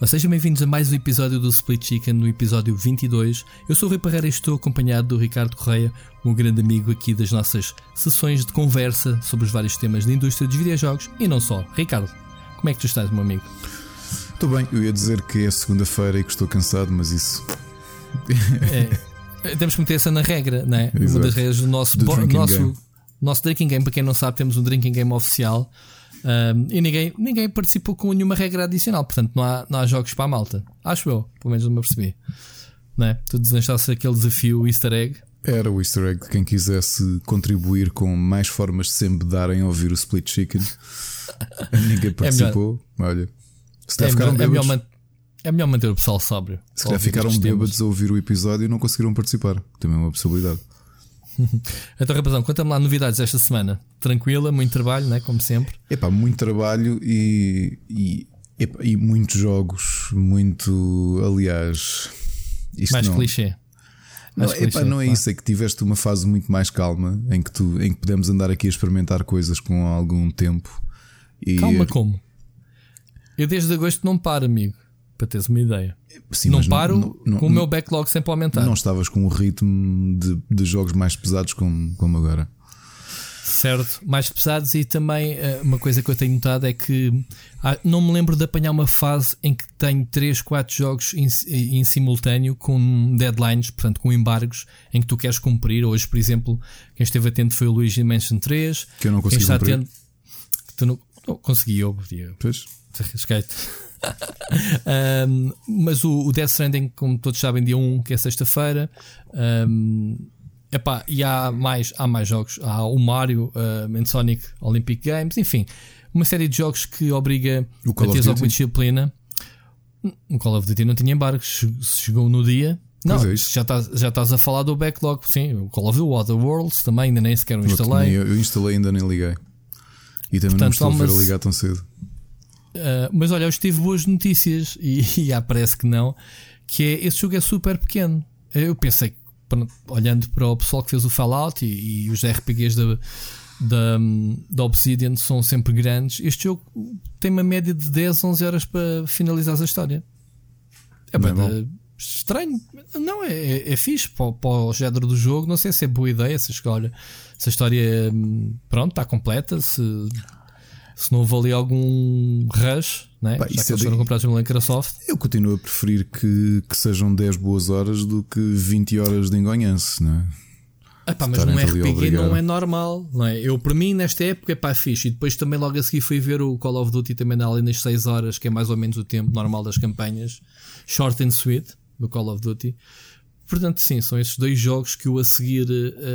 Sejam bem-vindos a mais um episódio do Split Chicken, no episódio 22. Eu sou o Rui Parreira e estou acompanhado do Ricardo Correia, um grande amigo aqui das nossas sessões de conversa sobre os vários temas da indústria dos videojogos e não só. Ricardo, como é que tu estás, meu amigo? Estou bem, eu ia dizer que é segunda-feira e que estou cansado, mas isso... Temos que meter essa na regra, não é? Exato. Uma das regras do nosso Drinking Game. Para quem não sabe, temos um Drinking Game oficial. E ninguém participou com nenhuma regra adicional. Portanto não há jogos para a malta. Acho eu, pelo menos não me apercebi, não é? Tu desenchaste aquele desafio Easter Egg. Era o Easter Egg de quem quisesse contribuir com mais formas de se embedarem a ouvir o Split Chicken. Ninguém participou. Olha, se ficaram bêbados, é melhor manter o pessoal sóbrio. se calhar ficaram bêbados a ouvir o episódio e não conseguiram participar. Também é uma possibilidade. Então, rapazão, conta-me lá novidades esta semana. Tranquila, muito trabalho, não é? Como sempre. Muito trabalho e muitos jogos. Muito, aliás, isto Mais não... clichê. Não é isso, é que tiveste uma fase muito mais calma em que podemos andar aqui a experimentar coisas com algum tempo. Calma, como? Eu desde agosto não paro, amigo, para teres uma ideia. Sim, não paro com o meu backlog sempre a aumentar. Não estavas com o ritmo de jogos mais pesados como agora. Certo, mais pesados. E também uma coisa que eu tenho notado é que não me lembro de apanhar uma fase em que tenho 3, 4 jogos em simultâneo com deadlines, portanto com embargos em que tu queres cumprir. Hoje, por exemplo, quem esteve atento foi o Luigi Mansion 3, que eu não consegui cumprir. Atento, que tu não consegui, pois arrisquei-te. Mas o Death Stranding, como todos sabem, dia 1, que é sexta-feira. E há mais jogos. Há o Mario and Sonic Olympic Games. Enfim, uma série de jogos que obriga a teres alguma disciplina. O Call of Duty não tinha embargos, chegou no dia. Não, já estás a falar do backlog. Sim, o Call of Duty Other Worlds também, ainda nem sequer o instalei. Eu instalei, ainda nem liguei. E também não me estou a ver a ligar tão cedo. Mas olha, eu tive boas notícias e parece que não. Que é, esse jogo é super pequeno. Eu pensei, olhando para o pessoal que fez o Fallout e os RPGs da Obsidian são sempre grandes. Este jogo tem uma média de 10, 11 horas para finalizar a história. Estranho. Não, é fixe para o género do jogo. Não sei se é boa ideia. Se a história está completa. Se não houve ali algum rush, né? Já que eles foram comprados pela Microsoft. Eu continuo a preferir que sejam 10 boas horas do que 20 horas de engonhanço, não é? Mas num RPG não é normal, não é? Eu, para mim, nesta época, é fixe. E depois também logo a seguir fui ver o Call of Duty também ali nas 6 horas, que é mais ou menos o tempo normal das campanhas. Short and sweet, do Call of Duty. Portanto, sim, são esses dois jogos que eu a seguir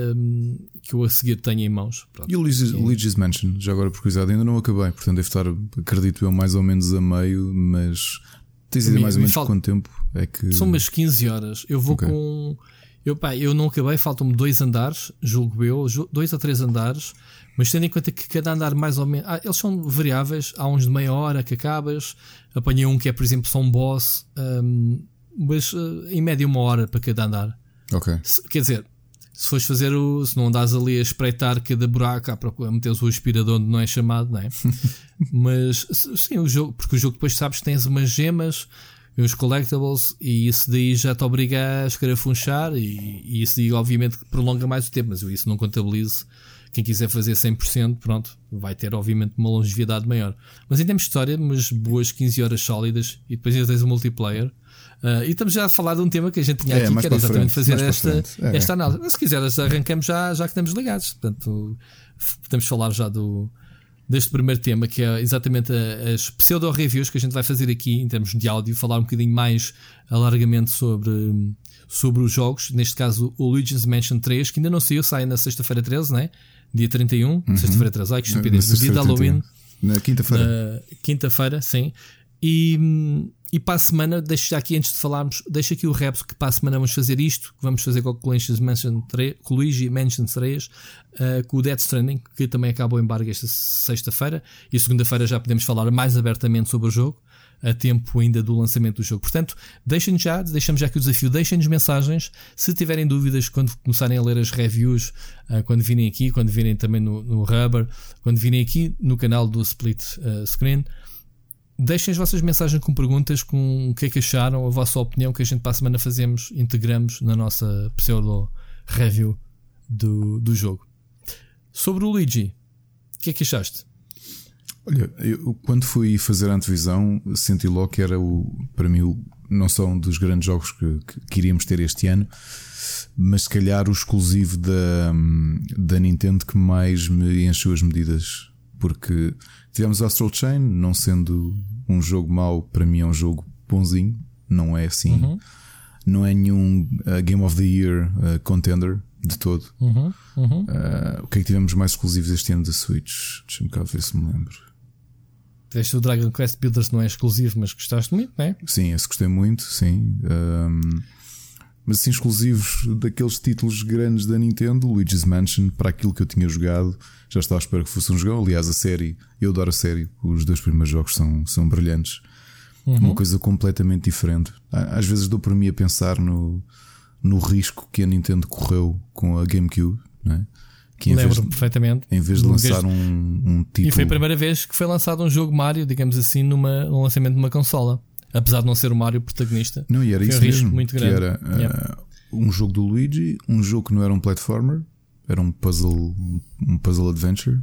tenho em mãos. Pronto. E o Luigi's Mansion, já agora por curiosidade, ainda não acabei, portanto deve estar, acredito eu, mais ou menos a meio, mas tens ideia mais ou menos de quanto tempo é que... São umas 15 horas. Eu vou com... Eu não acabei, faltam-me 2 andares, julgo eu, 2 a 3 andares, mas tendo em conta que cada andar mais ou menos... eles são variáveis, há uns de meia hora que acabas, apanhei um que é, por exemplo, só um boss... mas em média 1 hora para cada andar. Quer dizer, se fores fazer se não andares ali a espreitar cada buraco a meteres o aspirador onde não é chamado, não é? Mas sim, o jogo, porque o jogo depois sabes que tens umas gemas, uns collectibles, e isso daí já te obriga a escarafunchar, e isso daí obviamente prolonga mais o tempo, mas eu isso não contabilizo. Quem quiser fazer 100%, pronto, vai ter obviamente uma longevidade maior. Mas em termos de história, umas boas 15 horas sólidas, e depois ainda tens o multiplayer. E estamos já a falar de um tema que a gente tinha aqui, que era exatamente fazer esta análise. Mas se quiseres, arrancamos já que estamos ligados. Portanto, podemos falar já deste primeiro tema, que é exatamente as pseudo-reviews que a gente vai fazer aqui em termos de áudio, falar um bocadinho mais largamente sobre os jogos. Neste caso, o Luigi's Mansion 3, que ainda não saiu, sai na sexta-feira 13, né? Dia 31, sexta-feira 13. Ai, que estupidez. No dia de Halloween. Na quinta-feira. Quinta-feira, sim. E para a semana, deixo já aqui antes de falarmos, deixo aqui o rap que para a semana vamos fazer isto, que vamos fazer com o Luigi Mansion 3, com o Death Stranding, que também acaba o embargo esta sexta-feira, e segunda-feira já podemos falar mais abertamente sobre o jogo, a tempo ainda do lançamento do jogo. Portanto, deixamos já aqui o desafio, deixem-nos mensagens, se tiverem dúvidas quando começarem a ler as reviews, quando virem aqui, quando virem também no Rubber, quando virem aqui no canal do Split Screen. deixem as vossas mensagens com perguntas, com o que é que acharam, a vossa opinião, que a gente para a semana integramos na nossa pseudo-review do jogo. Sobre o Luigi, o que é que achaste? Olha, eu quando fui fazer a antevisão senti logo que era para mim não só um dos grandes jogos que iríamos ter este ano, mas se calhar o exclusivo da Nintendo que mais me encheu as medidas. Porque tivemos Astral Chain, não sendo um jogo mau, para mim é um jogo bonzinho, não é assim, não é nenhum Game of the Year contender de todo. O que é que tivemos mais exclusivos este ano da Switch? Deixa-me cá ver se me lembro. O Dragon Quest Builders não é exclusivo, mas gostaste muito, não é? Sim, esse gostei muito, sim. Mas assim, exclusivos daqueles títulos grandes da Nintendo, Luigi's Mansion, para aquilo que eu tinha jogado, já estava a esperar que fosse um jogão. Aliás, a série, eu adoro a série, os 2 primeiros jogos são brilhantes. Uma coisa completamente diferente. Às vezes dou por mim a pensar no risco que a Nintendo correu com a GameCube, não é? Que lembro-me perfeitamente. Em vez de lançar um título. E foi a primeira vez que foi lançado um jogo Mario, digamos assim, no lançamento de uma consola. Apesar de não ser o Mario protagonista. Não, e era foi isso um risco mesmo, muito grande. Era um jogo do Luigi, um jogo que não era um platformer, era um puzzle adventure.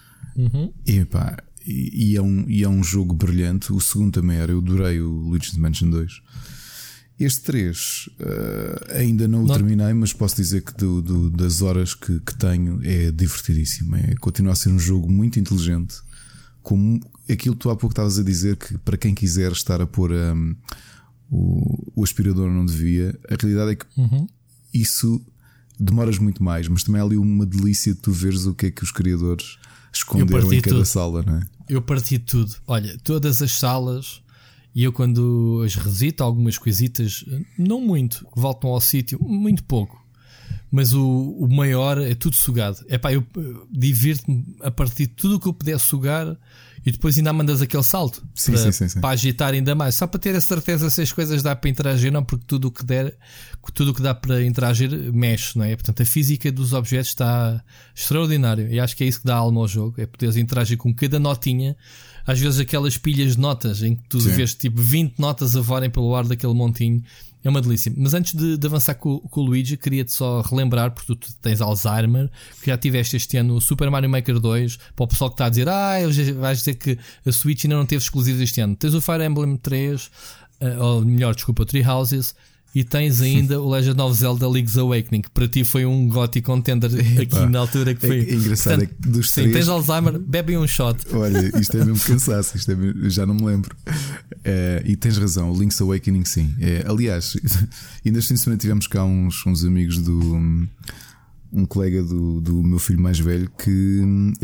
E é um jogo brilhante. O segundo também era. Eu adorei o Luigi's Mansion 2. Este 3 ainda não o terminei, mas posso dizer que das horas que tenho é divertidíssimo. Continua a ser um jogo muito inteligente. Como aquilo que tu há pouco estavas a dizer, que para quem quiser estar a pôr o aspirador não devia, a realidade é que isso demoras muito mais, mas também há ali uma delícia de tu veres o que é que os criadores esconderam em cada sala, não é? Eu parti tudo. Olha, todas as salas. E eu quando as revisito, algumas coisitas, não muito, voltam ao sítio, muito pouco. Mas o maior é tudo sugado. Eu divirto-me a partir de tudo o que eu puder sugar e depois ainda mandas aquele salto sim. Para agitar ainda mais. Só para ter a certeza se as coisas dá para interagir, não, porque tudo o que dá para interagir mexe, não é? Portanto, a física dos objetos está extraordinário. E acho que é isso que dá alma ao jogo, é poderes interagir com cada notinha. Às vezes aquelas pilhas de notas em que tu vês tipo 20 notas a voarem pelo ar daquele montinho. É uma delícia. Mas antes de avançar com o Luigi, queria-te só relembrar, porque tu tens Alzheimer, que já tiveste este ano o Super Mario Maker 2. Para o pessoal que está a dizer, vais dizer que a Switch ainda não teve exclusivos este ano. Tens o Fire Emblem 3, ou melhor, desculpa, Three Houses. E tens ainda o Legend of Zelda Link's Awakening, que para ti foi um GOTY contender aqui na altura que foi. É engraçado. Portanto, é que dos três... tens Alzheimer, bebe um shot. Olha, isto é mesmo cansaço, já não me lembro. E tens razão, o Link's Awakening sim. Aliás, ainda assim tivemos cá uns amigos um colega do meu filho mais velho que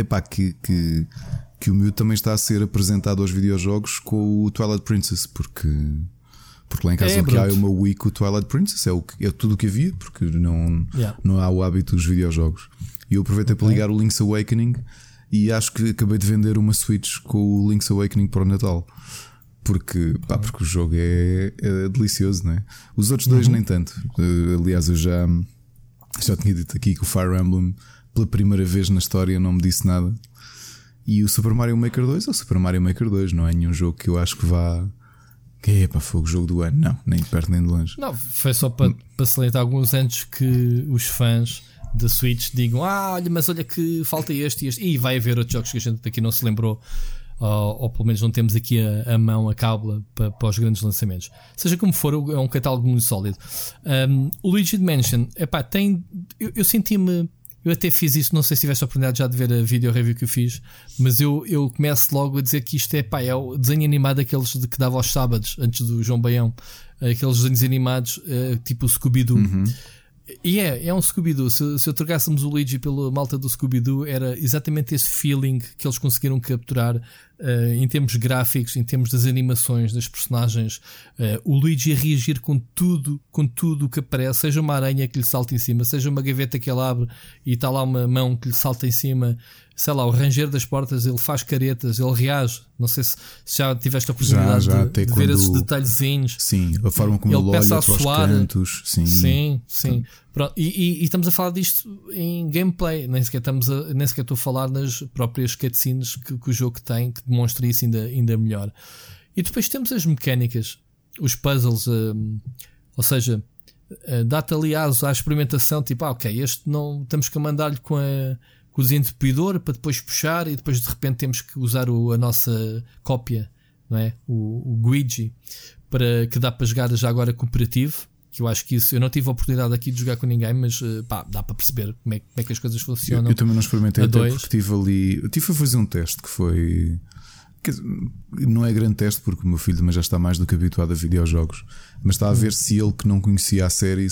o meu também está a ser apresentado aos videojogos com o Twilight Princess, porque lá em casa o que há é uma Wii com o Twilight Princess, é tudo o que havia, porque não há o hábito dos videojogos. E eu aproveitei para ligar o Link's Awakening e acho que acabei de vender uma Switch com o Link's Awakening para o Natal. Porque o jogo é delicioso, não é? Os outros dois nem tanto. Aliás, eu já tinha dito aqui que o Fire Emblem pela primeira vez na história não me disse nada. E o Super Mario Maker 2 é o Super Mario Maker 2, não é nenhum jogo que eu acho que vá... foi o jogo do ano. Não, nem de perto nem de longe. Não, foi só para salientar alguns antes que os fãs da Switch digam: olha, mas olha que falta este e este. E vai haver outros jogos que a gente daqui não se lembrou, ou pelo menos não temos aqui a mão, a cábula para os grandes lançamentos. Seja como for, é um catálogo muito sólido. O Luigi's Mansion, tem. Eu senti-me. Eu até fiz isso, não sei se tiveste a oportunidade já de ver a video review que eu fiz, mas eu começo logo a dizer que isto é o desenho animado daqueles de que dava aos sábados, antes do João Baião, aqueles desenhos animados tipo o Scooby-Doo. E é um Scooby-Doo. Se trogássemos o Luigi pela malta do Scooby-Doo, era exatamente esse feeling que eles conseguiram capturar em termos gráficos, em termos das animações, das personagens. O Luigi a reagir com tudo o que aparece, seja uma aranha que lhe salta em cima, seja uma gaveta que ele abre e está lá uma mão que lhe salta em cima, sei lá, o ranger das portas, ele faz caretas, ele reage. Não sei se já tiveste a oportunidade de ver esses detalhezinhos. Sim, a forma como ele olha para os cantos. Sim. Pronto, e estamos a falar disto em gameplay, nem sequer estou a falar nas próprias cutscenes que o jogo tem, que demonstra isso ainda melhor. E depois temos as mecânicas, os puzzles, ou seja, dá-te aliás à experimentação, tipo, ok, este não temos que mandar-lhe com o desentupidor para depois puxar e depois de repente temos que usar a nossa cópia, não é? O Guigi, para que dá para jogar já agora cooperativo. Que eu acho que isso, eu não tive a oportunidade aqui de jogar com ninguém, mas dá para perceber como é que as coisas funcionam. Eu também não experimentei até porque tive a fazer um teste que foi. Não é grande teste porque o meu filho também já está mais do que habituado a videojogos, mas está a ver se ele que não conhecia a série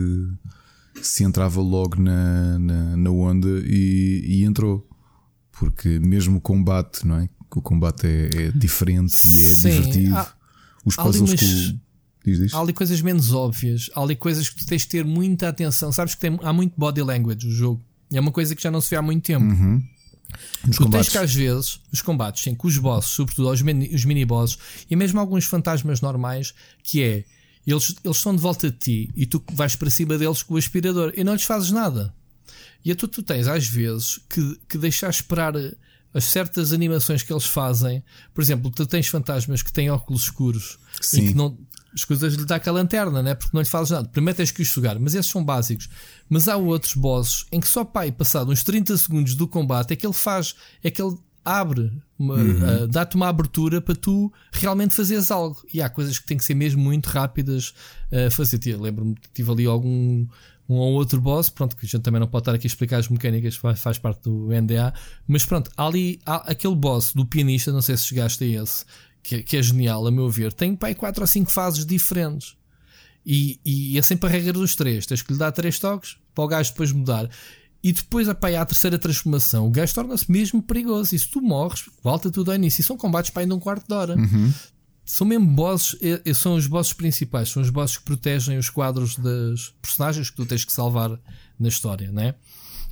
se entrava logo na onda e entrou. Porque mesmo o combate, não é? O combate é diferente e é divertido. Os puzzles que. Diz. Há ali coisas menos óbvias, há ali coisas que tu tens de ter muita atenção. Sabes que há muito body language no jogo, é uma coisa que já não se vê há muito tempo. Tu tens que às vezes os combates, sim, com os bosses, sobretudo os mini-bosses e mesmo alguns fantasmas normais, que é eles estão de volta de ti e tu vais para cima deles com o aspirador e não lhes fazes nada. E tu tens às vezes que deixar esperar as certas animações que eles fazem. Por exemplo, tu tens fantasmas que têm óculos escuros, sim, e que não. As coisas lhe dá com a lanterna, né? Porque não lhe fazes nada. Primeiro tens que os sugar, mas esses são básicos. Mas há outros bosses em que só passado uns 30 segundos do combate é que ele abre, dá-te uma abertura para tu realmente fazeres algo. E há coisas que têm que ser mesmo muito rápidas a fazer. Lembro-me que tive ali um ou outro boss, pronto, que a gente também não pode estar aqui a explicar as mecânicas, faz parte do NDA. Mas pronto, há aquele boss do pianista, não sei se chegaste a esse, que é genial, a meu ver. Tem 4 ou 5 fases diferentes e é sempre a regra dos 3. Tens que lhe dar 3 toques para o gajo depois mudar, e depois há a terceira transformação. O gajo torna-se mesmo perigoso, e se tu morres, volta tudo ao início. E são combates para ainda um quarto de hora. São mesmo bosses, são os bosses principais, são os bosses que protegem os quadros das personagens que tu tens que salvar na história, não é?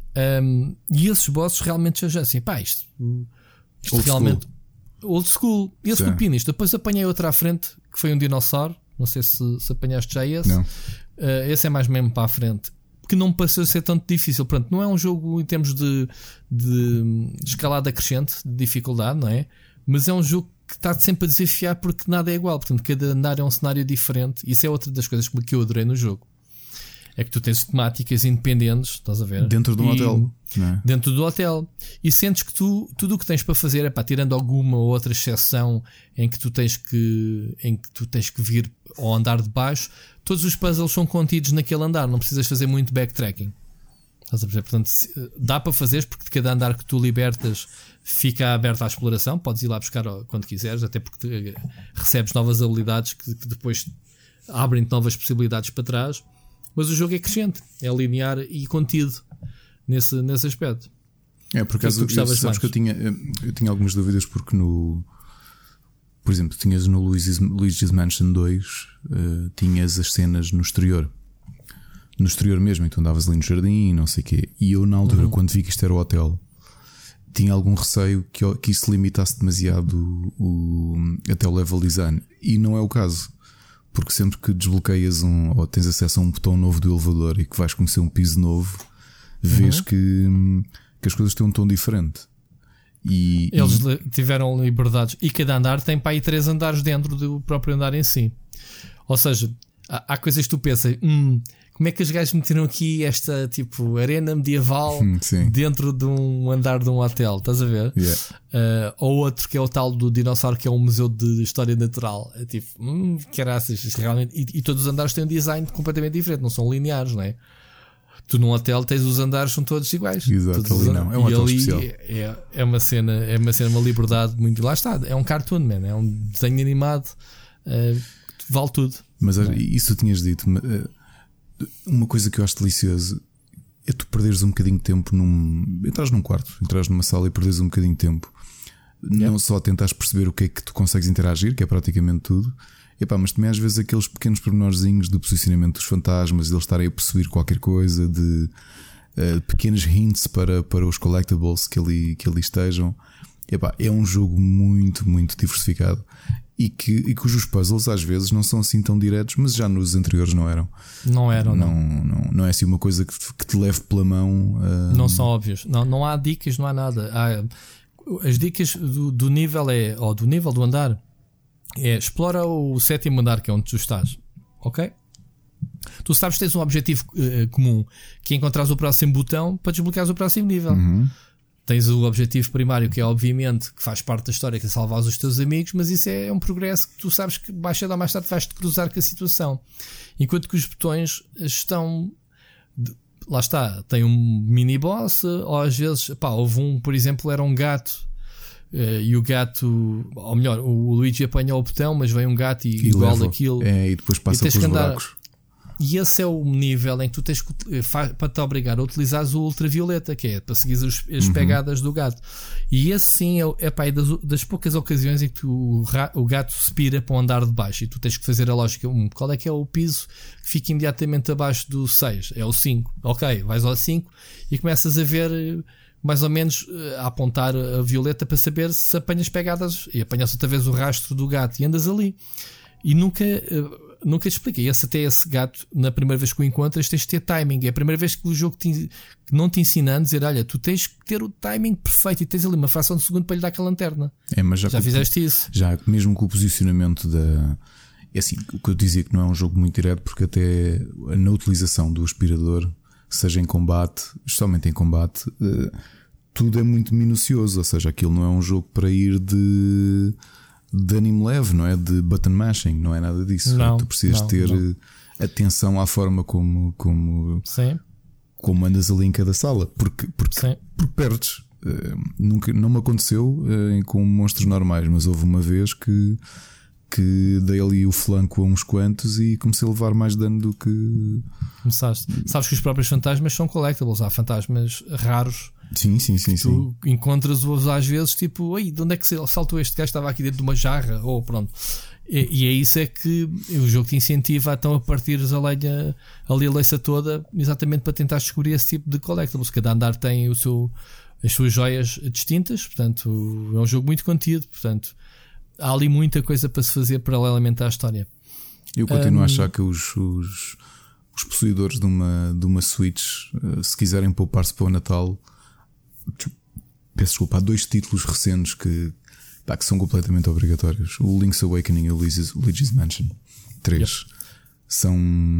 E esses bosses realmente já assim, isto realmente old school. Esse do pianista. Depois apanhei outro à frente que foi um dinossauro. Não sei se apanhaste já esse. Não. Esse é mais mesmo para a frente, que não me pareceu ser tanto difícil. Pronto, não é um jogo em termos de escalada crescente de dificuldade, não é? Mas é um jogo que está sempre a desafiar porque nada é igual. Portanto, cada andar é um cenário diferente. Isso é outra das coisas que eu adorei no jogo. É que tu tens temáticas independentes, estás a ver? Dentro de um hotel. Não é? Dentro do hotel. E sentes que tudo o que tens para fazer é tirando alguma ou outra exceção em que tu tens que vir ao andar de baixo, todos os puzzles são contidos naquele andar. Não precisas fazer muito backtracking. Estás a ver? Portanto, dá para fazeres, porque de cada andar que tu libertas fica aberto à exploração. Podes ir lá buscar quando quiseres, até porque recebes novas habilidades que depois abrem-te novas possibilidades para trás. Mas o jogo é crescente, é linear e contido nesse aspecto. Por acaso, sabes que eu tinha algumas dúvidas, porque por exemplo, tinhas no Luigi's Mansion 2, tinhas as cenas no exterior mesmo, então andavas ali no jardim e não sei o quê. E eu, na altura, quando vi que isto era o hotel, tinha algum receio que isso limitasse demasiado até o level design, e não é o caso. Porque sempre que desbloqueias ou tens acesso a um botão novo do elevador e que vais conhecer um piso novo, vês que as coisas têm um tom diferente. Eles tiveram liberdades, e cada andar tem para aí 3 andares dentro do próprio andar em si. Ou seja, há coisas que tu pensas, como é que os gajos meteram aqui esta tipo arena medieval dentro de um andar de um hotel? Estás a ver? Yeah. Ou outro que é o tal do dinossauro, que é um museu de história natural. É tipo, caraças, realmente. E todos os andares têm um design completamente diferente, não são lineares, não é? Tu num hotel tens os andares, são todos iguais. Exato, ali não. É um hotel especial. É uma cena, uma liberdade muito. Lá está, é um cartoon, man, é um desenho animado, vale tudo. Mas isso tinhas dito. Uma coisa que eu acho delicioso é tu perderes um bocadinho de tempo entras num quarto, entras numa sala e perderes um bocadinho de tempo. Não só tentares perceber o que é que tu consegues interagir, que é praticamente tudo, mas também às vezes aqueles pequenos pormenorzinhos do posicionamento dos fantasmas, de eles estarem a possuir qualquer coisa, de pequenos hints para os collectibles que ali estejam. É um jogo muito, muito diversificado. E cujos puzzles às vezes não são assim tão diretos, mas já nos anteriores não eram. Não eram, não é assim uma coisa que te leve pela mão. Não são óbvios. Não há dicas, não há nada. As dicas do nível do nível do andar explora o 7º andar, que é onde tu estás, ok? Tu sabes que tens um objetivo comum, que é encontrares o próximo botão para desbloqueares o próximo nível. Tens o objetivo primário, que é obviamente que faz parte da história, que é salvar os teus amigos, mas isso é um progresso que tu sabes que mais cedo ou mais tarde vais-te cruzar com a situação. Enquanto que os botões estão... Lá está, tem um mini-boss, ou às vezes, houve um, por exemplo, era um gato, e o gato, ou melhor, o Luigi apanha o botão, mas vem um gato e igual daquilo. E depois passa pelos buracos. E esse é o nível em que tu tens que, para te obrigar a utilizares o ultravioleta, que é para seguir as pegadas do gato. E esse sim é das poucas ocasiões em que o gato se pira para o andar de baixo e tu tens que fazer a lógica. Qual é que é o piso que fica imediatamente abaixo do 6? É o 5. Ok, vais ao 5 e começas a ver mais ou menos a apontar a violeta para saber se apanhas pegadas, e apanhas outra vez o rastro do gato e andas ali. E nunca te expliquei. Até esse gato, na primeira vez que o encontras, tens de ter timing. É a primeira vez que o jogo não te ensina a dizer: olha, tu tens que ter o timing perfeito e tens ali uma fração de segundo para lhe dar aquela lanterna. Mas já fizeste isso? Já, mesmo com o posicionamento da. É assim, o que eu dizia que não é um jogo muito direto, porque até na utilização do aspirador, seja em combate, especialmente em combate, tudo é muito minucioso. Ou seja, aquilo não é um jogo para ir de anime leve, não é? De button mashing, não é nada disso. Tu precisas ter atenção à forma como andas ali em cada sala, porque perdes. Nunca, não me aconteceu com monstros normais, mas houve uma vez que dei ali o flanco a uns quantos e comecei a levar mais dano do que. Começaste. Sabes que os próprios fantasmas são collectibles, há fantasmas raros. Sim. Tu encontras-os às vezes, tipo, de onde é que saltou este gajo? Estava aqui dentro de uma jarra, ou pronto. E é isso é que o jogo te incentiva então a partires a lenha ali a leiça toda, exatamente para tentar descobrir esse tipo de collectibles. Cada andar tem as suas joias distintas, portanto é um jogo muito contido, portanto há ali muita coisa para se fazer paralelamente à história. Eu continuo a achar que os possuidores de uma Switch, se quiserem poupar-se para o Natal, peço desculpa, há 2 títulos recentes que são completamente obrigatórios: o Link's Awakening e o Luigi's Mansion 3. São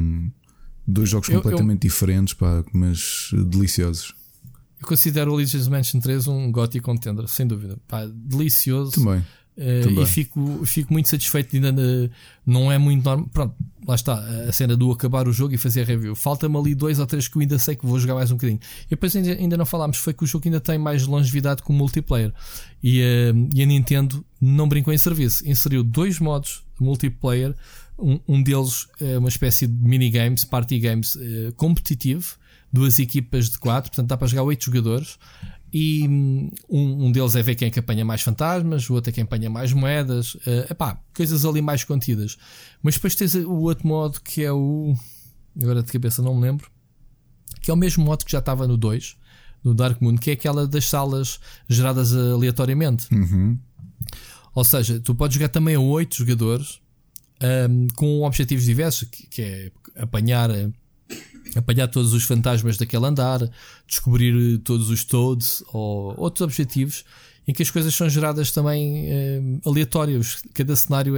2 jogos completamente diferentes, mas deliciosos. Eu considero o Luigi's Mansion 3 um GOTY contender, sem dúvida. Delicioso. Também. E fico muito satisfeito. Ainda não é muito normal. Pronto, lá está a cena do acabar o jogo e fazer a review. Falta-me ali 2 ou 3 que eu ainda sei que vou jogar mais um bocadinho. E depois ainda não falámos, foi que o jogo ainda tem mais longevidade com multiplayer. E a Nintendo não brincou em serviço. Inseriu 2 modos de multiplayer. Um deles é uma espécie de minigames, party games competitivo. 2 equipas de 4, portanto dá para jogar 8 jogadores. E um deles é ver quem é que apanha mais fantasmas, o outro é quem apanha mais moedas, coisas ali mais contidas. Mas depois tens o outro modo que é agora de cabeça não me lembro, que é o mesmo modo que já estava no 2, no Dark Moon, que é aquela das salas geradas aleatoriamente. Ou seja, tu podes jogar também a 8 jogadores com objetivos diversos, que é apanhar todos os fantasmas daquele andar, descobrir todos os Toads ou outros objetivos em que as coisas são geradas também aleatórias. Cada cenário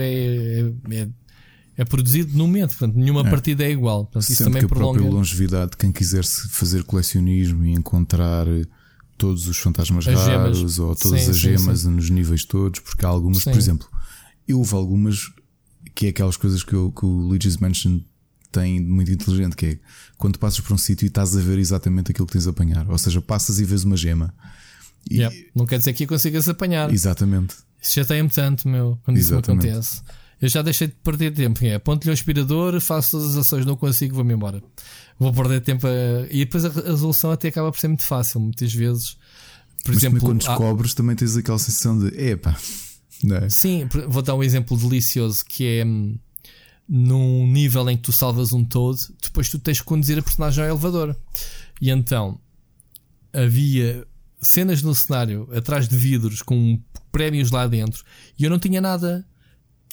é produzido no momento, portanto nenhuma partida é igual. Portanto, isso também que prolonga. A própria longevidade de quem quiser fazer colecionismo e encontrar todos os fantasmas raros ou todas as gemas nos níveis todos, porque há algumas, por exemplo, houve algumas que é aquelas coisas que o Luigi's Mansion tem muito inteligente, que é quando passas por um sítio e estás a ver exatamente aquilo que tens a apanhar, ou seja, passas e vês uma gema não quer dizer que a consigas apanhar. Exatamente. Isso já tem-me tanto, quando isso me acontece. Eu já deixei de perder tempo. Aponto-lhe o aspirador, faço todas as ações, não consigo, vou-me embora. Vou perder tempo e depois a resolução até acaba por ser muito fácil, muitas vezes. Por exemplo, quando descobres também tens aquela sensação de não é? Sim, vou dar um exemplo delicioso que é num nível em que tu salvas um Toad, depois tu tens que conduzir a personagem ao elevador. E então havia cenas no cenário atrás de vidros com prémios lá dentro e eu não tinha nada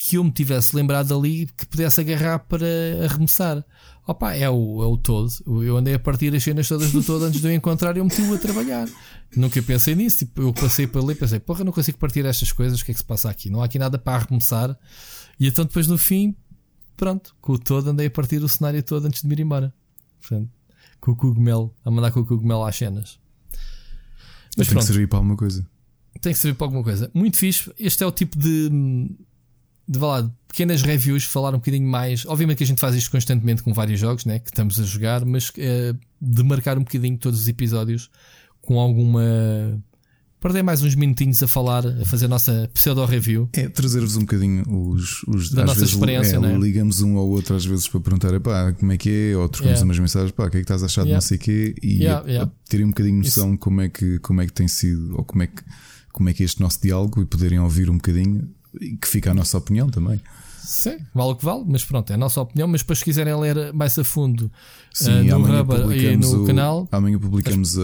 que eu me tivesse lembrado ali que pudesse agarrar para arremessar. Opa, é o todo. Eu andei a partir as cenas todas do todo antes de eu encontrar e eu meti-o a trabalhar. Nunca pensei nisso. Tipo, eu passei para ali e pensei, porra, não consigo partir estas coisas, o que é que se passa aqui? Não há aqui nada para arremessar. E então depois no fim, pronto, com o todo andei a partir o cenário todo antes de me ir embora. Portanto, com o cogumelo, a mandar com o cogumelo às cenas. Mas tem que servir para alguma coisa. Tem que servir para alguma coisa. Muito fixe. Este é o tipo de pequenas reviews, falar um bocadinho mais. Obviamente que a gente faz isto constantemente com vários jogos, né, que estamos a jogar, mas de marcar um bocadinho todos os episódios com alguma. Perder mais uns minutinhos a falar, a fazer a nossa pseudo-review. É trazer-vos um bocadinho da nossa experiência, né? Ligamos um ao outro às vezes para perguntar como é que é, ou trocamos umas mensagens, o que é que estás a achar de não sei o quê, e terem um bocadinho noção como é que tem sido, ou como é que é este nosso diálogo, e poderem ouvir um bocadinho, e que fica a nossa opinião também. Sim, vale o que vale, mas pronto, é a nossa opinião. Mas depois, se quiserem ler mais a fundo, no Rubber e no canal, amanhã publicamos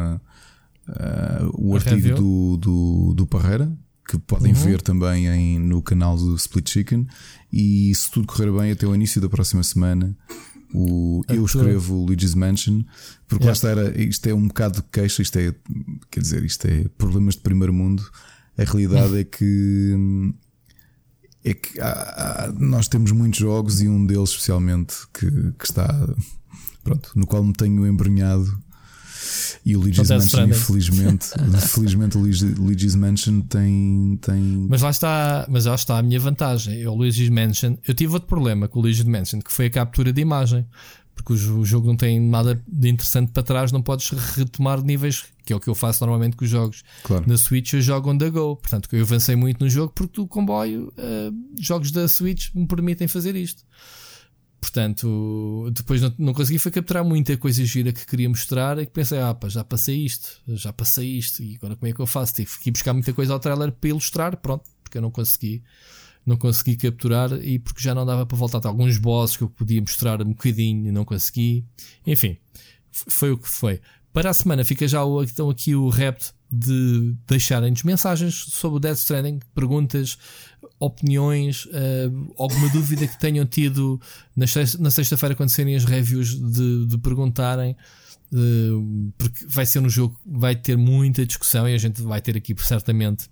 o artigo do Parreira, que podem ver também no canal do Split Chicken. E se tudo correr bem, até o início da próxima semana, eu escrevo o Luigi's Mansion, porque lá está, isto é um bocado de queixa, isto é problemas de primeiro mundo. A realidade é que nós temos muitos jogos, e um deles especialmente que está, pronto, no qual me tenho embrenhado. E o Luigi's Mansion, felizmente o Luigi's Mansion tem. Mas lá está a minha vantagem. O Luigi's Mansion, eu tive outro problema com o Luigi's Mansion, que foi a captura de imagem, porque o jogo não tem nada de interessante para trás, não podes retomar níveis, que é o que eu faço normalmente com os jogos. Claro. Na Switch eu jogo on the go, portanto eu avancei muito no jogo porque o comboio, jogos da Switch me permitem fazer isto. Portanto, depois não consegui foi capturar muita coisa gira que queria mostrar, e que pensei, já passei isto, e agora como é que eu faço? Tive que ir buscar muita coisa ao trailer para ilustrar, pronto, porque eu não consegui capturar, e porque já não dava para voltar a alguns bosses que eu podia mostrar um bocadinho, não consegui. Enfim, foi o que foi. Para a semana fica já então aqui o repto de deixarem-nos mensagens sobre o Death Stranding, perguntas, opiniões, alguma dúvida que tenham tido na sexta-feira quando serem as reviews, de perguntarem, porque vai ser um jogo, vai ter muita discussão, e a gente vai ter aqui certamente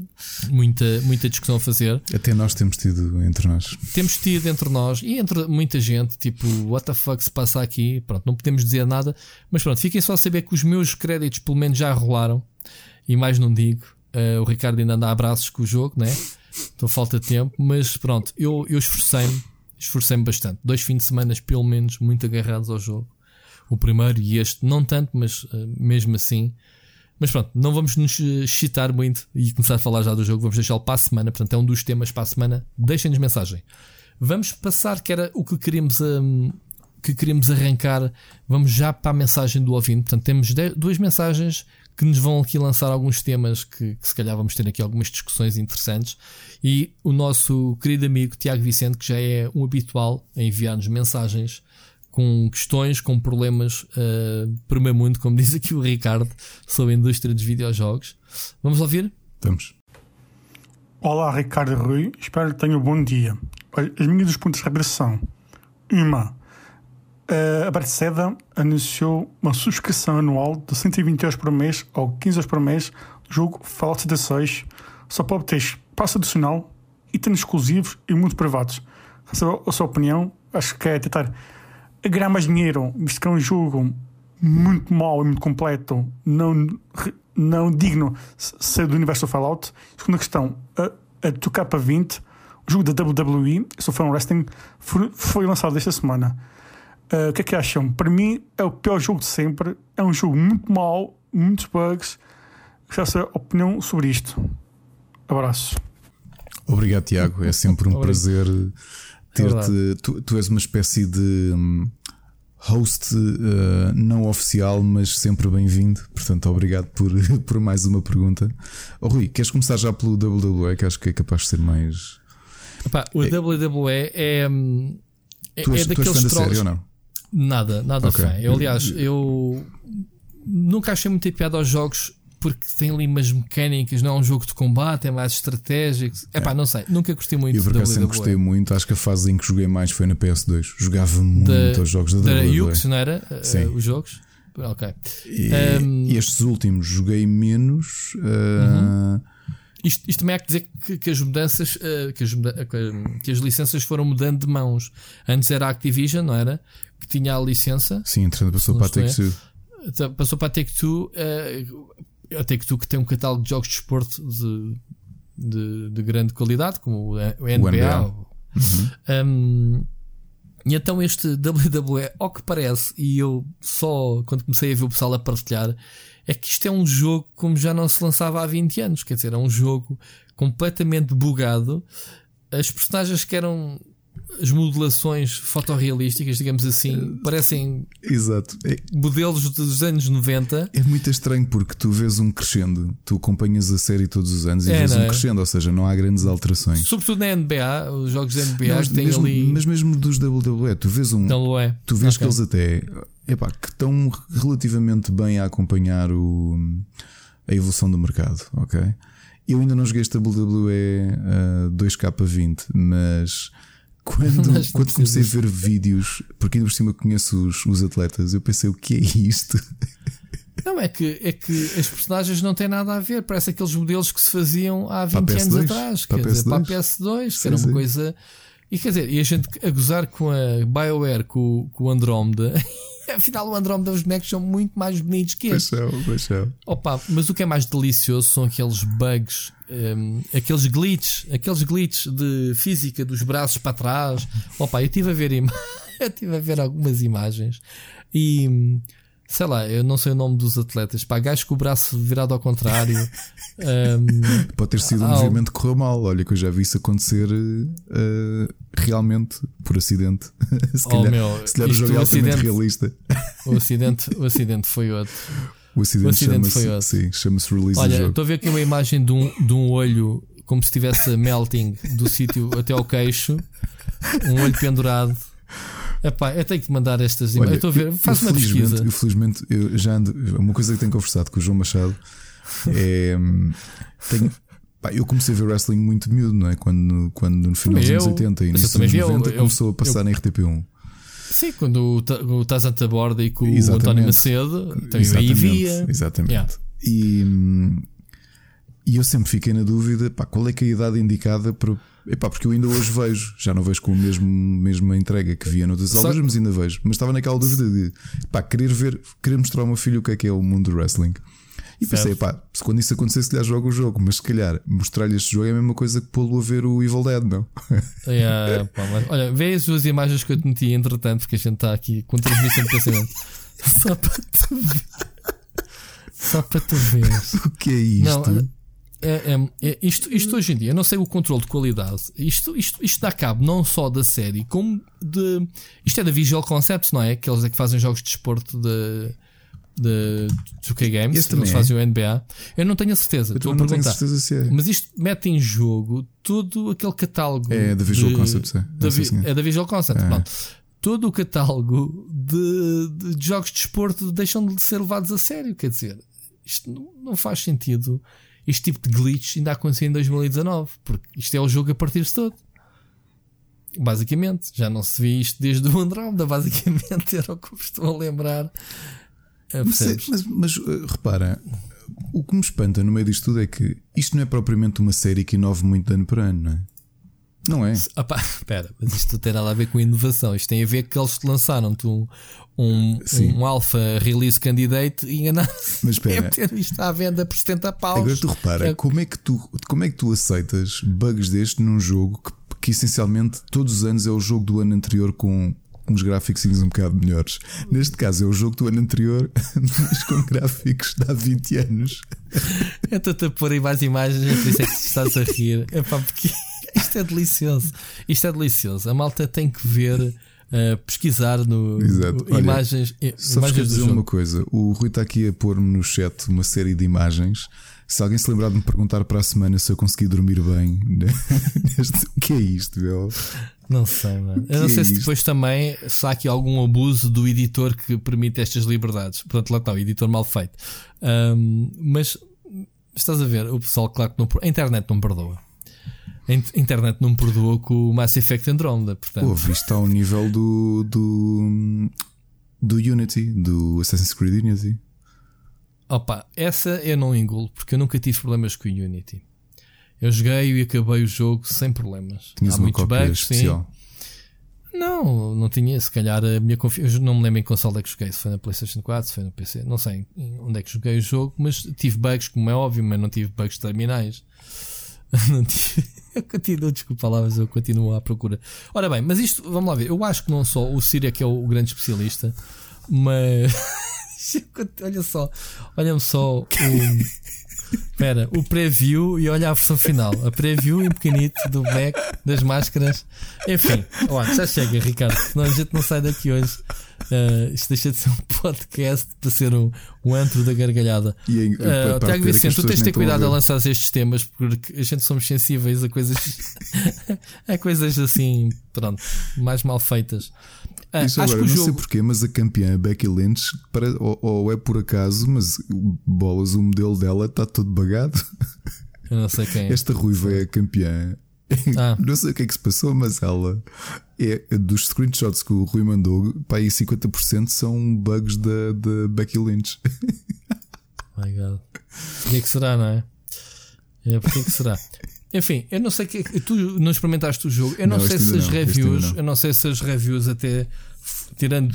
muita discussão a fazer. Até nós temos tido entre nós. Temos tido entre nós e entre muita gente, tipo, what the fuck se passa aqui? Pronto, não podemos dizer nada, mas pronto, fiquem só a saber que os meus créditos pelo menos já rolaram, e mais não digo. O Ricardo ainda anda a abraços com o jogo, né? Então falta tempo, mas pronto, eu esforcei-me bastante. 2 fins de semana pelo menos muito agarrados ao jogo. O primeiro e este não tanto, mas mesmo assim. Mas pronto, não vamos nos excitar muito e começar a falar já do jogo. Vamos deixá-lo para a semana. Portanto, é um dos temas para a semana. Deixem-nos mensagem. Vamos passar, que era o que queríamos arrancar. Vamos já para a mensagem do ouvinte. Portanto, temos 2 mensagens que nos vão aqui lançar alguns temas que se calhar vamos ter aqui algumas discussões interessantes. E o nosso querido amigo Tiago Vicente, que já é um habitual a enviar-nos mensagens com questões, com problemas primeiro mundo, como diz aqui o Ricardo, sobre a indústria dos videojogos. Vamos ouvir? Vamos. Olá, Ricardo e Rui, espero que tenham um bom dia. Olha, as minhas 2 pontos de regressão. A Bethesda anunciou uma subscrição anual de 120 € por mês ou 15 € por mês do jogo Fallout 76, só para obter espaço adicional, itens exclusivos e muito privados. A sua opinião, acho que é tentar ganhar mais dinheiro, visto que é um jogo muito mau e muito completo, não digno de ser do universo do Fallout. Segunda questão, a 2K20, o jogo da WWE, Sofão Wrestling, foi lançado esta semana. O que é que acham? Para mim é o pior jogo de sempre. É um jogo muito mau, muitos bugs. Queria saber a opinião sobre isto. Abraço. Obrigado, Tiago. É sempre um prazer ter-te. Tu és uma espécie de host não oficial, mas sempre bem-vindo. Portanto, obrigado por mais uma pergunta. Rui, queres começar já pelo WWE, que acho que é capaz de ser mais. O WWE é daqueles trolls. Sério ou não? Nada okay. Aliás, eu nunca achei muita piada aos jogos porque tem ali umas mecânicas, não é um jogo de combate, é mais estratégico. Não sei, nunca gostei muito eu por acaso sempre gostei muito. Acho que a fase em que joguei mais foi na PS2. Jogava muito aos jogos da WWE. Yux, não era? Sim. Os jogos? Ok. E estes últimos joguei menos. Isto também há que dizer que as mudanças, que as licenças foram mudando de mãos. Antes era a Activision, não era? Que tinha a licença. Sim, entretanto passou para a Take-Two. Passou para a Take-Two. A Take-Two que tem um catálogo de jogos de desporto de grande qualidade, como o NBA. E então este WWE, ao que parece, e eu só quando comecei a ver o pessoal a partilhar, é que isto é um jogo como já não se lançava há 20 anos. Quer dizer, é um jogo completamente bugado. As personagens que eram as modelações fotorrealísticas, digamos assim, parecem exato. Modelos dos anos 90. É muito estranho porque tu vês um crescendo, tu acompanhas a série todos os anos e vês um crescendo, ou seja, não há grandes alterações. Sobretudo na NBA, os jogos da NBA têm ali. Mas mesmo dos WWE, tu vês tu vês que eles até que estão relativamente bem a acompanhar a evolução do mercado, ok? Eu ainda não joguei este WWE 2K20, mas quando comecei a ver vídeos, porque ainda por cima conheço os atletas, eu pensei, o que é isto? Não, é que as personagens não têm nada a ver. Parece aqueles modelos que se faziam há 20 anos atrás. Para a PS2, que era uma coisa. E quer dizer, e a gente a gozar com a BioWare, com o Andrómeda. Afinal, o Andrómeda, os bonecos são muito mais bonitos que este. Opa, mas o que é mais delicioso são aqueles bugs, aqueles glitches de física dos braços para trás. Opa, eu estive a ver algumas imagens e sei lá, eu não sei o nome dos atletas. Pá, gajo com o braço virado ao contrário. Pode ter sido um movimento que correu mal. Olha, que eu já vi isso acontecer realmente por acidente. Se calhar o jogo é altamente realista. O acidente foi outro. O acidente foi outro. Sim, chama-se release. Olha, estou a ver aqui uma imagem de um olho como se estivesse melting do sítio até ao queixo. Um olho pendurado. Epá, eu tenho que te mandar estas imagens. Estou a ver, faço uma pesquisa. Infelizmente, eu já ando. Uma coisa que tenho conversado com o João Machado é. Eu comecei a ver wrestling muito miúdo, não é? Quando no final dos anos 80 e início dos anos 90 começou a passar na RTP1. Sim, quando o Tarzan Taborda e com o António Macedo, então eu aí via. Exatamente. Yeah. E eu sempre fiquei na dúvida, qual é que é a idade indicada para. Porque eu ainda hoje vejo, já não vejo com a mesma entrega que via noutras alturas, mas ainda vejo. Mas estava naquela dúvida de querer mostrar ao meu filho o que é o mundo do wrestling. E pensei, se quando isso acontecer, se lhe joga o jogo, mas se calhar mostrar-lhe este jogo é a mesma coisa que pô-lo a ver o Evil Dead, não? Mas, olha, vê as duas imagens que eu te meti, entretanto, porque a gente está aqui com transmissão de pensamento. Só para tu ver. O que é isto? Não, isto hoje em dia, eu não sei o controle de qualidade. Isto dá cabo não só da série, como de. Isto é da Visual Concepts, não é? Que eles é que fazem jogos de desporto de 2K Games, eles fazem o NBA. Eu não tenho a certeza, estou a perguntar. Mas isto mete em jogo todo aquele catálogo. É da Visual Concepts, é da Visual Concepts, pronto. Todo o catálogo de jogos de desporto deixam de ser levados a sério. Quer dizer, isto não faz sentido. Este tipo de glitch ainda aconteceu em 2019, porque isto é o jogo a partir-se todo. Basicamente, já não se vê isto desde o Andrómeda. Basicamente, era o que eu estou a lembrar. Mas repara, o que me espanta no meio disto tudo é que isto não é propriamente uma série que inove muito de ano para ano, não é? Não é? Espera, mas isto não tem nada a ver com inovação. Isto tem a ver que eles lançaram-te um alpha release candidate e enganaram-se. Mas espera, meter isto à venda por 70 paus. Agora tu repara, como é que tu aceitas bugs deste num jogo que essencialmente todos os anos é o jogo do ano anterior com uns gráficos um bocado melhores. Neste caso é o jogo do ano anterior, mas com gráficos de há 20 anos. Eu estou a pôr aí mais imagens, por isso é que estás a rir. Porque isto é delicioso. Isto é delicioso. A malta tem que ver, pesquisar no imagens. Só vos quero dizer uma coisa: o Rui está aqui a pôr-me no chat uma série de imagens. Se alguém se lembrar de me perguntar para a semana se eu consegui dormir bem, o que é isto, meu? Não sei, mano. Eu não sei se depois também se há aqui algum abuso do editor que permite estas liberdades. Portanto, lá está, o editor mal feito. Mas estás a ver, o pessoal, claro que a internet não perdoa. A internet não perdoa com o Mass Effect Andromeda, portanto. Isto está ao nível do Unity, do Assassin's Creed Unity. Opa, essa eu não engulo, porque eu nunca tive problemas com o Unity. Eu joguei e acabei o jogo sem problemas. Tinhas uma muitos cópia bugs, especial? Sim. Não tinha. Se calhar a minha confiança. Não me lembro em console é que joguei. Se foi na PlayStation 4, se foi no PC. Não sei onde é que joguei o jogo, mas tive bugs, como é óbvio, mas não tive bugs terminais. Não tive. Eu continuo, desculpa lá, mas eu continuo à procura. Ora bem, mas isto, vamos lá ver. Eu acho que não só o Ciro é que é o grande especialista, mas. Olha-me só o preview e olha a versão final. A preview em pequenito do back, das máscaras. Enfim, já chega, Ricardo. Senão a gente não sai daqui hoje. Isto deixa de ser um podcast para ser um antro da gargalhada. Tiago Vicente, tu tens de ter cuidado a lançar estes temas, porque a gente somos sensíveis a coisas a coisas assim, pronto, mais mal feitas. Isso agora, não sei porquê, mas a campeã Becky Lynch ou é por acaso, mas bolas, o modelo dela está todo bagado. Eu não sei quem é. Esta ruiva é a campeã. Não sei o que é que se passou, mas ela é dos screenshots que o Rui mandou, para aí 50% são bugs da Becky Lynch. My God. O que é que será, não é? Porquê que será? Enfim, eu não sei que tu não experimentaste o jogo. Eu não sei se as reviews, eu não sei se as reviews até tirando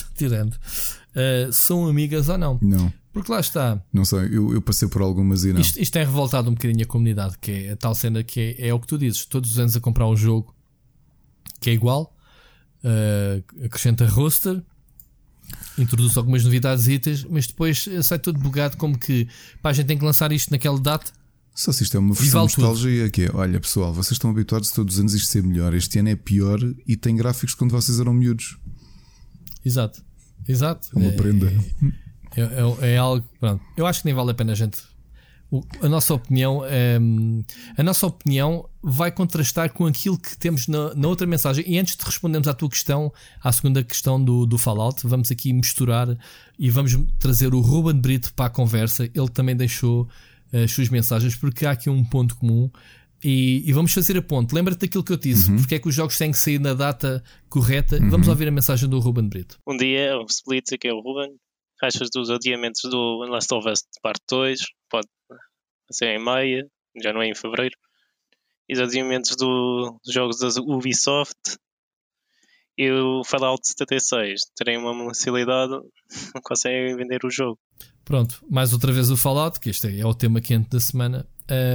são amigas ou não. Não. Porque lá está. Não sei, eu passei por algumas e não. Isto tem revoltado um bocadinho a comunidade, que é a tal cena que é o que tu dizes, todos os anos a comprar um jogo que é igual, acrescenta roster, introduz algumas novidades, mas depois sai tudo bugado, como que a gente tem que lançar isto naquela data. Só se isto é uma versão de nostalgia que é, olha pessoal, vocês estão habituados todos os anos a isto ser melhor, este ano é pior e tem gráficos de quando vocês eram miúdos. Exato. É uma prenda. É algo, pronto. Eu acho que nem vale a pena a gente. A nossa opinião vai contrastar com aquilo que temos na outra mensagem. E antes de respondermos à tua questão, à segunda questão do Fallout, vamos aqui misturar e vamos trazer o Ruben Brito para a conversa. Ele também deixou as suas mensagens, porque há aqui um ponto comum. E vamos fazer a ponte. Lembra-te daquilo que eu te disse, porque é que os jogos têm que sair na data correta. Vamos ouvir a mensagem do Ruben Brito. Um dia, o Split, que é o Ruben, achas dos adiamentos do Last of Us parte 2, pode ser em maio, já não é em fevereiro, e os adiamentos dos jogos da Ubisoft e o Fallout 76 terem uma mensalidade, não conseguem vender o jogo. Pronto, mais outra vez o Fallout, que este é o tema quente da semana.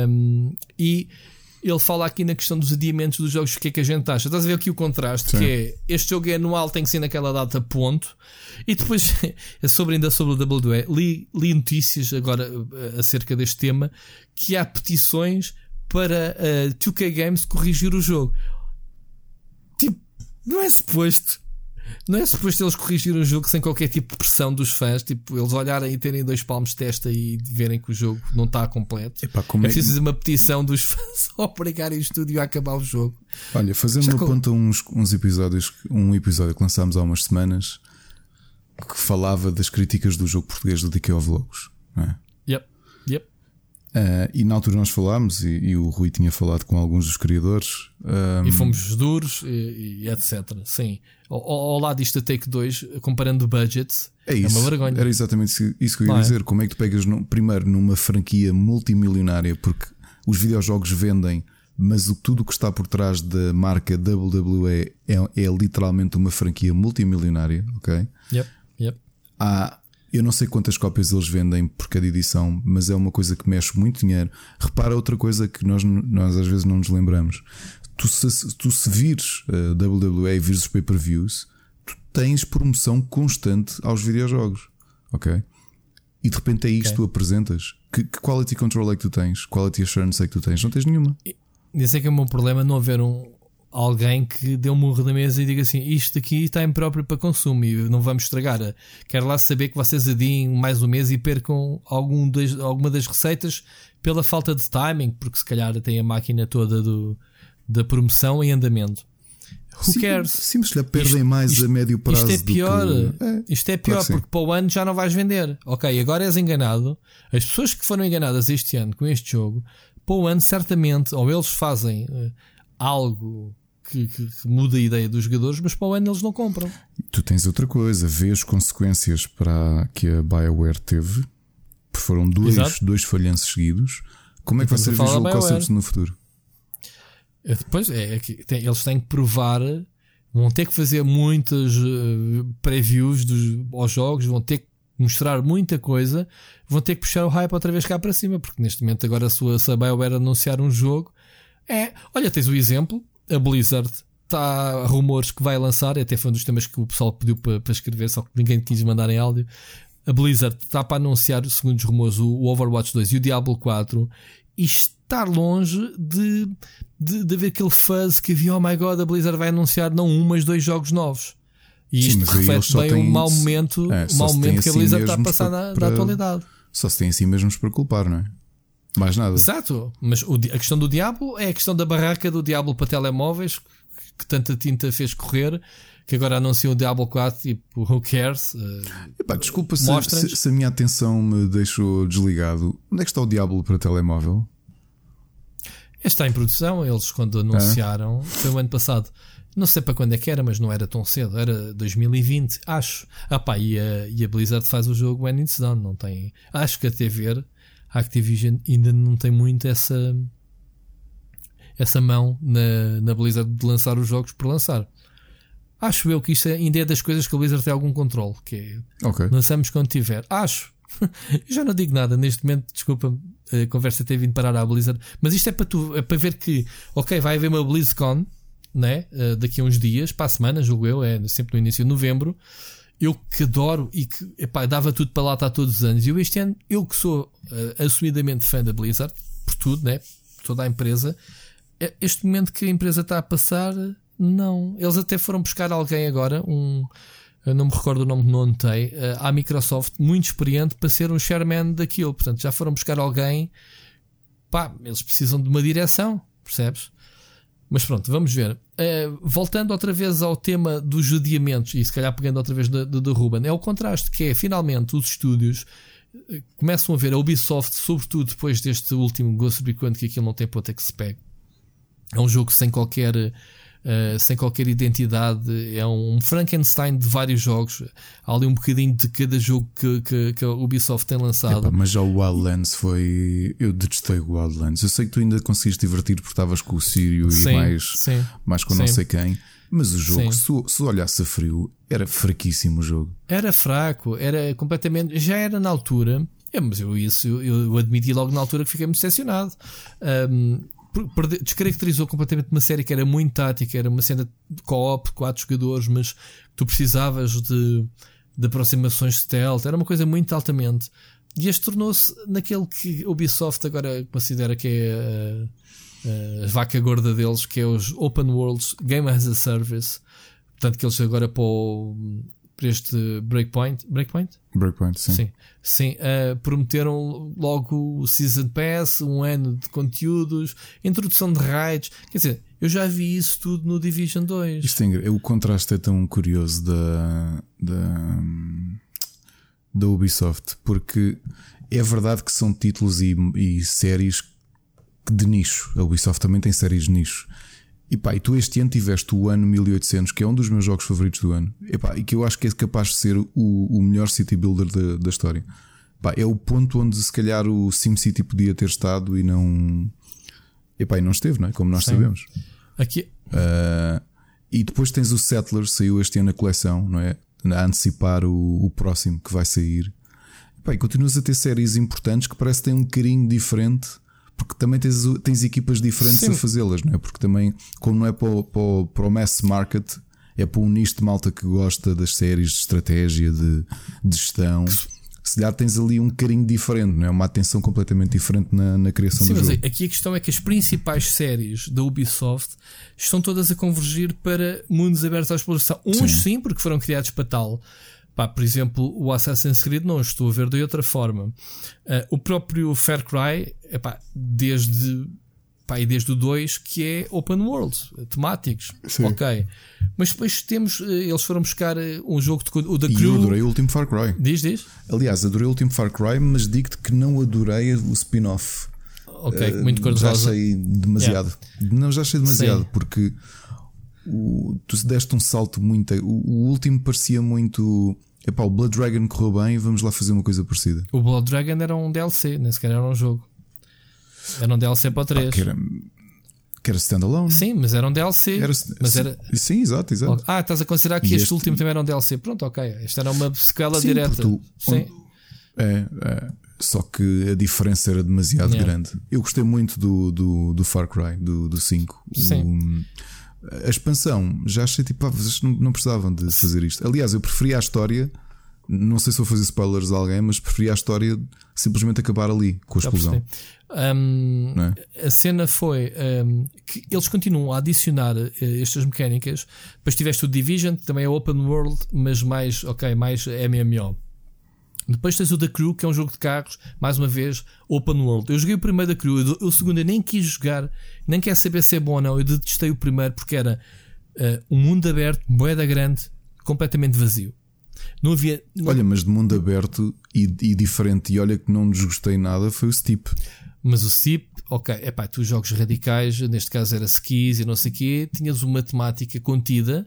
E ele fala aqui na questão dos adiamentos dos jogos. O que é que a gente acha? Estás a ver aqui o contraste? Sim. Que é, este jogo é anual, tem que ser naquela data, ponto. E depois ainda sobre o WWE, li notícias agora acerca deste tema, que há petições para 2K Games corrigir o jogo. Tipo, não é suposto eles corrigirem o jogo sem qualquer tipo de pressão dos fãs, tipo, eles olharem e terem 2 palmos de testa e verem que o jogo não está completo. Epá, é preciso fazer uma petição dos fãs a obrigarem o estúdio a acabar o jogo. Olha, fazendo uma ponta uns episódios, um episódio que lançámos há umas semanas que falava das críticas do jogo português do Decay of Logos, não é? Yep. E na altura nós falámos e o Rui tinha falado com alguns dos criadores e fomos duros e etc. Sim, ao lado disto da Take 2, comparando budgets, é uma vergonha. Era exatamente isso que eu ia dizer. Como é que tu pegas primeiro numa franquia multimilionária, porque os videojogos vendem, mas tudo o que está por trás da marca WWE é literalmente uma franquia multimilionária, ok? Yep. Eu não sei quantas cópias eles vendem por cada edição, mas é uma coisa que mexe muito dinheiro. Repara outra coisa que nós às vezes não nos lembramos. Tu se vires a WWE e vires os pay-per-views, tu tens promoção constante aos videojogos, ok? E de repente é isto que tu apresentas. Que quality control é que tu tens? Quality assurance é que tu tens? Não tens nenhuma. Isso é que é o meu problema, não haver alguém que dê um murro da mesa e diga assim: isto aqui está impróprio para consumo e não vamos estragar. Quero lá saber que vocês adiem mais um mês e percam alguma das receitas pela falta de timing, porque se calhar tem a máquina toda da promoção em andamento. Who cares? Sim, se lhe perdem mais a médio prazo. Isto é pior. Isto é pior claro porque para o ano já não vais vender. Ok, agora és enganado. As pessoas que foram enganadas este ano com este jogo, para o ano certamente, ou eles fazem algo que muda a ideia dos jogadores, mas para o ano eles não compram. Tu tens outra coisa, vê as consequências para que a BioWare teve. Foram dois falhanços seguidos. Como é que vai ser Visual Concepts no futuro? Depois eles têm que provar, vão ter que fazer muitas previews aos jogos, vão ter que mostrar muita coisa, vão ter que puxar o hype outra vez cá para cima, porque neste momento agora se a BioWare anunciar um jogo, olha, tens o exemplo, a Blizzard está a rumores que vai lançar, até foi um dos temas que o pessoal pediu para escrever, só que ninguém quis mandar em áudio. A Blizzard está para anunciar, segundo os rumores, o Overwatch 2 e o Diablo 4, e estar longe de haver aquele fuzz que havia, oh my god, a Blizzard vai anunciar não um, mas 2 jogos novos. E isto reflete bem o mau momento, que a Blizzard está a passar da atualidade. Só se tem assim mesmo para culpar, não é? Mais nada. Exato, mas a questão do Diablo é a questão da barraca do Diablo para telemóveis, que tanta tinta fez correr, que agora anunciou o Diablo 4, tipo, who cares? Desculpa se a minha atenção me deixou desligado. Onde é que está o Diablo para telemóvel? Está em produção. Eles quando anunciaram, foi o ano passado, não sei para quando é que era, mas não era tão cedo, era 2020, acho. E a Blizzard faz o jogo when it's done, não tem. Acho que até ver, a Activision ainda não tem muito essa mão na Blizzard de lançar os jogos por lançar. Acho eu que isto ainda é das coisas que a Blizzard tem algum controle, que é lançamos quando tiver. Acho. Eu já não digo nada neste momento, desculpa, a conversa ter vindo parar à Blizzard, mas isto é para ver que, vai haver uma BlizzCon, né? Daqui a uns dias, para a semana, julgo eu, é sempre no início de novembro. Eu que adoro e que dava tudo para lá estar todos os anos. E eu este ano, eu que sou assumidamente fã da Blizzard, por tudo, né? Por toda a empresa, este momento que a empresa está a passar, não. Eles até foram buscar alguém agora, eu não me recordo o nome, não anotei, à Microsoft, muito experiente para ser um chairman daquilo. Portanto, já foram buscar alguém. Eles precisam de uma direção, percebes? Mas pronto, vamos ver. Voltando outra vez ao tema dos adiamentos, e se calhar pegando outra vez do Ruben, é o contraste, que é finalmente os estúdios começam a ver a Ubisoft, sobretudo depois deste último Ghost Recon, que aquilo não tem ponta que se pegue. É um jogo sem qualquer identidade, é um Frankenstein de vários jogos. Há ali um bocadinho de cada jogo que a Ubisoft tem lançado. Mas já o Wildlands eu detestei o Wildlands. Eu sei que tu ainda conseguiste divertir porque estavas com o Sírio e mais com não sei quem, mas o jogo, se olhasse a frio, era fraquíssimo o jogo. Era fraco, era completamente, já era na altura, mas eu admiti logo na altura que fiquei muito decepcionado. Descaracterizou completamente uma série que era muito tática, era uma cena de co-op, 4 jogadores, mas tu precisavas de aproximações stealth, era uma coisa muito altamente. E este tornou-se naquele que a Ubisoft agora considera que é a vaca gorda deles, que é os Open Worlds Game as a Service. Portanto, que eles agora para este Breakpoint, sim, prometeram logo o Season Pass, um ano de conteúdos, introdução de raids. Quer dizer, eu já vi isso tudo no Division 2. O contraste é tão curioso da Ubisoft, porque é verdade que são títulos e séries de nicho. A Ubisoft também tem séries de nicho. E tu este ano tiveste o ano 1800, que é um dos meus jogos favoritos do ano, e que eu acho que é capaz de ser o melhor city builder da história. É o ponto onde se calhar o SimCity podia ter estado e não esteve, não é? Como nós sabemos. Aqui. E depois tens o Settlers, saiu este ano na coleção, não é? A antecipar o próximo que vai sair. E continuas a ter séries importantes que parece que têm um carinho diferente, porque também tens equipas diferentes a fazê-las, não é? Porque também, como não é para o mass market, é para um nicho de malta que gosta das séries de estratégia, de gestão. Se calhar tens ali um carinho diferente, não é? Uma atenção completamente diferente na criação do jogo. Mas aqui a questão é que as principais séries da Ubisoft estão todas a convergir para mundos abertos à exploração. Uns sim, porque foram criados para tal. Por exemplo, o Assassin's Creed não estou a ver de outra forma. O próprio Far Cry, desde e desde o 2 que é open world, temáticos. Sim. Ok. Mas depois eles foram buscar um jogo o da Crew. E eu adorei o último Far Cry. Diz? Aliás, adorei o último Far Cry, mas digo-te que não adorei o spin-off. Ok, muito cor-de-rosa. Já achei demasiado. Não, já achei demasiado, porque tu deste um salto muito. O último parecia muito. O Blood Dragon correu bem, vamos lá fazer uma coisa parecida. O Blood Dragon era um DLC, nem sequer era um jogo. Era um DLC para o 3. Que era standalone. Sim, mas era um DLC. Sim, exato. Estás a considerar que este último também era um DLC. Pronto, ok. Esta era uma sequela direta. Sim. Só que a diferença era demasiado grande. Eu gostei muito do Far Cry, do 5. Sim. A expansão, já achei tipo, vocês não precisavam de fazer isto. Aliás, eu preferia a história. Não sei se vou fazer spoilers a alguém, mas preferia a história simplesmente acabar ali com a explosão. A cena foi que eles continuam a adicionar estas mecânicas. Depois tiveste o Division, que também é open world, mas mais MMO. Depois tens o da Crew, que é um jogo de carros, mais uma vez open world. Eu joguei o primeiro da Crew, o segundo eu nem quis jogar, nem quero saber se é bom ou não. Eu detestei o primeiro porque era um mundo aberto, moeda grande, completamente vazio. Não havia. Olha, mas de mundo aberto e diferente, e olha que não desgostei nada, foi o Steep. Mas o Steep, ok, tu jogos radicais, neste caso era skis e não sei o quê, tinhas uma temática contida.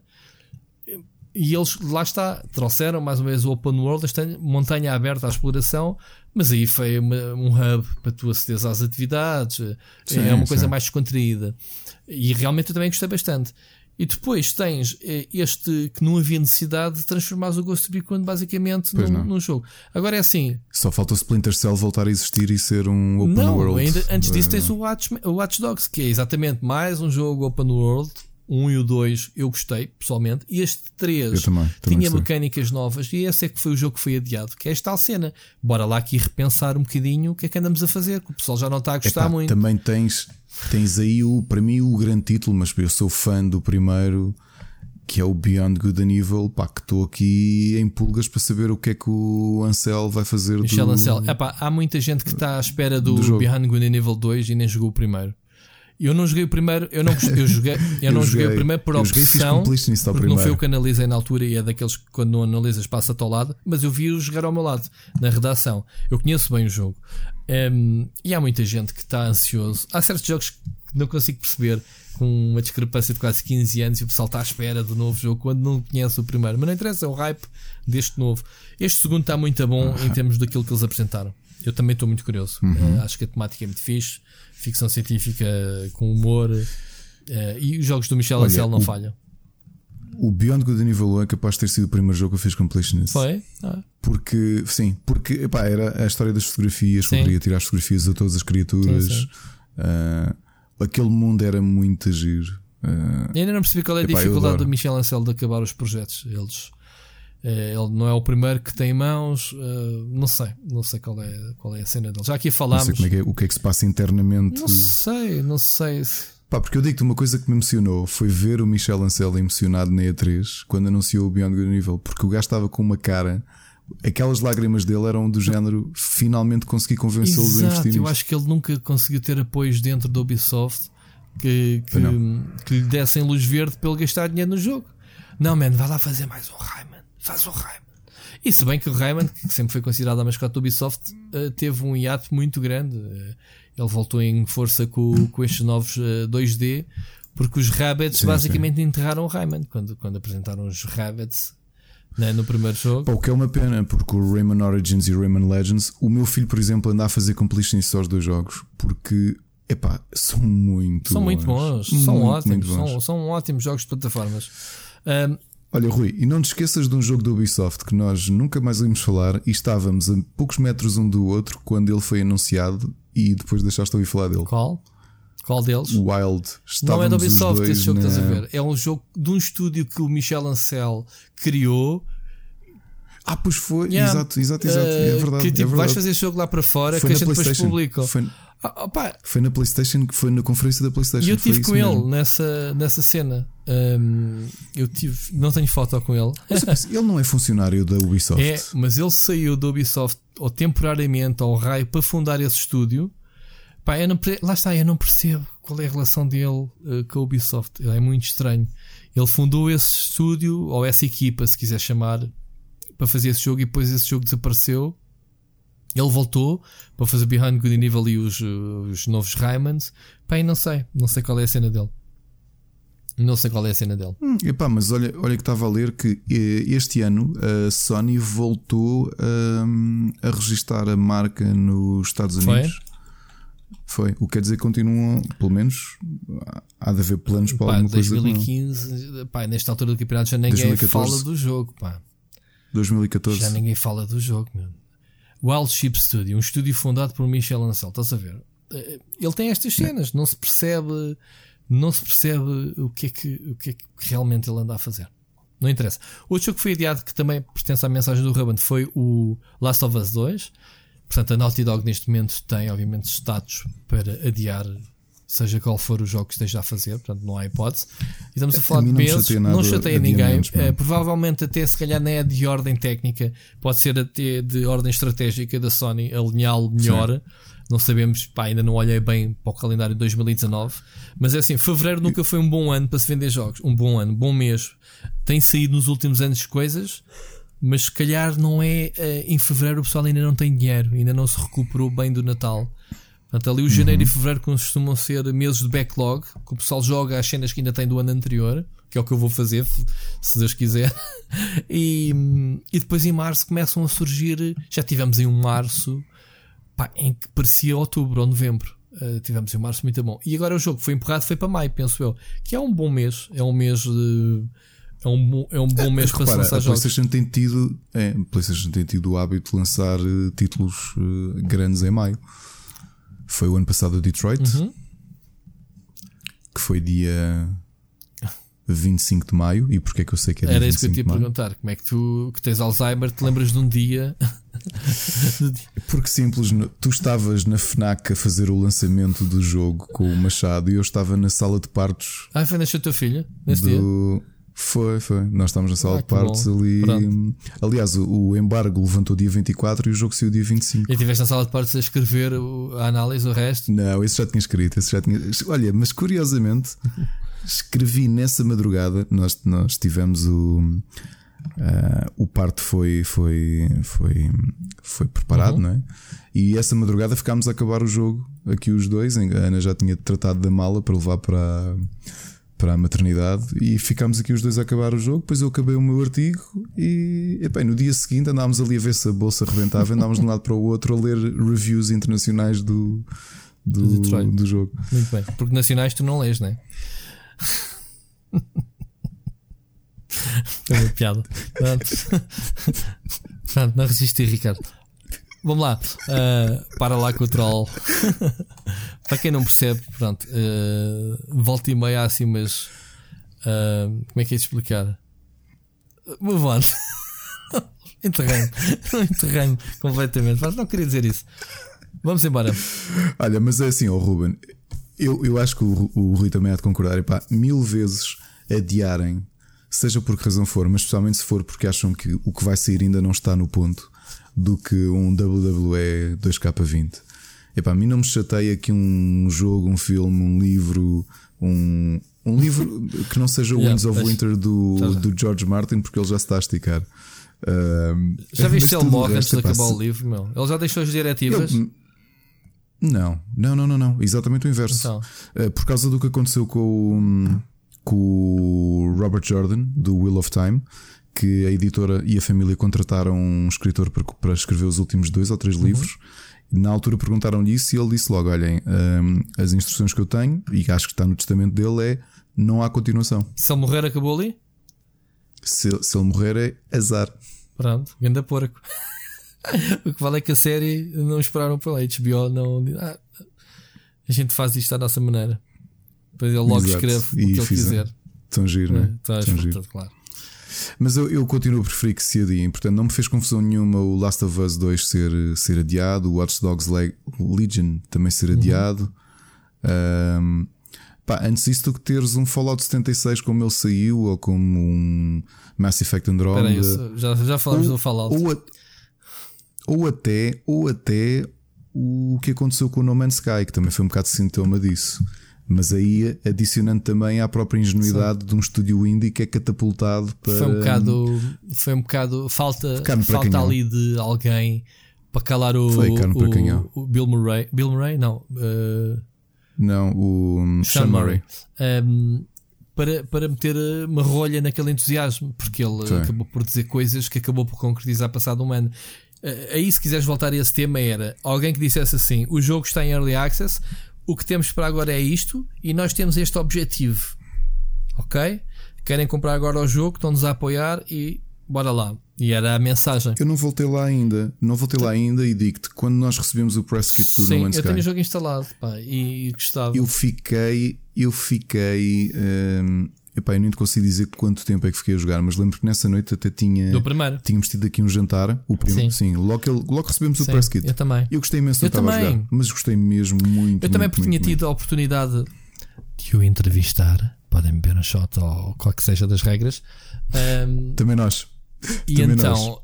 E eles, lá está, trouxeram mais uma vez o open world, esta montanha aberta à exploração, mas aí foi um hub para tu acederes às atividades. Sim, é uma coisa mais descontraída. E realmente eu também gostei bastante. E depois tens este que não havia necessidade de transformares o Ghost Recon basicamente num jogo. Agora é assim. Só falta o Splinter Cell voltar a existir e ser um open world. Ainda antes disso tens o Watch Dogs, que é exatamente mais um jogo open world. 1 e o 2 eu gostei pessoalmente, e este 3 tinha mecânicas novas, e esse é que foi o jogo que foi adiado, que é esta tal cena. Bora lá aqui repensar um bocadinho o que é que andamos a fazer, que o pessoal já não está a gostar muito. Também tens aí para mim o grande título, mas eu sou fã do primeiro, que é o Beyond Good and Evil, que estou aqui em pulgas para saber o que é que o Ansel vai fazer. Michel Ancel, há muita gente que está à espera do Beyond Good and Evil 2 e nem jogou o primeiro. Eu não joguei o primeiro, eu não joguei o primeiro por opção, porque não foi o que analisei na altura, e é daqueles que quando não analisas passa ao teu lado, mas eu vi-o jogar ao meu lado, na redação. Eu conheço bem o jogo. E há muita gente que está ansioso. Há certos jogos que não consigo perceber, com uma discrepância de quase 15 anos, e o pessoal está à espera do novo jogo quando não conhece o primeiro. Mas não interessa, é o hype deste novo. Este segundo está muito bom em termos daquilo que eles apresentaram. Eu também estou muito curioso. Acho que a temática é muito fixe, ficção científica com humor, e os jogos do Michel Ancel não falham. O Beyond Good and Evil 1 é capaz de ter sido o primeiro jogo que eu fiz completionist. Foi? Porque era a história das fotografias, que eu queria tirar as fotografias a todas as criaturas. Aquele mundo era muito giro. E ainda não percebi qual é a dificuldade do Michel Ancel de acabar os projetos. Ele não é o primeiro que tem em mãos. Não sei qual é a cena dele. Já aqui falámos. Não sei o que é que se passa internamente. Não sei. Porque eu digo-te, uma coisa que me emocionou foi ver o Michel Ancel emocionado na E3 quando anunciou o Beyond Good and Evil, porque o gajo estava com uma cara. Aquelas lágrimas dele eram do género, finalmente consegui convencê-lo de investir nisto. Eu acho que ele nunca conseguiu ter apoios dentro da Ubisoft que lhe dessem luz verde para ele gastar dinheiro no jogo. Não, vai lá fazer mais um Rayman. Faz o Rayman. E se bem que o Rayman, que sempre foi considerado a mascote da Ubisoft, teve um hiato muito grande. Ele voltou em força com estes novos 2D, porque os Rabbids basicamente enterraram o Rayman quando apresentaram os Rabbids, né, no primeiro jogo. O que é uma pena, porque o Rayman Origins e o Rayman Legends, o meu filho, por exemplo, anda a fazer completion só os dois jogos, porque são muito bons. São ótimos. São ótimos jogos de plataformas. Olha, Rui, e não te esqueças de um jogo da Ubisoft que nós nunca mais ouvimos falar, e estávamos a poucos metros um do outro quando ele foi anunciado, e depois deixaste de ouvir falar dele. Qual deles? O Wild. Não é da Ubisoft esse jogo que estás a ver. É um jogo de um estúdio que o Michel Ancel criou. Pois foi. Exato. É verdade. Que vais fazer esse jogo lá para fora, que a gente depois publica. Foi na PlayStation, que foi na conferência da PlayStation. E eu estive com ele nessa cena. Não tenho foto com ele. Mas ele não é funcionário da Ubisoft. Mas ele saiu da Ubisoft temporariamente ao raio para fundar esse estúdio, Pá, lá está, eu não percebo qual é a relação dele com a Ubisoft. Ele é muito estranho. Ele fundou esse estúdio, ou essa equipa, se quiser chamar, para fazer esse jogo, e depois esse jogo desapareceu. Ele voltou para fazer Beyond Good and Evil e os novos Rayman. Pá, e não sei qual é a cena dele. Epá, mas olha que estava a ler que este ano a Sony voltou a registar a marca nos Estados Unidos. Foi. O que quer dizer que continuam, pelo menos há de haver planos para alguma 2015, coisa. Pá, nesta altura do campeonato já ninguém 2014, fala do jogo. Pá. 2014. Já ninguém fala do jogo, mesmo. Wild Sheep Studio, um estúdio fundado por Michel Ancel. Estás a ver? Ele tem estas cenas, não se percebe o que é que realmente ele anda a fazer. Não interessa. Outro jogo que foi adiado, que também pertence à mensagem do Ruben, foi o Last of Us 2. Portanto, a Naughty Dog neste momento tem, obviamente, status para adiar, seja qual for o jogo que esteja a fazer. Portanto, não há hipótese. E estamos a falar de meses, não chateia ninguém. Provavelmente até se calhar nem é de ordem técnica, pode ser até de ordem estratégica da Sony, alinhá-lo melhor. Sim. Não sabemos, pá, ainda não olhei bem para o calendário de 2019. Mas é assim, fevereiro nunca foi um bom ano para se vender jogos. Um bom ano, bom mês. Tem saído nos últimos anos coisas, mas se calhar não é em fevereiro o pessoal ainda não tem dinheiro, ainda não se recuperou bem do Natal. Portanto, ali o janeiro e fevereiro costumam ser meses de backlog, que o pessoal joga as cenas que ainda tem do ano anterior, que é o que eu vou fazer, se Deus quiser. E depois em março começam a surgir. Já tivemos em um março, pá, em que parecia outubro ou novembro. Tivemos em março muito bom. E agora o jogo foi empurrado, foi para maio, penso eu, que é um bom mês. É um mês de... É um bom mês para se lançar jogos. A PlayStation tem tido o hábito de lançar títulos grandes em maio. Foi o ano passado o Detroit, que foi dia 25 de maio. E porquê é que eu sei que é dia 25 de maio? Era isso que eu te ia perguntar. Como é que tu, que tens Alzheimer, te lembras de um dia? Porque simples, tu estavas na FNAC a fazer o lançamento do jogo com o Machado e eu estava na sala de partos. Foi nascer a tua filha nesse dia? Foi. Nós estávamos na sala de partos ali. Pronto. Aliás, o embargo levantou dia 24 e o jogo saiu dia 25. E estiveste na sala de partos a escrever a análise, o resto? Não, esse já tinha escrito. Olha, mas curiosamente escrevi nessa madrugada. Nós tivemos o parto foi preparado, não é? E essa madrugada ficámos a acabar o jogo aqui os dois. A Ana já tinha tratado da mala para levar para a maternidade e ficámos aqui os dois a acabar o jogo. Depois eu acabei o meu artigo e no dia seguinte andámos ali a ver se a bolsa rebentava, andámos de um lado para o outro a ler reviews internacionais do jogo. Muito bem, porque nacionais tu não lês, não é? Foi uma piada. Pronto, não resisti, Ricardo. Vamos lá, para lá com o troll. Para quem não percebe, pronto, volta e meia assim, mas como é que é de explicar? Move on. Enterrei-me completamente, mas não queria dizer isso. Vamos embora. Olha, mas é assim, Ruben, eu acho que o Rui também há de concordar. Epá, 1000 vezes adiarem, seja por que razão for, mas especialmente se for porque acham que o que vai sair ainda não está no ponto, do que um WWE 2K20. Epá, a mim não me chateia que um jogo, um filme, um livro, um livro que não seja o Winds of Winter do George Martin, porque ele já se está a esticar. Já viste se ele morre antes de acabar o livro, meu? Ele já deixou as diretivas? Não. Exatamente o inverso. Então. Por causa do que aconteceu com o Robert Jordan, do Wheel of Time, que a editora e a família contrataram um escritor para escrever os últimos 2 ou 3 livros. Na altura perguntaram-lhe isso e ele disse logo: olhem, as instruções que eu tenho, e acho que está no testamento dele, é não há continuação. Se ele morrer, acabou ali? Se ele morrer, é azar. Pronto, ganda porco. O que vale é que a série não esperaram pela HBO, não. A gente faz isto à nossa maneira. Depois ele logo escreve o que ele quiser. Tão giro, não é? Tão giro. Claro. Mas eu continuo a preferir que se adiem. Portanto, não me fez confusão nenhuma o Last of Us 2 ser adiado, o Watch Dogs Legion também ser adiado. Antes disso, do que teres um Fallout 76 como ele saiu, ou como um Mass Effect Andromeda. Já falamos do Fallout. Ou até o que aconteceu com o No Man's Sky, que também foi um bocado sintoma disso. Mas aí adicionando também à própria ingenuidade de um estúdio indie que é catapultado para. Foi um bocado falta ali de alguém para calar o Bill Murray. Bill Murray? Não. Não, o Sean Murray. Para meter uma rolha naquele entusiasmo, porque ele acabou por dizer coisas que acabou por concretizar passado um ano. Aí, se quiseres voltar a esse tema, era alguém que dissesse assim: o jogo está em Early Access, o que temos para agora é isto e nós temos este objetivo, ok? Querem comprar agora o jogo, estão-nos a apoiar e bora lá. E era a mensagem. Eu não voltei lá ainda, e digo-te, quando nós recebemos o press kit do No Man's Sky, eu tenho o jogo instalado, pá, e gostava. Eu fiquei eu nem te consigo dizer quanto tempo é que fiquei a jogar, mas lembro que nessa noite até tínhamos tido aqui um jantar, o primeiro, sim, logo recebemos o press kit. Eu também. Eu gostei imenso de estar a jogar, mas gostei mesmo muito. Eu também, porque tinha tido a oportunidade de o entrevistar. Podem beber um shot ou qual que seja das regras. Também nós. E também então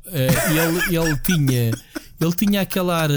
ele tinha aquele ar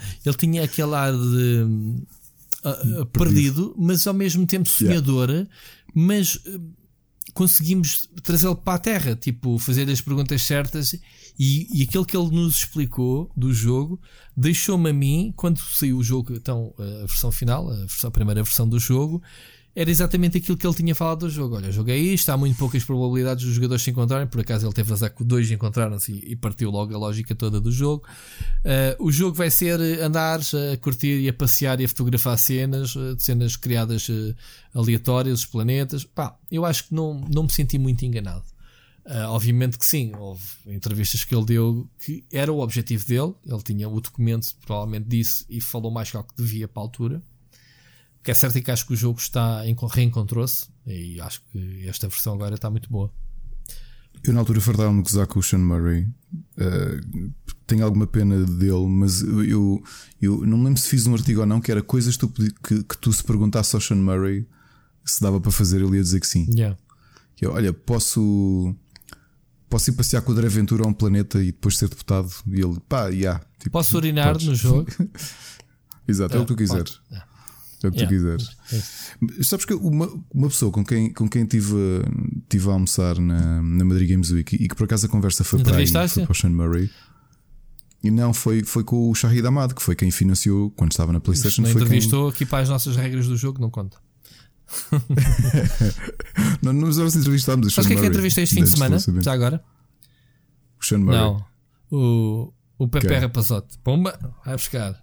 de perdido, mas ao mesmo tempo sonhador. Mas conseguimos trazê-lo para a terra, tipo, fazer as perguntas certas, e aquilo que ele nos explicou do jogo deixou-me a mim, quando saiu o jogo, então a versão final, a primeira versão do jogo, era exatamente aquilo que ele tinha falado do jogo. Olha, o jogo é isto, há muito poucas probabilidades dos jogadores se encontrarem. Por acaso ele teve azar que dois encontraram-se e partiu logo a lógica toda do jogo. O jogo vai ser andar a curtir e a passear e a fotografar cenas criadas aleatórias, os planetas. Pá, eu acho que não me senti muito enganado. Obviamente que sim, houve entrevistas que ele deu que era o objetivo dele. Ele tinha o documento, provavelmente disse, e falou mais que ao que devia para a altura. O que é certo é que acho que o jogo reencontrou-se, e acho que esta versão agora está muito boa. Eu na altura fartava-me de gozar com o Sean Murray. Tenho alguma pena dele, mas eu não me lembro se fiz um artigo ou não, que era coisas que tu se perguntasse ao Sean Murray se dava para fazer, ele ia dizer que sim. Que eu, olha, posso ir passear com o André Ventura a um planeta e depois ser deputado? E ele, tipo, posso urinar no jogo? Exato, é o que tu quiseres. É o que tu quiseres. Sabes que uma pessoa com quem tive a almoçar na Madrid Games Week, e que por acaso a conversa foi para o Sean Murray, e não foi com o Shahid Ahmad, que foi quem financiou quando estava na PlayStation. Não entrevistou aqui para as nossas regras do jogo, não conta. Não nos entrevistámos o Sean Murray. Mas o que é que entrevistei este fim de semana? Já agora? O Sean Murray. Não, o Pepe Rapazote. Pomba, vai buscar.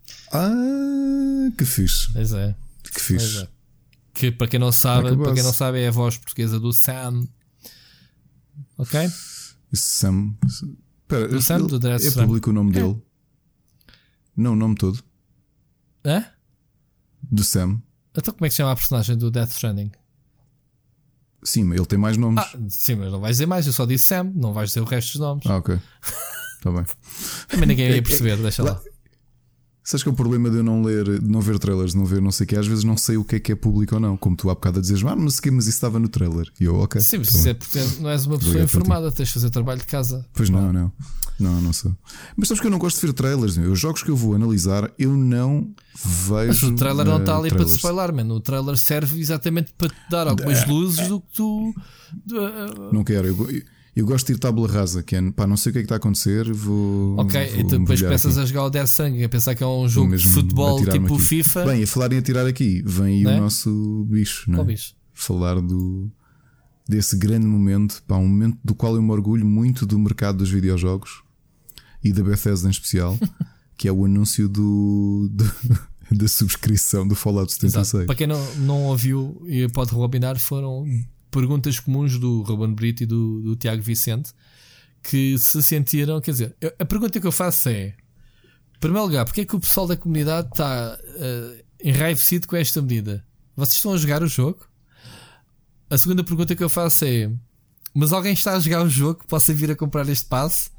Que fixe. Pois é. Que fixe. É. Que para quem não sabe, é a voz portuguesa do Sam. Ok? Sam. Espera, do Sam, do Death Stranding. Publico o nome dele. Não, o nome todo. É? Do Sam. Então como é que se chama a personagem do Death Stranding? Sim, mas ele tem mais nomes. Sim, mas não vais dizer mais. Eu só disse Sam, não vais dizer o resto dos nomes. Ok. Está bem. Também ninguém ia perceber, deixa lá. Sabes que é o problema de eu não ver trailers, não ver não sei o que, às vezes não sei o que é público ou não, como tu há bocado a dizeres, mas isso estava no trailer. E eu, ok. Sim, mas isso é porque não és uma pessoa informada, tens de fazer trabalho de casa. Pois não sou. Mas sabes que eu não gosto de ver trailers, os jogos que eu vou analisar, eu não vejo. Mas o trailer não está ali para te spoiler, mano. O trailer serve exatamente para te dar algumas luzes do que tu. Não quero, eu gosto de ir tábula rasa, que é não sei o que é que está a acontecer, vou. Ok, então depois pensas a jogar o Death Stranding, a pensar que é um jogo de futebol tipo aqui. FIFA. Bem, a falar em atirar aqui, vem aí o nosso bicho, não é? Bicho? Falar desse grande momento, um momento do qual eu me orgulho muito do mercado dos videojogos e da Bethesda em especial, que é o anúncio da subscrição do Fallout 76. Exato. Para quem não ouviu e pode rebobinar, foram perguntas comuns do Ruben Brito e do Tiago Vicente, que se sentiram, quer dizer, a pergunta que eu faço é, em primeiro lugar, porque é que o pessoal da comunidade está enraivecido com esta medida? Vocês estão a jogar o jogo? A segunda pergunta que eu faço é, mas alguém está a jogar o jogo que possa vir a comprar este passe?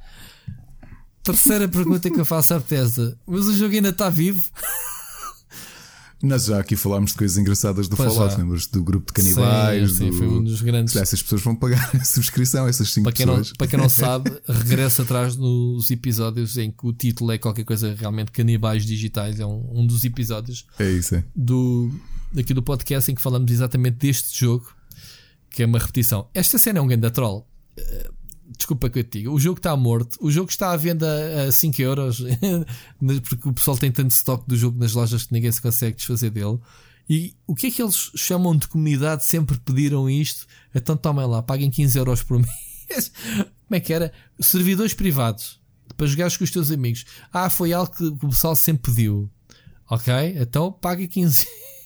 Terceira pergunta que eu faço à Bethesda, mas o jogo ainda está vivo? Nós já aqui falámos de coisas engraçadas do Fallout, lembras-te do grupo de canibais? Sim, foi um dos grandes. Essas pessoas vão pagar a subscrição, essas 5 pessoas. Para quem não sabe, regressa atrás nos episódios em que o título é qualquer coisa realmente canibais digitais. É um dos episódios aqui do podcast em que falamos exatamente deste jogo, que é uma repetição. Esta cena é um grande troll. Desculpa que eu te diga, o jogo está morto, o jogo está à venda a 5€, porque o pessoal tem tanto estoque do jogo nas lojas que ninguém se consegue desfazer dele. E o que é que eles chamam de comunidade? Sempre pediram isto, então tomem lá, paguem 15€ por mês. Como é que era? Servidores privados para jogares com os teus amigos. Foi algo que o pessoal sempre pediu. Ok, então paga 15.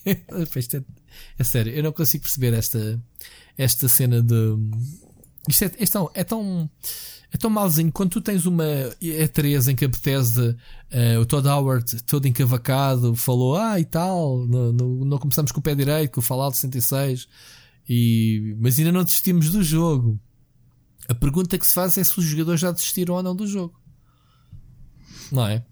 É sério, eu não consigo perceber esta cena de. Isto é tão malzinho. Quando tu tens uma E3 em que a Bethesda, o Todd Howard todo encavacado falou e tal, não começamos com o pé direito, com o Fallout 76, mas ainda não desistimos do jogo. A pergunta que se faz é se os jogadores já desistiram ou não do jogo, não é?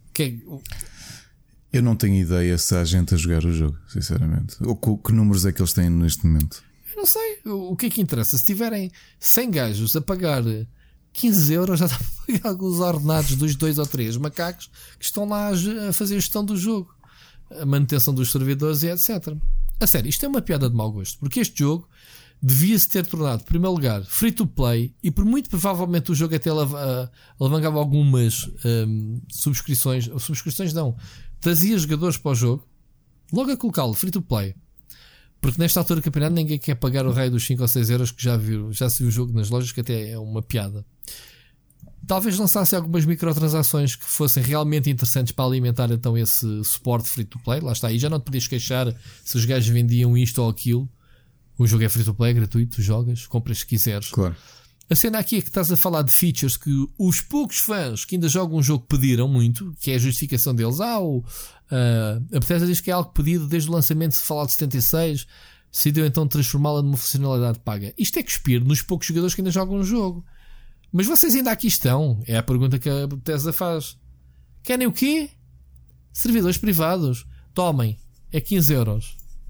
Eu não tenho ideia se há gente a jogar o jogo, sinceramente, ou que números é que eles têm neste momento. Não sei, o que é que interessa? Se tiverem 100 gajos a pagar 15€, já dá para pagar alguns ordenados dos 2 ou 3 macacos que estão lá a fazer a gestão do jogo, a manutenção dos servidores e etc. A sério, isto é uma piada de mau gosto, porque este jogo devia-se ter tornado, em primeiro lugar, free to play, e por muito provavelmente o jogo até alavancava algumas subscrições não, trazia jogadores para o jogo, logo a colocá-lo free to play. Porque nesta altura do campeonato ninguém quer pagar o raio dos 5 ou 6€ que já se viu o jogo nas lojas, que até é uma piada. Talvez lançassem algumas microtransacções que fossem realmente interessantes para alimentar então esse suporte free to play. Lá está, aí já não te podias queixar se os gajos vendiam isto ou aquilo. O jogo é free to play, é gratuito, tu jogas, compras se quiseres. Claro. A cena aqui é que estás a falar de features que os poucos fãs que ainda jogam um jogo pediram muito, que é a justificação deles. A Bethesda diz que é algo pedido desde o lançamento de Fallout 76, decidiu então transformá-la numa funcionalidade paga. Isto é cuspir nos poucos jogadores que ainda jogam o jogo. Mas vocês ainda aqui estão? É a pergunta que a Bethesda faz. Querem o quê? Servidores privados. Tomem, é 15€.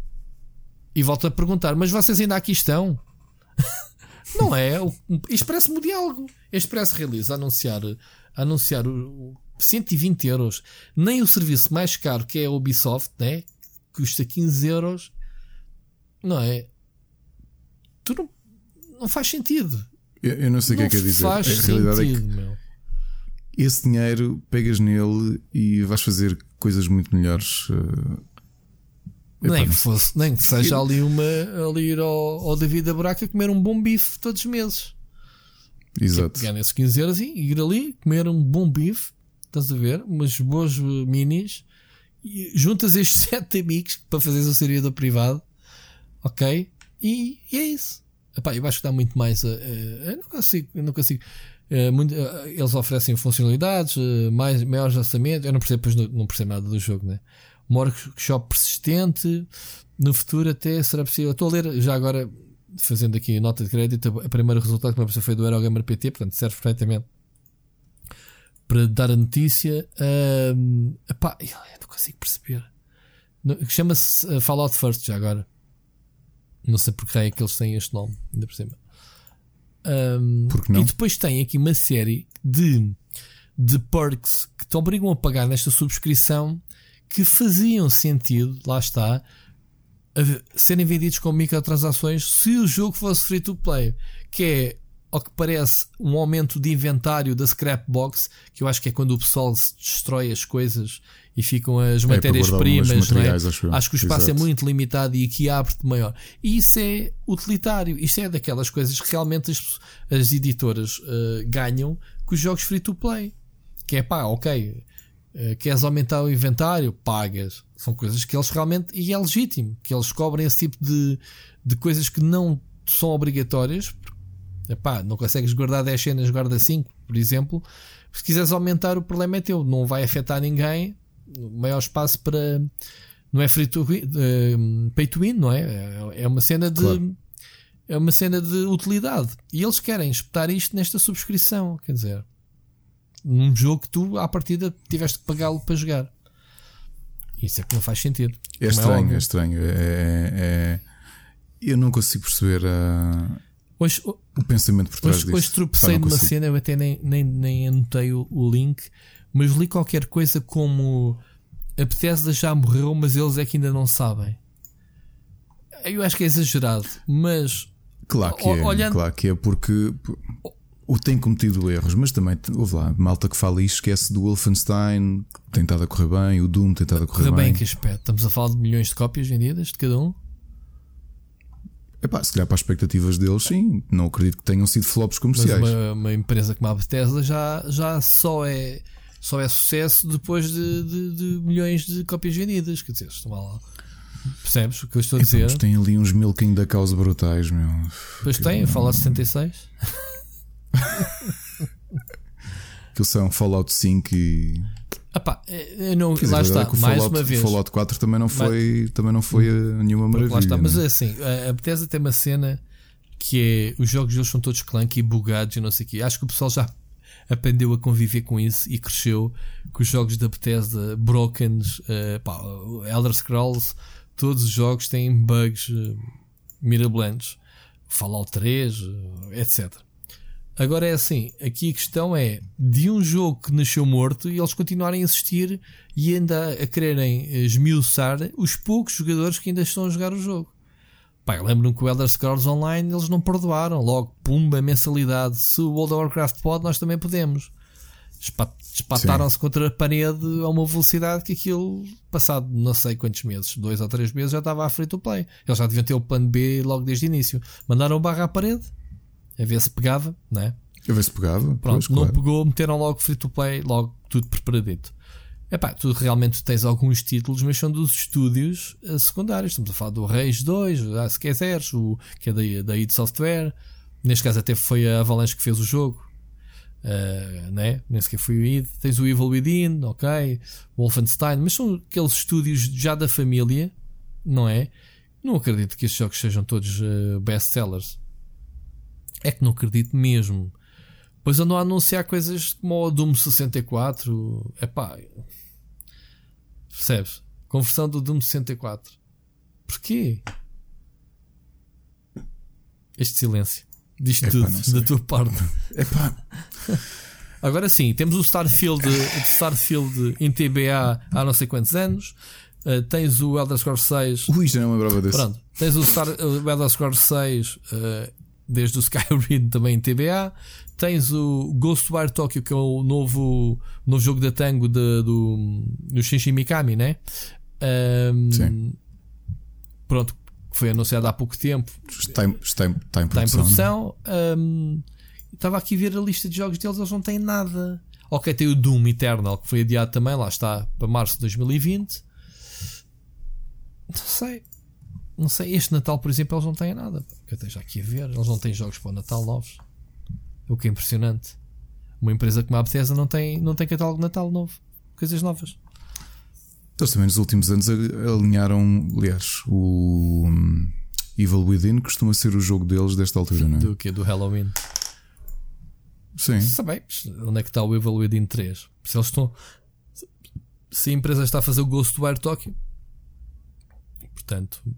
E volto a perguntar, mas vocês ainda aqui estão? Não é? Isto parece-me o diálogo. Este parece Release a anunciar 120€. Nem o serviço mais caro, que é a Ubisoft, né? Custa 15€. Não é? Tu não faz sentido. Eu não sei o que é que é dizer. A realidade sentido, é que meu. Esse dinheiro pegas nele e vais fazer coisas muito melhores. Nem que seja ali ir ao David da Buraca comer um bom bife todos os meses. Exato. Ganhar esses 15€ e ir ali comer um bom bife, estás a ver? Umas boas minis, e juntas estes 7 amigos para fazeres o servidor privado, ok? E é isso. Epá, eu acho que dá muito mais. Eu não consigo. Eles oferecem funcionalidades, maiores orçamentos. Eu não percebo nada do jogo, né? Um workshop persistente. No futuro até será possível. Estou a ler já agora, fazendo aqui nota de crédito, a primeiro resultado que me apareceu foi do Eurogamer PT, portanto serve perfeitamente para dar a notícia. Epá, eu não consigo perceber. Chama-se Fallout First já agora. Não sei porque é que eles têm este nome, ainda por cima. Porque não? E depois tem aqui uma série de perks que te obrigam a pagar nesta subscrição, que faziam sentido, lá está, a serem vendidos com microtransações se o jogo fosse free to play, que é, ao que parece, um aumento de inventário da scrapbox, que eu acho que é quando o pessoal se destrói as coisas e ficam as matérias-primas, não é? Acho que o espaço é muito limitado e aqui abre-te maior. E isso é utilitário. Isto é daquelas coisas que realmente as editoras ganham com os jogos free to play. Que é ok, queres aumentar o inventário? Pagas. São coisas que eles realmente, e é legítimo que eles cobrem esse tipo de coisas que não são obrigatórias. Não consegues guardar 10 cenas, guarda 5, por exemplo. Se quiseres aumentar, o problema é teu, não vai afetar ninguém. O maior espaço para. Não é free to pay to win, não é? É uma cena de. Claro. É uma cena de utilidade. E eles querem espetar isto nesta subscrição. Quer dizer, num jogo que tu, à partida, tiveste que pagá-lo para jogar. Isso é que não faz sentido. É estranho, é estranho. Eu não consigo perceber o pensamento por trás disto. Hoje tropecei numa cena, eu até nem anotei o link, mas li qualquer coisa como a Bethesda já morreu, mas eles é que ainda não sabem. Eu acho que é exagerado, mas claro que é porque tem cometido erros, mas também houve lá malta que fala e esquece do Wolfenstein, que tem estado a correr bem, o Doom tem estado a correr bem. Que aspecto? Estamos a falar de milhões de cópias vendidas de cada um. Se calhar para as expectativas deles, sim. Não acredito que tenham sido flops comerciais. Mas uma empresa como a Bethesda já só é sucesso depois de milhões de cópias vendidas. Quer dizer, estão lá. Percebes o que eu estou a dizer? Mas tem ali uns milking da causa brutais, meu. Pois tem, fala 76. Aquilo são Fallout 5 e. Não, lá está, mais uma vez. Fallout 4 também não foi nenhuma maravilha. Lá está, mas é assim, a Bethesda tem uma cena que é: os jogos deles são todos clunky e bugados e não sei o quê. Acho que o pessoal já aprendeu a conviver com isso e cresceu com os jogos da Bethesda brokens, Elder Scrolls. Todos os jogos têm bugs mirabolantes, Fallout 3, etc. Agora é assim, aqui a questão é de um jogo que nasceu morto e eles continuarem a existir e ainda a quererem esmiuçar os poucos jogadores que ainda estão a jogar o jogo. Eu lembro-me que o Elder Scrolls Online eles não perdoaram, logo pumba, mensalidade. Se o World of Warcraft pode, nós também podemos. Espataram-se contra a parede a uma velocidade que aquilo, passado não sei quantos meses, 2 ou 3 meses, já estava a free to play. Eles já deviam ter o plano B logo desde o início. Mandaram barra à parede a ver se pegava, não é? A ver se pegava. Pronto, pois, não pegou, meteram logo free to play, logo tudo preparadito. Tu realmente tens alguns títulos, mas são dos estúdios secundários. Estamos a falar do Rage 2, se quiseres, que é da id Software. Neste caso até foi a Avalanche que fez o jogo. Né? Nem sequer foi o id. Tens o Evil Within, ok, Wolfenstein, mas são aqueles estúdios já da família, não é? Não acredito que estes jogos sejam todos best-sellers. É que não acredito mesmo. Pois andam a anunciar coisas como o Doom 64. Percebes? Conversão do Doom 64. Porquê? Este silêncio diz tudo da tua parte. Agora sim, temos o Starfield em TBA há não sei quantos anos. Tens o Elder Scrolls 6. Já não me lembrava desse. Pronto, tens o Elder Scrolls 6 desde o Skyrim também em TBA. Tens o Ghostwire Tokyo, que é o novo jogo da Tango do Shinji Mikami, né? Sim. Pronto, que foi anunciado há pouco tempo. Está em produção. Estava aqui a ver a lista de jogos deles, eles não têm nada. Ok, tem o Doom Eternal, que foi adiado também, lá está, para março de 2020. Não sei, este Natal, por exemplo, eles não têm nada. Que eu esteja aqui a ver, eles não têm jogos para o Natal novos. O que é impressionante. Uma empresa como a Bethesda não tem catálogo de Natal novo, coisas novas. Eles também nos últimos anos alinharam, aliás, o Evil Within costuma ser o jogo deles desta altura, não é? Do quê? Do Halloween? Sim. Sabes onde é que está o Evil Within 3? Se a empresa está a fazer o Ghostwire Tokyo, portanto,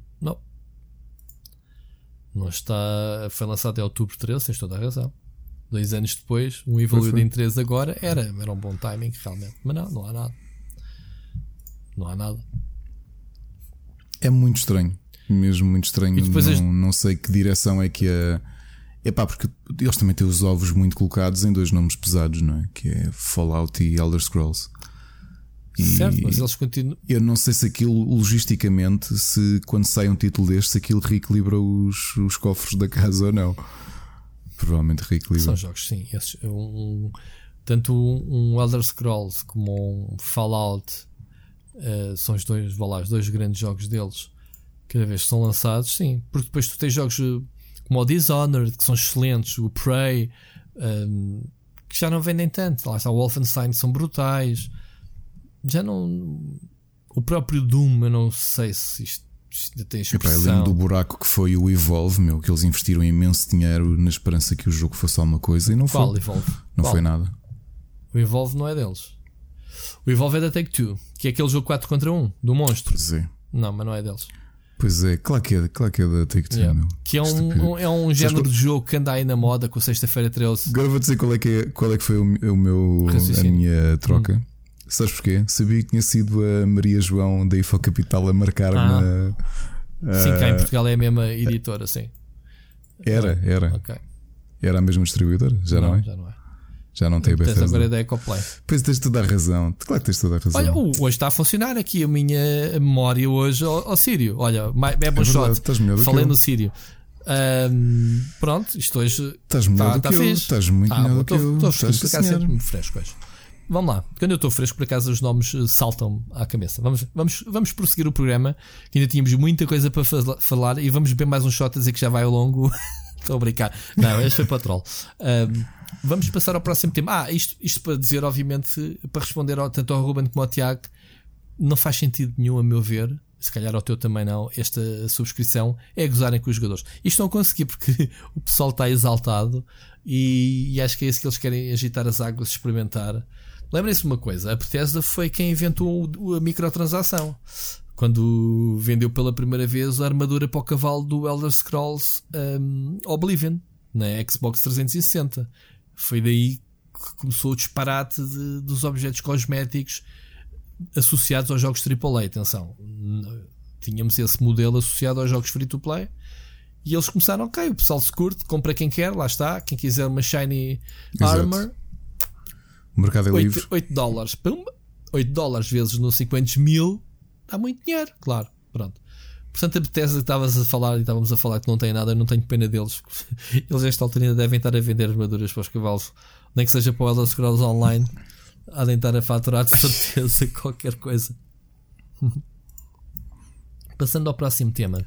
não está. Foi lançado até outubro 13, tens toda a razão. 2 anos depois, um Evil Within 3 agora era um bom timing, realmente. Mas não há nada. Não há nada. É muito estranho, mesmo muito estranho. Não sei que direção é que porque eles também têm os ovos muito colocados em 2 nomes pesados, não é? Que é Fallout e Elder Scrolls. Certo, mas eles continuam. Eu não sei se aquilo logisticamente, se quando sai um título deste, se aquilo reequilibra os cofres da casa ou não. Provavelmente reequilibra. São jogos, sim. Tanto um Elder Scrolls como um Fallout são os dois grandes jogos deles. Cada vez que são lançados, sim. Porque depois tu tens jogos como o Dishonored, que são excelentes, o Prey, que já não vendem tanto. Lá está o Wolfenstein, que são brutais. Já não. O próprio Doom, eu não sei se isto tem expressão. Eu lembro do buraco que foi o Evolve, que eles investiram imenso dinheiro na esperança que o jogo fosse alguma coisa e não foi. Evolve? Não foi nada. O Evolve não é deles. O Evolve é da Take-Two, que é aquele jogo 4 contra 1 do monstro. Pois é. Não, mas não é deles. Pois é, claro que é da Take-Two, meu. Que é um género de jogo que anda aí na moda com a Sexta-feira 13. Agora vou dizer qual é que foi a minha troca. Sabes porquê? Sabia que tinha sido a Maria João da Info Capital a marcar-me. Sim, cá em Portugal é a mesma editora, sim. Era. Okay. Era a mesma distribuidora? Já não é? Já não é. Já não tem Bethesda. Agora é da Ecoplay. Pois tens toda a razão. Claro que tens toda a razão. Olha, hoje está a funcionar aqui a minha memória hoje ao Sírio. Olha, é bom shot. Falei no Sírio. Pronto, isto hoje estás melhor do que eu. Estás muito melhor do que eu. Estou fresco, por acaso sempre muito fresco hoje. Vamos lá, quando eu estou fresco, por acaso os nomes saltam à cabeça. Vamos prosseguir o programa, que ainda tínhamos muita coisa para falar, e vamos beber mais um shot a dizer que já vai ao longo. Estou a brincar. Não, este foi para troll. Vamos passar ao próximo tema. Isto para dizer, obviamente, para responder tanto ao Ruben como ao Tiago, não faz sentido nenhum, a meu ver, se calhar ao teu também não, esta subscrição é gozarem com os jogadores. Isto não consegui porque o pessoal está exaltado e acho que é isso que eles querem, agitar as águas, experimentar. Lembrem-se de uma coisa, a Bethesda foi quem inventou a microtransação. Quando vendeu pela primeira vez a armadura para o cavalo do Elder Scrolls Oblivion na Xbox 360. Foi daí que começou o disparate dos objetos cosméticos associados aos jogos AAA. Atenção, tínhamos esse modelo associado aos jogos free-to-play e eles começaram, ok, o pessoal se curte, compra quem quer, lá está, quem quiser uma shiny armor. O mercado é livre. $8. Pum, $8 vezes no 50 mil dá muito dinheiro, claro. Pronto. Portanto, a Bethesda que estávamos a falar que não tem nada, eu não tenho pena deles. Eles, esta altura, ainda devem estar a vender armaduras para os cavalos, nem que seja para o Elder Scrolls Online, a tentar a faturar de certeza qualquer coisa. Passando ao próximo tema.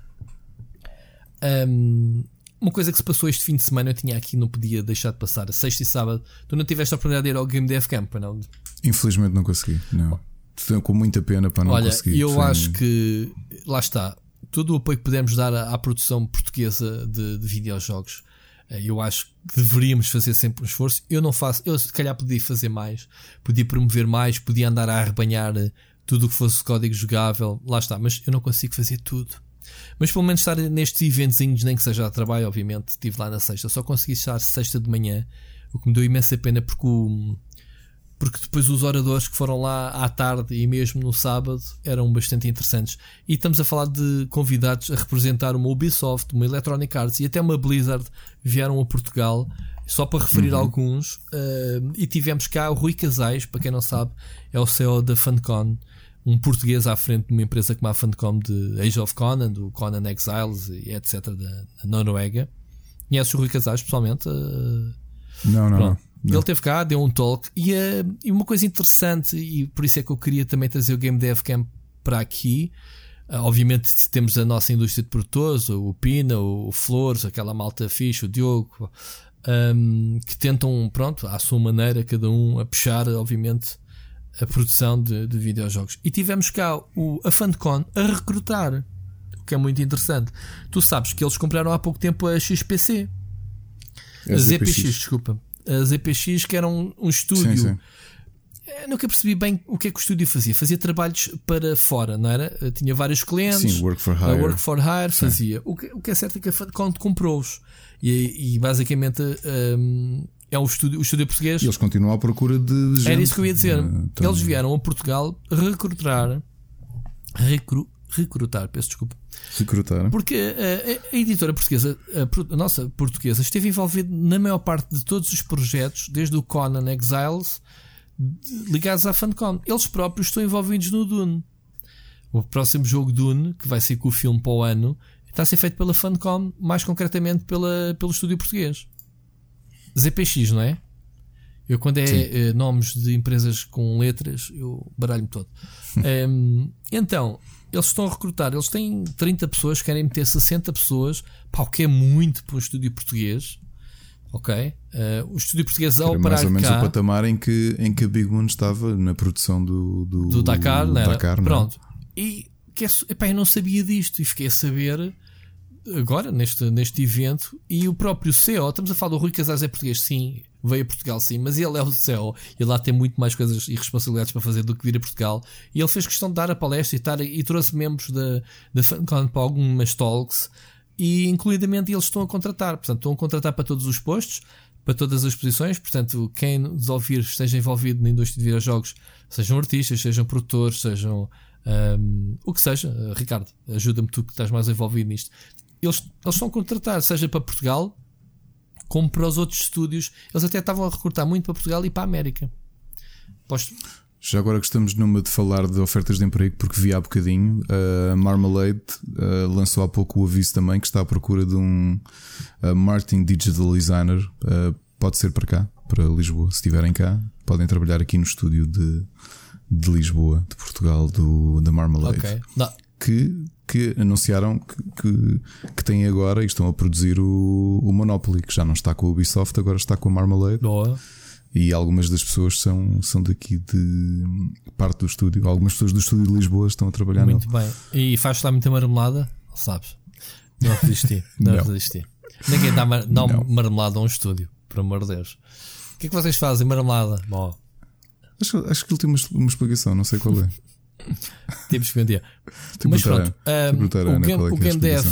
Uma coisa que se passou este fim de semana, eu tinha aqui, não podia deixar de passar, sexta e sábado. Tu não tiveste a oportunidade de ir ao Game Dev Camp, não? Infelizmente não consegui, não. Estou com muita pena para não conseguir. Olha, eu acho que lá está, todo o apoio que pudermos dar à produção portuguesa de videojogos, eu acho que deveríamos fazer sempre um esforço. Eu não faço, eu se calhar podia fazer mais, podia promover mais, podia andar a arrebanhar tudo o que fosse código jogável, lá está, mas eu não consigo fazer tudo. Mas pelo menos estar nestes eventozinhos, nem que seja a trabalho, obviamente. Estive lá na sexta, só consegui estar sexta de manhã, o que me deu imensa pena porque depois os oradores que foram lá à tarde e mesmo no sábado eram bastante interessantes. E estamos a falar de convidados a representar uma Ubisoft, uma Electronic Arts e até uma Blizzard, vieram a Portugal, só para referir alguns. E tivemos cá o Rui Casais, para quem não sabe, é o CEO da Funcom, um português à frente de uma empresa como a Funcom de Age of Conan, do Conan Exiles e etc. da Noruega. Conheces o Rui Casais pessoalmente? Não. Ele esteve cá, deu um talk e uma coisa interessante, e por isso é que eu queria também trazer o Game Dev Camp para aqui. Obviamente temos a nossa indústria de produtores, o Pina, o Flores, aquela malta fixe, o Diogo, que tentam, pronto, à sua maneira, cada um a puxar, obviamente, a produção de videojogos. E tivemos cá a Funcom a recrutar, o que é muito interessante. Tu sabes que eles compraram há pouco tempo a XPC, a ZPX, desculpa. A ZPX, que era um estúdio. Sim. Nunca percebi bem o que é que o estúdio fazia. Fazia trabalhos para fora, não era? Tinha vários clientes. Sim, work for hire. Fazia. O que é certo é que a Funcom comprou-os. E basicamente é o estúdio português. E eles continuam à procura de gente. Era isso que eu ia dizer. Eles vieram a Portugal recrutar, peço desculpa. Recrutar. Porque a editora portuguesa, a nossa portuguesa, esteve envolvida na maior parte de todos os projetos, desde o Conan Exiles, ligados à Funcom. Eles próprios estão envolvidos no Dune. O próximo jogo Dune, que vai ser com o filme para o ano, está a ser feito pela Funcom, mais concretamente pelo estúdio português. ZPX, não é? Eu quando nomes de empresas com letras, eu baralho-me todo. Então, eles estão a recrutar, eles têm 30 pessoas, querem meter 60 pessoas, o que é muito para um estúdio português. Ok? O estúdio português ao parar mais ou menos cá, o patamar em que a Big Moon estava na produção do Dakar, não era? Dakar, não? Pronto. E eu não sabia disto e fiquei a saber agora neste evento. E o próprio CEO, estamos a falar do Rui Casais, é português, sim, veio a Portugal sim, mas ele é o céu e lá tem muito mais coisas e responsabilidades para fazer do que vir a Portugal, e ele fez questão de dar a palestra e trouxe membros da FanCon para algumas talks, e incluidamente eles estão a contratar, portanto estão a contratar para todos os postos, para todas as posições. Portanto, quem nos ouvir esteja envolvido na indústria de videojogos, sejam artistas, sejam produtores, sejam o que seja, Ricardo, ajuda-me tu que estás mais envolvido nisto. Eles estão a contratar, seja para Portugal como para os outros estúdios. Eles até estavam a recrutar muito para Portugal e para a América. Já agora que estamos numa de falar de ofertas de emprego, porque vi há bocadinho, a Marmalade lançou há pouco o aviso também que está à procura de um marketing digital designer. Pode ser para cá, para Lisboa. Se estiverem cá, podem trabalhar aqui no estúdio de Lisboa, de Portugal, da Marmalade. Okay. Que anunciaram que têm agora e estão a produzir o Monopoly, que já não está com a Ubisoft, agora está com a Marmalade. Boa. E algumas das pessoas são daqui de parte do estúdio. Algumas pessoas do estúdio de Lisboa estão a trabalhar muito bem. E faz lá muita marmelada? Sabes? Não resisti. Não resisti. Ninguém dá marmelada a um estúdio, por amor de Deus. O que é que vocês fazem? Marmelada? Bom. Acho que ele tem uma explicação, não sei qual é. Temos que vender. Mas pronto, o Game Dev,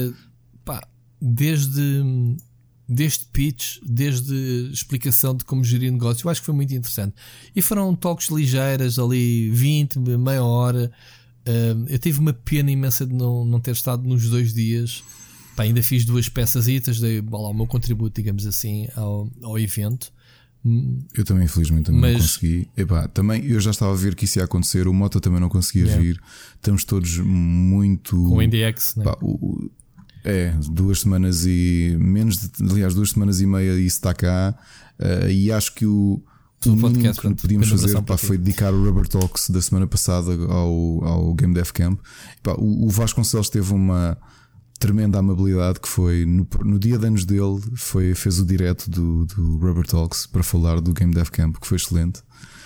desde pitch, desde explicação de como gerir negócio, eu acho que foi muito interessante. E foram talks ligeiras ali, 20, meia hora. Eu tive uma pena imensa de não ter estado nos 2 dias. Ainda fiz 2 peçazitas, dei o meu contributo, digamos assim, ao evento. Eu também, infelizmente, não consegui. Também eu já estava a ver que isso ia acontecer. O Mota também não conseguia vir. Estamos todos muito. Com o NDX, né? 2 semanas e aliás, 2 semanas e meia isso está cá. E acho que o mínimo que podíamos fazer foi dedicar o Rubber Talks da semana passada ao Game Dev Camp. O Vasconcelos teve uma tremenda amabilidade, que foi no dia de anos dele, fez o direto do Rubber Talks para falar do Game Dev Camp, que foi excelente.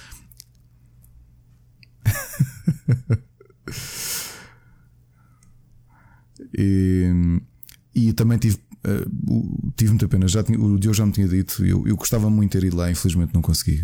E também tive muita pena. O Diogo já me tinha dito, eu gostava muito de ter ido lá, infelizmente não consegui.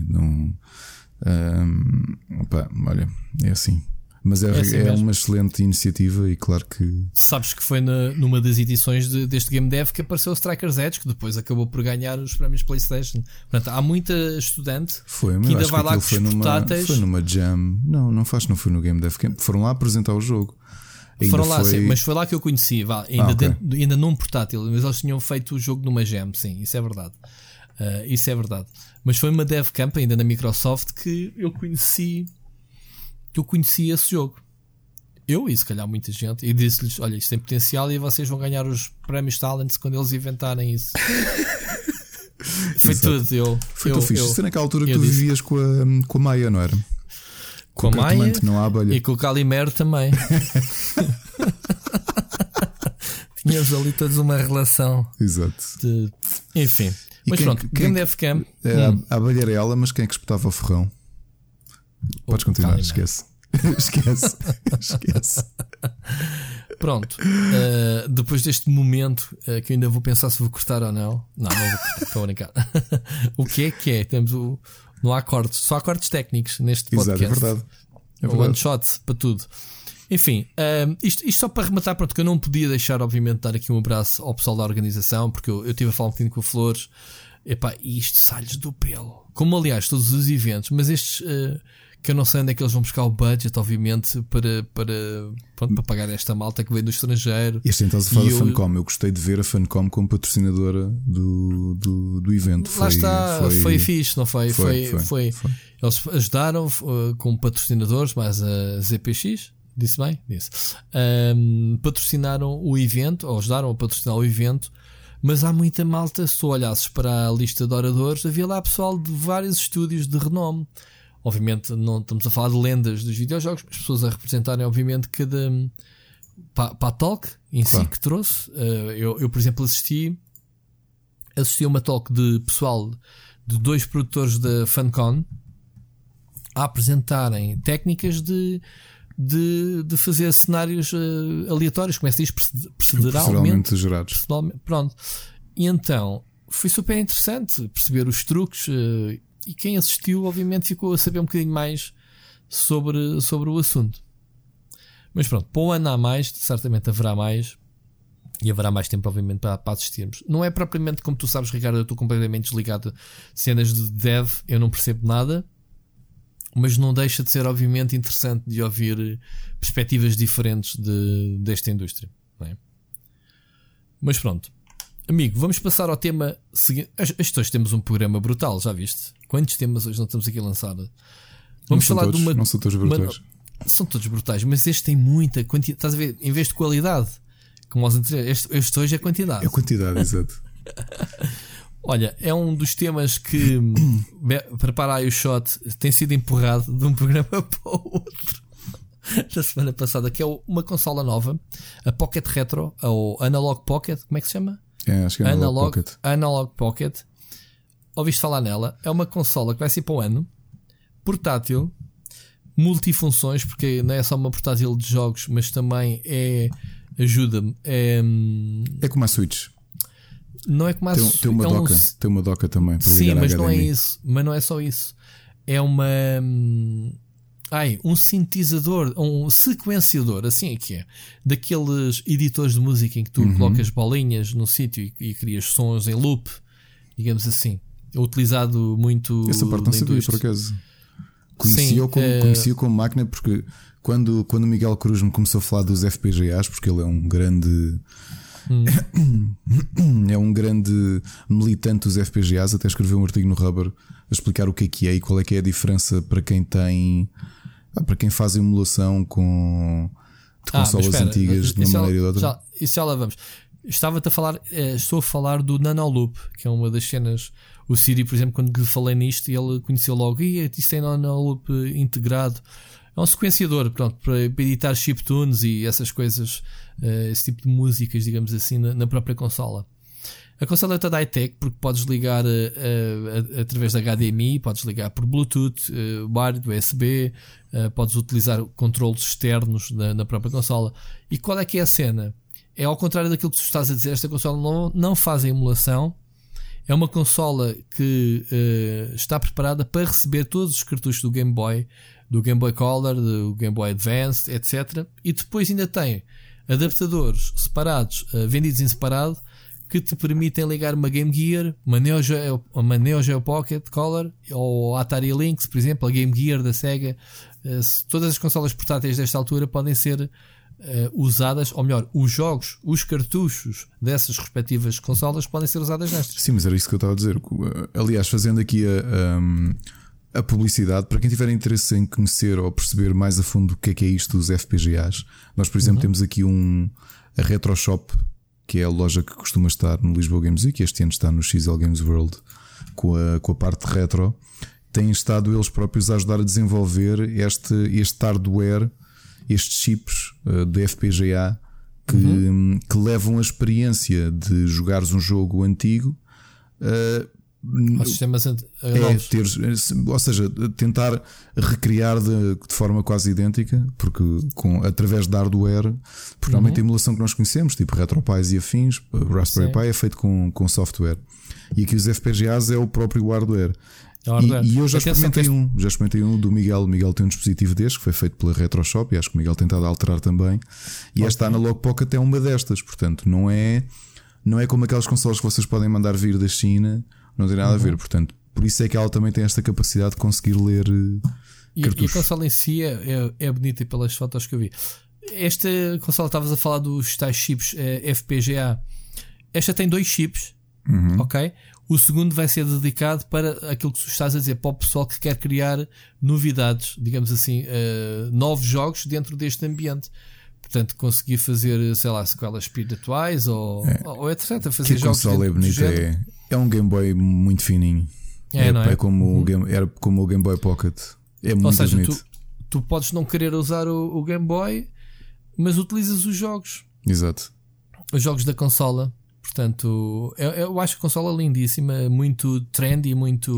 Olha, é assim. Mas é uma excelente iniciativa e claro que... Sabes que foi numa das edições deste Game Dev que apareceu o Strikers Edge, que depois acabou por ganhar os prémios PlayStation. Portanto, há muita estudante que ainda vai lá com os portáteis. Foi numa jam. Não foi no Game Dev Camp. Foram lá apresentar o jogo. Foram lá, sim, mas foi lá que eu conheci, ainda num portátil. Mas eles tinham feito o jogo numa jam, sim, isso é verdade. Isso é verdade. Mas foi uma Dev Camp ainda na Microsoft que eu conheci esse jogo. E se calhar muita gente. E disse-lhes: olha, isto tem potencial e vocês vão ganhar os prémios Talents quando eles inventarem isso. Foi tudo. Foi tão fixe. Isso naquela altura que tu vivias com a Maia, não era? Com a Maia não há abelha. E com o Calimero também. Tínhamos ali todos uma relação. Exato. Enfim. Mas pronto, Game Dev Camp. A abelha era ela, mas quem é que espetava o ferrão? Podes continuar, esquece. Esquece. Pronto, depois deste momento que eu ainda vou pensar se vou cortar ou não. Não vou cortar, estou a brincar. O que é? Temos não há cortes, só há cortes técnicos neste podcast. Exato, é verdade. One shot para tudo. Enfim, isto só para rematar, pronto, que eu não podia deixar, obviamente, de dar aqui um abraço ao pessoal da organização, porque eu estive a falar um bocadinho com o Flores. E isto sai-lhes do pelo. Como aliás todos os eventos, mas estes que eu não sei onde é que eles vão buscar o budget, obviamente, para pagar esta malta que veio do estrangeiro. Este então se fala da Funcom. Eu gostei de ver a Funcom como patrocinadora do evento. Lá foi fixe, não foi? Foi. Eles ajudaram como patrocinadores, mais a ZPX. Disse bem? Disse. Patrocinaram o evento, ou ajudaram a patrocinar o evento. Mas há muita malta. Se tu olhasses para a lista de oradores, havia lá pessoal de vários estúdios de renome. Obviamente não estamos a falar de lendas dos videojogos, mas pessoas a representarem, obviamente, cada para a talk em si que trouxe. Eu, por exemplo, assisti a uma talk de pessoal de 2 produtores da Funcom a apresentarem técnicas de fazer cenários aleatórios, como é que se diz, proceduralmente gerados. Pronto. E então foi super interessante perceber os truques e quem assistiu obviamente ficou a saber um bocadinho mais sobre o assunto. Mas pronto, para o ano há mais, certamente haverá mais. E haverá mais tempo, obviamente, para assistirmos. Não é propriamente como tu sabes, Ricardo, eu estou completamente desligado de cenas de dev, eu não percebo nada, mas não deixa de ser, obviamente, interessante de ouvir perspectivas diferentes desta indústria, não é? Mas pronto, amigo, vamos passar ao tema seguinte. Hoje temos um programa brutal, já viste? Quantos temas hoje não estamos aqui a lançar? Vamos falar de uma. Não são todos brutais. São todos brutais, mas este tem muita quantidade. Estás a ver? Em vez de qualidade. Como aos anteriores, este hoje é quantidade. É quantidade, exato. Olha, é um dos temas que prepara aí o shot, tem sido empurrado de um programa para o outro da semana passada, que é uma consola nova, a Pocket Retro, ou Analog Pocket, como é que se chama? Acho que é Analog Pocket. Ouviste falar nela? É uma consola que vai ser para o ano, portátil, multifunções, porque não é só uma portátil de jogos, mas também ajuda-me. É como a Switch. Não é como a Switch. Tem uma doca também para sim, ligar mas à não HDMI. é isso. Mas não é só isso. É um sintetizador, um sequenciador, assim é que é. Daqueles editores de música em que tu colocas bolinhas no sítio e crias sons em loop, digamos assim. É utilizado muito. Essa parte não sabia, por acaso. Conhecia como máquina porque quando o Miguel Cruz me começou a falar dos FPGAs, porque ele é um grande é um grande militante dos FPGAs, até escreveu um artigo no Rubber a explicar o que é e qual é que é a diferença para quem faz emulação de consolas antigas de uma maneira ou de outra. Isso já lá vamos. Estou a falar do Nanoloop, que é uma das cenas. O Siri, por exemplo, quando lhe falei nisto, ele conheceu logo, isso tem Nanoloop integrado. É um sequenciador, pronto, para editar chiptunes e essas coisas, esse tipo de músicas, digamos assim, na própria consola. A consola é toda high-tech porque podes ligar através da HDMI, podes ligar por Bluetooth, wire, USB, podes utilizar controles externos na própria consola. E qual é que é a cena? É ao contrário daquilo que tu estás a dizer, esta consola não faz a emulação. É uma consola que está preparada para receber todos os cartuchos do Game Boy Color, do Game Boy Advance, etc. E depois ainda tem adaptadores separados, vendidos em separado, que te permitem ligar uma Game Gear, uma Neo Geo Pocket Color ou Atari Lynx, por exemplo, a Game Gear da Sega. Todas as consolas portáteis desta altura podem ser usadas, ou melhor, os cartuchos dessas respectivas consolas podem ser usadas nestas. Sim, mas era isso que eu estava a dizer. Aliás, fazendo aqui a publicidade, para quem tiver interesse em conhecer ou perceber mais a fundo o que é isto dos FPGAs, nós, por exemplo, temos aqui a Retro Shop, que é a loja que costuma estar no Lisboa Games Week, que este ano está no XL Games World com a parte retro. Têm estado eles próprios a ajudar a desenvolver este hardware, estes chips de FPGA que levam a experiência de jogares um jogo antigo aos sistemas novos. Ou seja, tentar recriar de forma quase idêntica, porque através de hardware, porque normalmente a emulação que nós conhecemos, tipo RetroPies e afins, Raspberry Pi é feito com software, e aqui os FPGAs é o próprio hardware. E eu já experimentei um do Miguel. O Miguel tem um dispositivo deste que foi feito pela RetroShop e acho que o Miguel tem tentado alterar também. E esta Analog Pocket é uma destas, portanto, não é como aquelas consolas que vocês podem mandar vir da China, não tem nada a ver. Portanto, por isso é que ela também tem esta capacidade de conseguir ler cartuchos. E a consola em si é bonita pelas fotos que eu vi. Esta consola, estavas a falar dos tais chips FPGA. Esta tem 2 chips, ok? O segundo vai ser dedicado para aquilo que tu estás a dizer, para o pessoal que quer criar novidades, digamos assim, novos jogos dentro deste ambiente. Portanto, conseguir fazer, sei lá, sequelas espirituais ou etc. Fazer jogos. A consola é bonita, é um Game Boy muito fininho. É como era como o Game Boy Pocket. É muito bonito. Tu podes não querer usar o Game Boy, mas utilizas os jogos. Exato. Os jogos da consola. Portanto, eu acho a consola lindíssima, muito trendy, muito.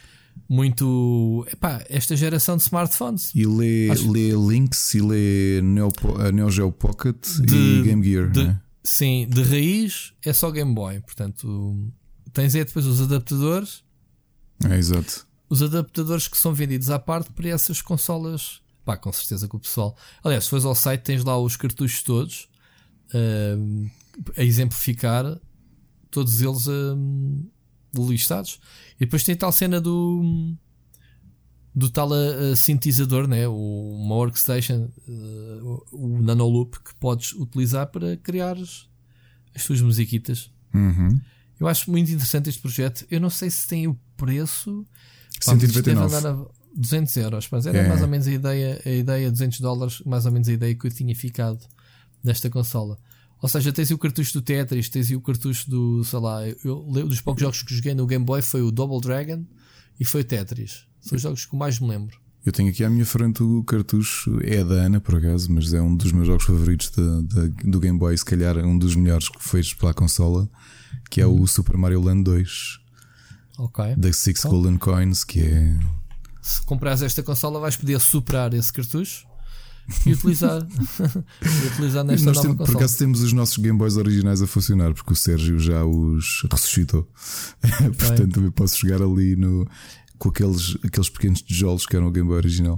Esta geração de smartphones. E lê Lynx e lê Neo Geo Pocket e Game Gear. Sim, de raiz é só Game Boy. Portanto, tens aí depois os adaptadores. Exato. Os adaptadores que são vendidos à parte para essas consolas. Pá, com certeza que o pessoal. Aliás, se fores ao site, tens lá os cartuchos todos a exemplificar, todos eles listados. E depois tem tal cena do tal sintetizador, né? Uma workstation, o Nanoloop, que podes utilizar para criar as tuas musiquitas. Eu acho muito interessante este projeto. Eu não sei se tem o preço. 199. Deve andar a 200 euros. Mas era mais ou menos a ideia $200, mais ou menos a ideia que eu tinha ficado desta consola. Ou seja, tens o cartucho do Tetris, tens o cartucho do, sei lá, dos poucos jogos que joguei no Game Boy foi o Double Dragon e foi o Tetris. São os jogos que mais me lembro. Eu tenho aqui à minha frente o cartucho, é da Ana por acaso, mas é um dos meus jogos favoritos do Game Boy, se calhar um dos melhores que foi para a consola, que é o Super Mario Land 2. Ok. Da Six Golden Coins, que é... Se comprares esta consola vais poder superar esse cartucho e utilizar nesta nova consola. Por acaso temos os nossos Game Boys originais a funcionar, porque o Sérgio já os ressuscitou. Portanto também posso jogar ali com aqueles pequenos tijolos que eram o Game Boy original.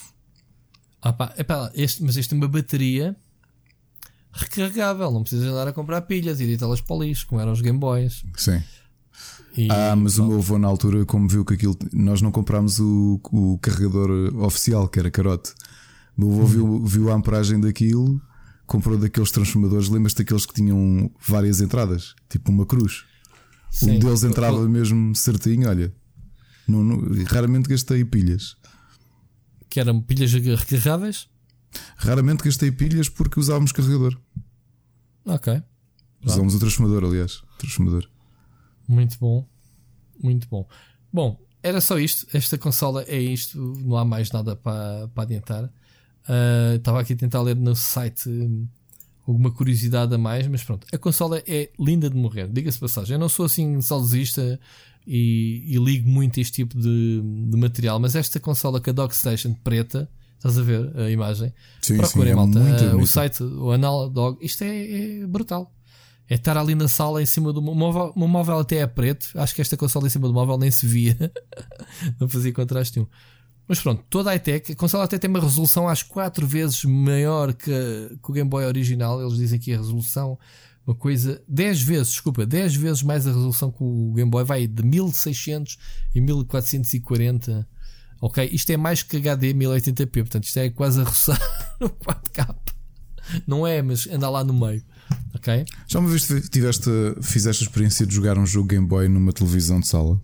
Mas este tem uma bateria recarregável, não precisas andar a comprar pilhas e deitá-las para o lixo, como eram os Game Boys. Sim. Mas o meu avô na altura, como viu que aquilo, nós não comprámos o carregador oficial, que era carote. O meu avô viu a amperagem daquilo, comprou daqueles transformadores. Lembras-te daqueles que tinham várias entradas, tipo uma cruz? Sim. Um deles entrava mesmo certinho. Olha, raramente gastei pilhas. Que eram pilhas recarregáveis? Raramente gastei pilhas porque usávamos carregador. Ok. Usávamos o transformador, aliás. Muito bom. Muito bom. Bom, era só isto. Esta consola é isto. Não há mais nada para adiantar. Estava aqui a tentar ler no site alguma curiosidade a mais, mas pronto. A consola é linda de morrer. Diga-se passagem. Eu não sou assim saudosista e ligo muito a este tipo de material, mas esta consola com a DockStation preta, estás a ver a imagem? Sim, procurem, sim, malta. O site, o Analog, isto é brutal. É estar ali na sala em cima do móvel. O móvel até é preto. Acho que esta consola em cima do móvel nem se via. Não fazia contraste nenhum. Mas pronto, toda a high-tech. A consola até tem uma resolução às 4 vezes maior que o Game Boy original. Eles dizem que a resolução, uma coisa 10 vezes mais a resolução que o Game Boy. Vai de 1600 e 1440. Ok, isto é mais que HD 1080p. Portanto, isto é quase a roçar no 4K. Não é, mas anda lá no meio. Okay. Já uma vez fizeste a experiência de jogar um jogo Game Boy numa televisão de sala?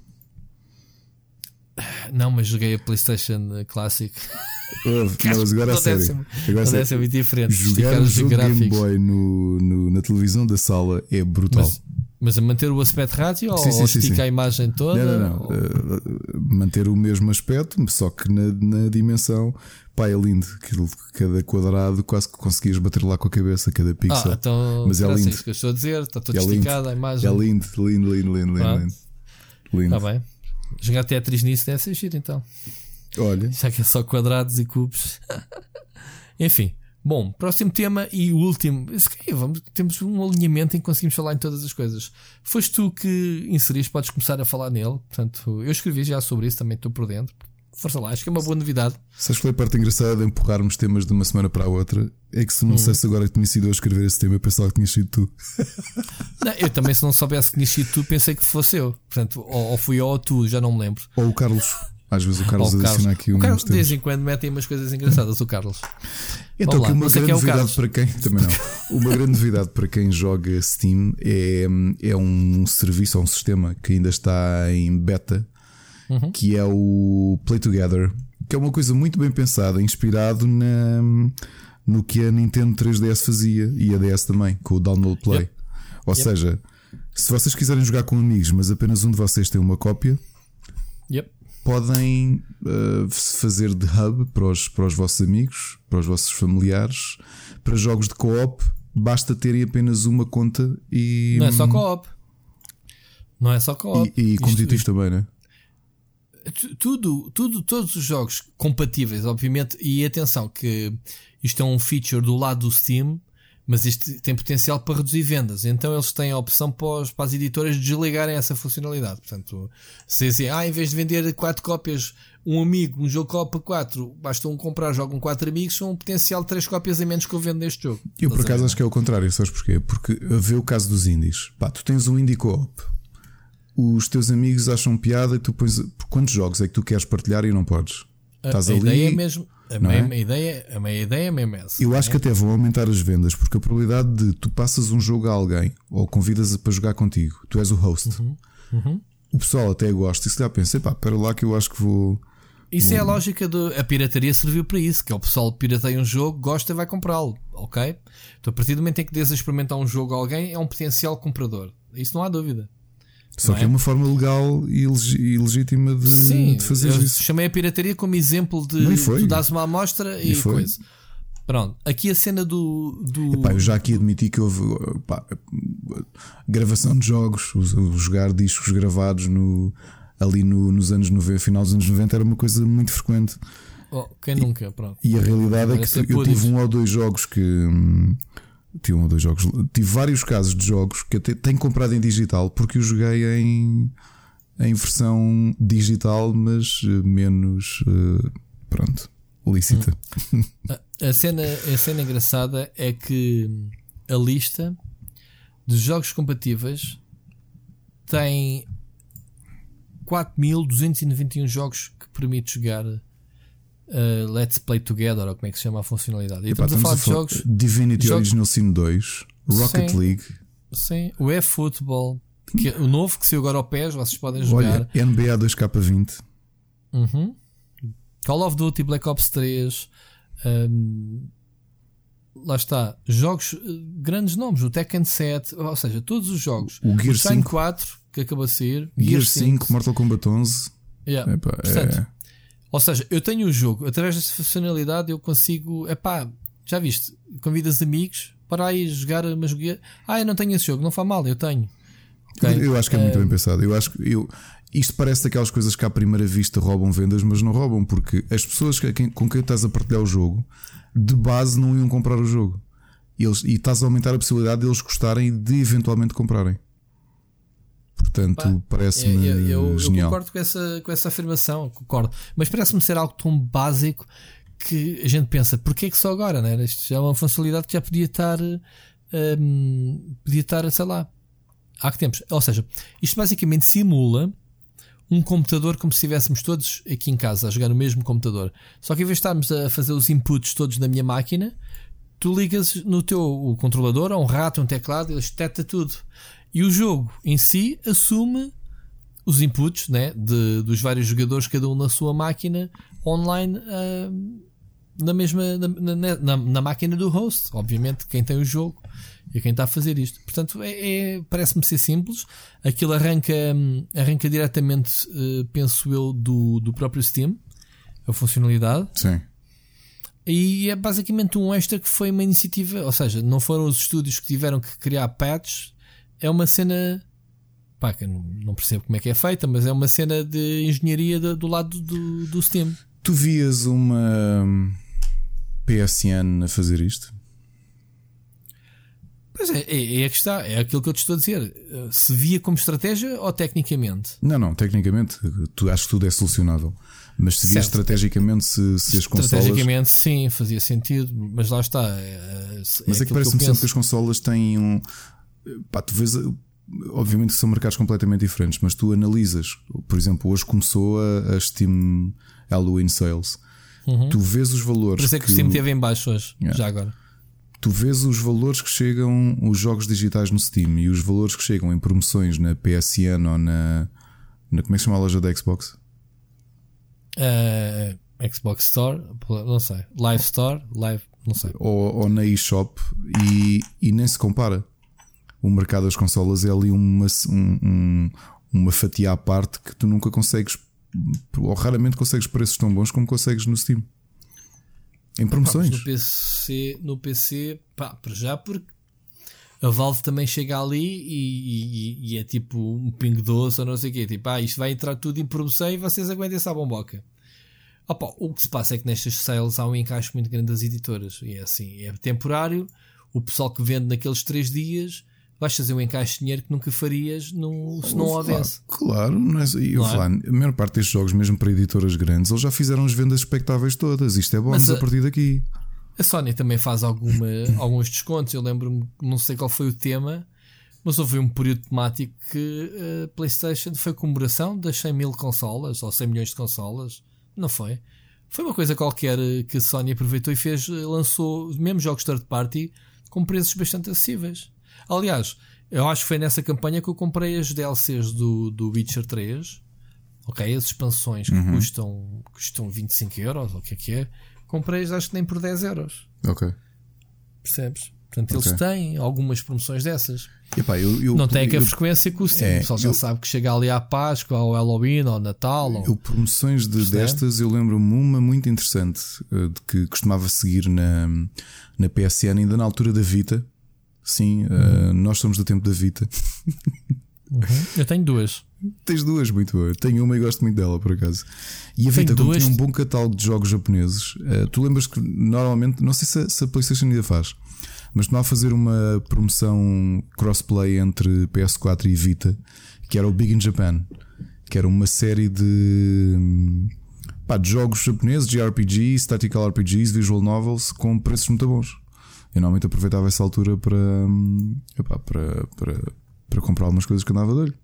Não, mas joguei a PlayStation Classic. Mas agora é sério. Agora é muito diferente. Jogar um jogo Game Boy na televisão da sala é brutal. Mas a manter o aspecto ratio ou estica a imagem toda? Não. Manter o mesmo aspecto, só que na dimensão. Pá, é lindo. Cada quadrado quase que conseguias bater lá com a cabeça, cada pixel. Então, mas é lindo. É isso que eu estou a dizer. Está tudo esticado a imagem. É lindo. Está bem. Jogar Tetris nisso deve ser giro, então. Olha. Já que é só quadrados e cubos. Enfim. Bom, próximo tema e o último. Temos um alinhamento em que conseguimos falar em todas as coisas. Foste tu que inseriste, podes começar a falar nele. Portanto, eu escrevi já sobre isso, também estou por dentro. Força lá, acho que é uma boa novidade. Sabes que foi a parte engraçada de empurrarmos temas de uma semana para a outra? É que se não dissesse agora que tinha sido eu a escrever esse tema, eu pensava que tinha sido tu. Não, eu também, se não soubesse que tinha sido tu, pensei que fosse eu. Portanto, ou fui eu ou tu, já não me lembro. Ou o Carlos. Às vezes o Carlos adiciona aqui uns temas. De vez em quando metem umas coisas engraçadas, o Carlos. Então, que uma grande novidade para quem também não. Uma grande novidade para quem joga Steam é um serviço ou um sistema que ainda está em beta, que é o Play Together, que é uma coisa muito bem pensada, inspirado no que a Nintendo 3DS fazia e a DS também, com o Download Play. Ou seja, se vocês quiserem jogar com amigos, mas apenas um de vocês tem uma cópia, podem fazer de hub para os vossos amigos, para os vossos familiares, para jogos de co-op. Basta terem apenas uma conta e. Não é só co-op. Não é só co-op. E competitivo também, não é? Todos os jogos compatíveis, obviamente. E atenção, que isto é um feature do lado do Steam, Mas isto tem potencial para reduzir vendas. Então eles têm a opção para as editoras desligarem essa funcionalidade. Portanto, se dizem, em vez de vender 4 cópias, um amigo, um jogo Copa 4, basta comprar, jogam 4 amigos, são um potencial de 3 cópias a menos que eu vendo neste jogo. Eu por acaso acho que é o contrário, sabes porquê? Porque vê o caso dos indies. Tu tens um indie co-op, os teus amigos acham piada e tu pões quantos jogos é que tu queres partilhar e não podes? Estás ali. Ideia é mesmo. A minha ideia é mesmo essa. Eu acho que até vão aumentar as vendas, porque a probabilidade de tu passas um jogo a alguém ou convidas para jogar contigo, tu és o host. O pessoal até gosta e se dá pensa, espera lá que eu acho que vou. Isso é a lógica a pirataria serviu para isso, que é o pessoal pirateia um jogo, gosta e vai comprá-lo, ok? Então a partir do momento em que des a experimentar um jogo a alguém, é um potencial comprador. Isso não há dúvida. Só que é uma forma legal e legítima de fazer isso. Sim, chamei a pirataria como exemplo de tu dás uma amostra e coisa. Pronto, aqui a cena do... eu já aqui admiti que houve gravação de jogos, jogar discos gravados ali nos anos 90, final dos anos 90 era uma coisa muito frequente. Quem nunca, pronto. E a realidade é que eu tive 1 ou 2 jogos que... Tive vários casos de jogos que até tenho comprado em digital porque eu joguei em versão digital, mas menos lícita. A cena engraçada é que a lista dos jogos compatíveis tem 4.291 jogos que permite jogar Let's Play Together, ou como é que se chama a funcionalidade. E estamos a falar de jogos Divinity Original Sin 2, Rocket League, sim, o eFootball, o novo que saiu agora ao pés, vocês podem jogar. NBA 2K20, Call of Duty, Black Ops 3, lá está, jogos, grandes nomes, o Tekken 7, ou seja, todos os jogos. O Gear 5 4 que acabou de sair, Gear 5, Mortal Kombat 11. Portanto, ou seja, eu tenho o jogo, através dessa funcionalidade eu consigo, já viste, convidas amigos para aí jogar uma jogueira. Eu não tenho esse jogo, não faz mal, eu tenho. Okay? Eu acho que é muito bem pensado. Eu acho que isto parece daquelas coisas que à primeira vista roubam vendas, mas não roubam, porque as pessoas com quem estás a partilhar o jogo de base não iam comprar o jogo e estás a aumentar a possibilidade de eles gostarem de eventualmente comprarem. Portanto, parece-me eu genial. Eu concordo com essa afirmação, concordo. Mas parece-me ser algo tão básico que a gente pensa, porquê é que só agora, né? Isto já é uma funcionalidade que já podia estar, sei lá, há que tempos. Ou seja, isto basicamente simula um computador como se estivéssemos todos aqui em casa a jogar no mesmo computador. Só que em vez de estarmos a fazer os inputs todos na minha máquina, tu ligas no teu controlador a um rato, um teclado, ele detecta tudo. E o jogo em si assume os inputs, né, dos vários jogadores, cada um na sua máquina online, na máquina do host, obviamente quem tem o jogo e quem está a fazer isto. Portanto, parece-me ser simples. Aquilo arranca diretamente, penso eu, do próprio Steam, a funcionalidade. Sim. E é basicamente um extra que foi uma iniciativa, ou seja, não foram os estúdios que tiveram que criar patches. É uma cena, que eu não percebo como é que é feita, mas é uma cena de engenharia do lado do Steam. Tu vias uma PSN a fazer isto? Pois é que está, é aquilo que eu te estou a dizer. Se via como estratégia ou tecnicamente? Não, tecnicamente acho que tudo é solucionável. Mas se via estrategicamente, se as consolas. Estrategicamente, sim, fazia sentido, mas lá está. Mas é que parece-me sempre que as consolas têm tu vês, obviamente são mercados completamente diferentes, mas tu analisas, por exemplo, hoje começou a Steam Halloween Sales. Tu vês os valores. Por isso é que o Steam esteve em baixo hoje, já agora. Tu vês os valores que chegam, os jogos digitais no Steam e os valores que chegam em promoções na PSN ou na como é que se chama a loja da Xbox? Xbox Store, não sei. Live Store, não sei. Ou na eShop e nem se compara. O mercado das consolas é ali uma fatia à parte que tu nunca consegues, ou raramente consegues preços tão bons como consegues no Steam. Em promoções. No PC, para já, porque a Valve também chega ali e é tipo um pingo doce ou não sei o quê. Tipo, isto vai entrar tudo em promoção e vocês aguentem-se à bomboca. O que se passa é que nestas sales há um encaixe muito grande das editoras. E é assim, é temporário. o pessoal que vende naqueles 3 dias, vais fazer um encaixe de dinheiro que nunca farias se não houvesse. Claro, mas a maior parte destes jogos, mesmo para editoras grandes, eles já fizeram as vendas expectáveis todas. Isto é bom a partir daqui. A Sony também faz alguns descontos. Eu lembro-me, não sei qual foi o tema, mas houve um período temático que a PlayStation foi comemoração das 100 mil consolas ou 100 milhões de consolas. Não foi? Foi uma coisa qualquer que a Sony aproveitou e lançou mesmo jogos third party com preços bastante acessíveis. Aliás, eu acho que foi nessa campanha que eu comprei as DLCs do Witcher 3. Ok, as expansões que custam 25 euros, ou o que é. Comprei-as acho que nem por 10 euros. Ok. Percebes? Portanto, eles têm algumas promoções dessas. Epá, não tem a frequência que o Steam. Só já sabe que chega ali à Páscoa, ao Halloween, ao Natal. Promoções destas, eu lembro-me uma muito interessante de que costumava seguir na PSN, ainda na altura da Vita. Sim, nós somos do tempo da Vita. Eu tenho 2. Tens 2, muito boa. Tenho uma e gosto muito dela, por acaso. E a Vita, como tinha um bom catálogo de jogos japoneses, tu lembras que normalmente, não sei se a PlayStation ainda faz, mas costumava fazer uma promoção crossplay entre PS4 e Vita, que era o Big in Japan, que era uma série de jogos japoneses, de RPGs, Tactical RPGs, Visual Novels, com preços muito bons. Eu normalmente aproveitava essa altura para comprar algumas coisas que andava de olho.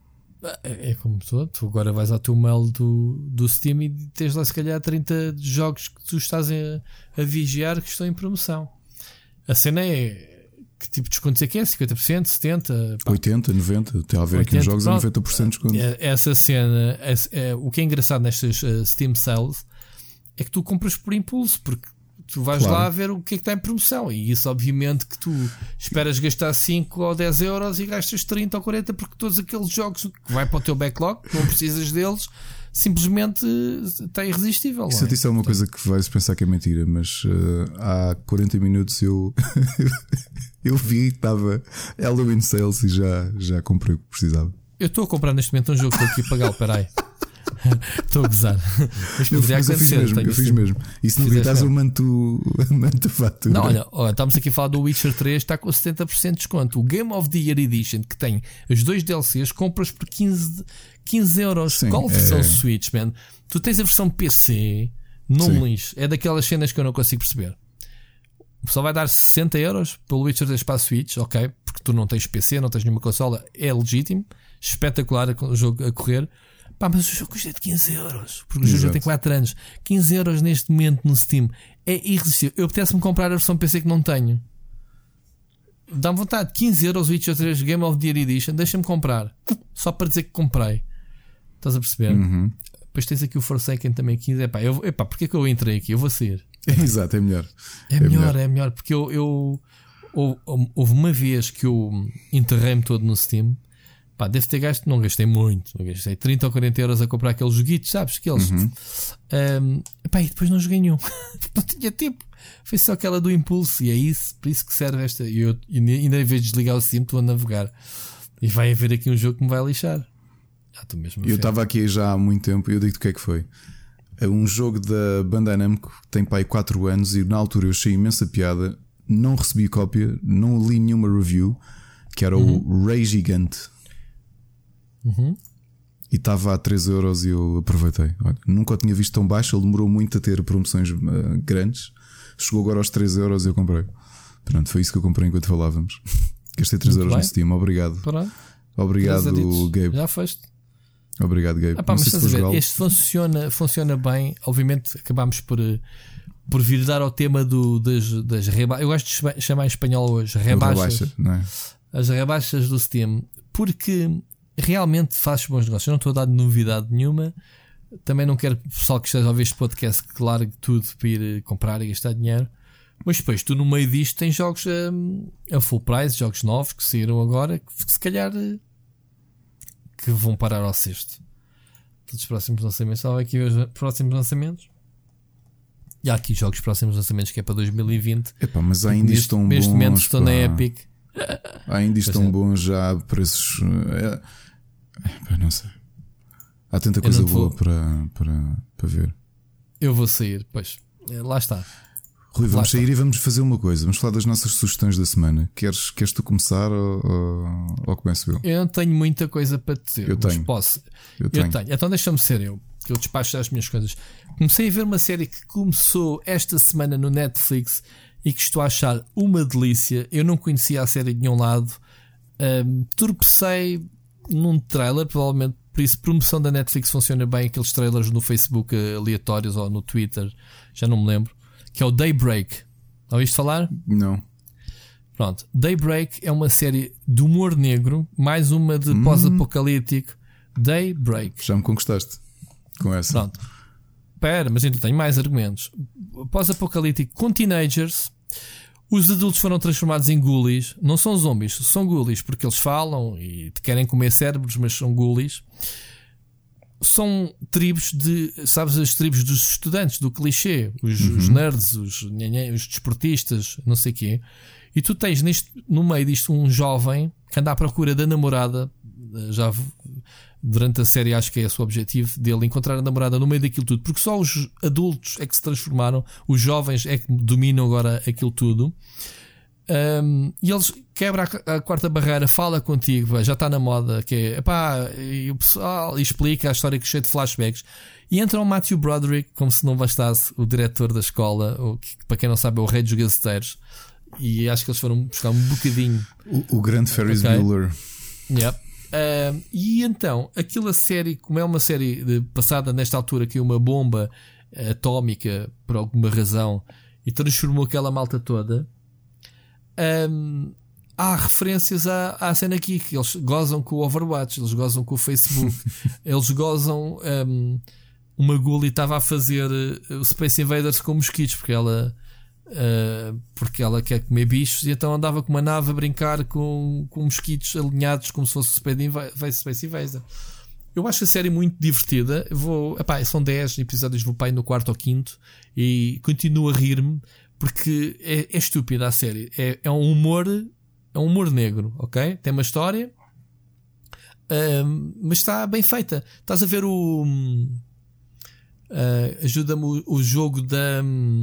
É como tu agora vais ao teu mail do Steam e tens lá se calhar 30 jogos que tu estás a vigiar que estão em promoção. A cena é que tipo de descontos é que é? 50%, 70%? 80%, 90%. Tem a ver aqui uns jogos a 90% de desconto. Essa cena, o que é engraçado nestas Steam Sales é que tu compras por impulso, porque tu vais lá ver o que é que está em promoção. E isso, obviamente, que tu esperas gastar 5 ou 10 euros e gastas 30 ou 40, porque todos aqueles jogos que vai para o teu backlog, não precisas deles, simplesmente está irresistível. Isso é uma coisa que vais pensar que é mentira, mas há 40 minutos eu vi que estava Halloween Sales e já comprei o que precisava. Eu estou a comprar neste momento um jogo que estou aqui a pagá-lo, peraí. Estou a gozar. Mas poderia acontecer. Eu fiz mesmo. E se não gritares, eu mando a fatura. Não, olha, estamos aqui a falar do Witcher 3, está com 70% de desconto. O Game of the Year Edition, que tem as 2 DLCs, compras por 15 euros. Sim, qual versão Switch, man? Tu tens a versão PC, não me lixo. É daquelas cenas que eu não consigo perceber. O pessoal vai dar 60 euros pelo Witcher 3 para a Switch, ok? Porque tu não tens PC, não tens nenhuma consola, é legítimo, espetacular o jogo a correr. Mas o jogo custa de 15 euros, porque o jogo já tem 4 anos. 15 euros neste momento no Steam é irresistível. Eu apetece-me comprar a versão PC que não tenho. Dá-me vontade. 15 euros o Witcher 3 Game of the Year Edition, deixa-me comprar, só para dizer que comprei. Estás a perceber? Depois tens aqui o Forsaken também 15. Porque é que eu entrei aqui? Eu vou sair. Exato, é melhor. É melhor, porque houve uma vez que eu enterrei-me todo no Steam. Deve ter gasto, não gastei muito, não gastei 30 ou 40 euros a comprar aqueles joguitos, sabes? Aqueles. E depois não joguei nenhum, não tinha tempo. Foi só aquela do impulso, e é isso, por isso que serve esta. E eu, ainda em vez de desligar o Steam, estou a navegar e vai haver aqui um jogo que me vai lixar. Eu estava aqui já há muito tempo e eu digo-te o que é que foi. É um jogo da Bandai Namco que tem 4 anos e na altura eu achei imensa piada. Não recebi cópia, não li nenhuma review, que era o Ray Gigante. E estava a 3 euros e eu aproveitei. Olha, nunca o tinha visto tão baixo. Ele demorou muito a ter promoções grandes. Chegou agora aos 3 euros e eu comprei. Pronto, foi isso que eu comprei enquanto falávamos. Gastei 3 euros no Steam. Obrigado. Obrigado, Gabe. Já foste. Obrigado, Gabe. Mas estás a ver, este funciona bem. Obviamente acabámos por vir dar ao tema das rebaixas. Eu gosto de chamar em espanhol hoje rebaixas. Não é? As rebaixas do Steam, porque realmente fazes bons negócios. Eu não estou a dar novidade nenhuma. Também não quero que o pessoal que esteja a ouvir este podcast que largue tudo para ir comprar e gastar dinheiro. Mas depois tu no meio disto tens jogos a full price, jogos novos que saíram agora, que se calhar que vão parar ao cesto. Todos os próximos lançamentos. Estava aqui os próximos lançamentos. E há aqui jogos próximos lançamentos que é para 2020. Mas ainda estão bons. Neste momento estão na Epic. Ainda estão bons já a preços. Não sei. Há tanta coisa boa para ver. Eu vou sair, pois. Lá está. Rui, vamos sair e vamos fazer uma coisa. Vamos falar das nossas sugestões da semana. Queres tu começar ou começo eu? Eu não tenho muita coisa para te dizer. Eu tenho. Posso. Eu tenho. Então deixa-me ser eu, que eu despacho as minhas coisas. Comecei a ver uma série que começou esta semana no Netflix e que estou a achar uma delícia. Eu não conhecia a série de nenhum lado. Tropecei num trailer, provavelmente por isso promoção da Netflix funciona bem, aqueles trailers no Facebook aleatórios ou no Twitter, já não me lembro, que é o Daybreak. Ouviste falar? Não. Pronto, Daybreak é uma série de humor negro, mais uma de pós-apocalíptico. Daybreak. Já me conquistaste com essa. Pronto. Espera, mas ainda tenho mais argumentos. Pós-apocalíptico com teenagers. Os adultos foram transformados em ghoulies. Não são zombies, são ghoulies, porque eles falam e te querem comer cérebros, mas são ghoulies. São tribos de... Sabes, as tribos dos estudantes, do clichê. Os nerds, os desportistas, não sei o quê. E tu tens no meio disto um jovem que anda à procura da namorada. Já durante a série acho que é esse o objetivo dele, encontrar a namorada no meio daquilo tudo, porque só os adultos é que se transformaram, os jovens é que dominam agora aquilo tudo. E eles quebram a quarta barreira, fala contigo, já está na moda, que é e o pessoal explica a história que é cheia de flashbacks. E entra o Matthew Broderick, como se não bastasse, o diretor da escola, que para quem não sabe é o rei dos gazeteiros. E acho que eles foram buscar um bocadinho o grande Ferris Bueller. Yep. E então, aquela série, como é uma série passada nesta altura, que é uma bomba atómica por alguma razão e transformou aquela malta toda, há referências à cena aqui, que eles gozam com o Overwatch, eles gozam com o Facebook, eles gozam. Uma Gully estava a fazer o Space Invaders com mosquitos, porque ela quer comer bichos, e então andava com uma nave a brincar com mosquitos alinhados como se fosse o Space Invader. Eu acho a série muito divertida. São 10 episódios, vou para aí no 4º ou 5º e continuo a rir-me porque é estúpida a série. É um humor negro, ok? Tem uma história, mas está bem feita. Estás a ver ajuda-me o jogo da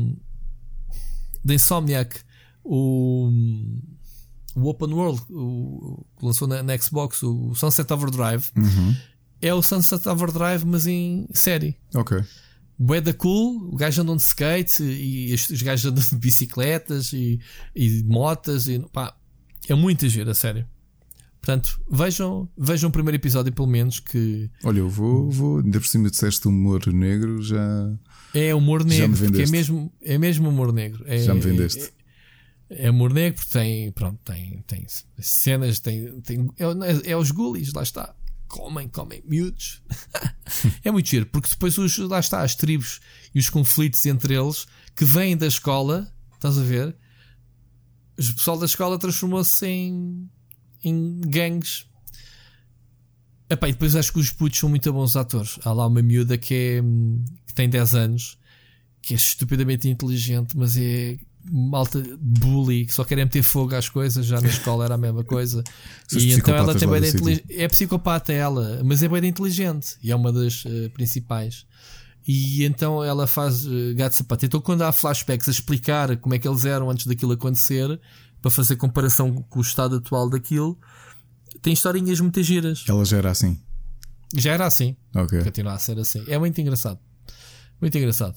Insomniac, o Open World, que lançou na Xbox, o Sunset Overdrive. É o Sunset Overdrive, mas em série. Ok. Bué da cool, o gajo anda de skate e os gajos andam de bicicletas e motas é muito giro, a sério. Portanto, vejam o primeiro episódio pelo menos. Que olha, eu vou ainda por cima disseste humor negro, já é humor negro, porque é mesmo humor negro. Já me vendeste. É humor negro porque tem cenas, é os ghoulies, lá está. Comem miúdos. É muito giro, porque depois lá está as tribos e os conflitos entre eles que vêm da escola, estás a ver? O pessoal da escola transformou-se em gangues. E depois acho que os putos são muito bons atores. Há lá uma miúda que tem 10 anos, que é estupidamente inteligente, mas é malta bully, que só querem meter fogo às coisas. Já na escola era a mesma coisa. E então ela tem bem inteligente. É psicopata ela, mas é bem inteligente e é uma das principais. E então ela faz gato sapato. Então quando há flashbacks a explicar como é que eles eram antes daquilo acontecer, para fazer comparação com o estado atual daquilo, tem historinhas muito giras. Ela já era assim? Já era assim. Ok. Continua a ser assim. É muito engraçado. Muito engraçado.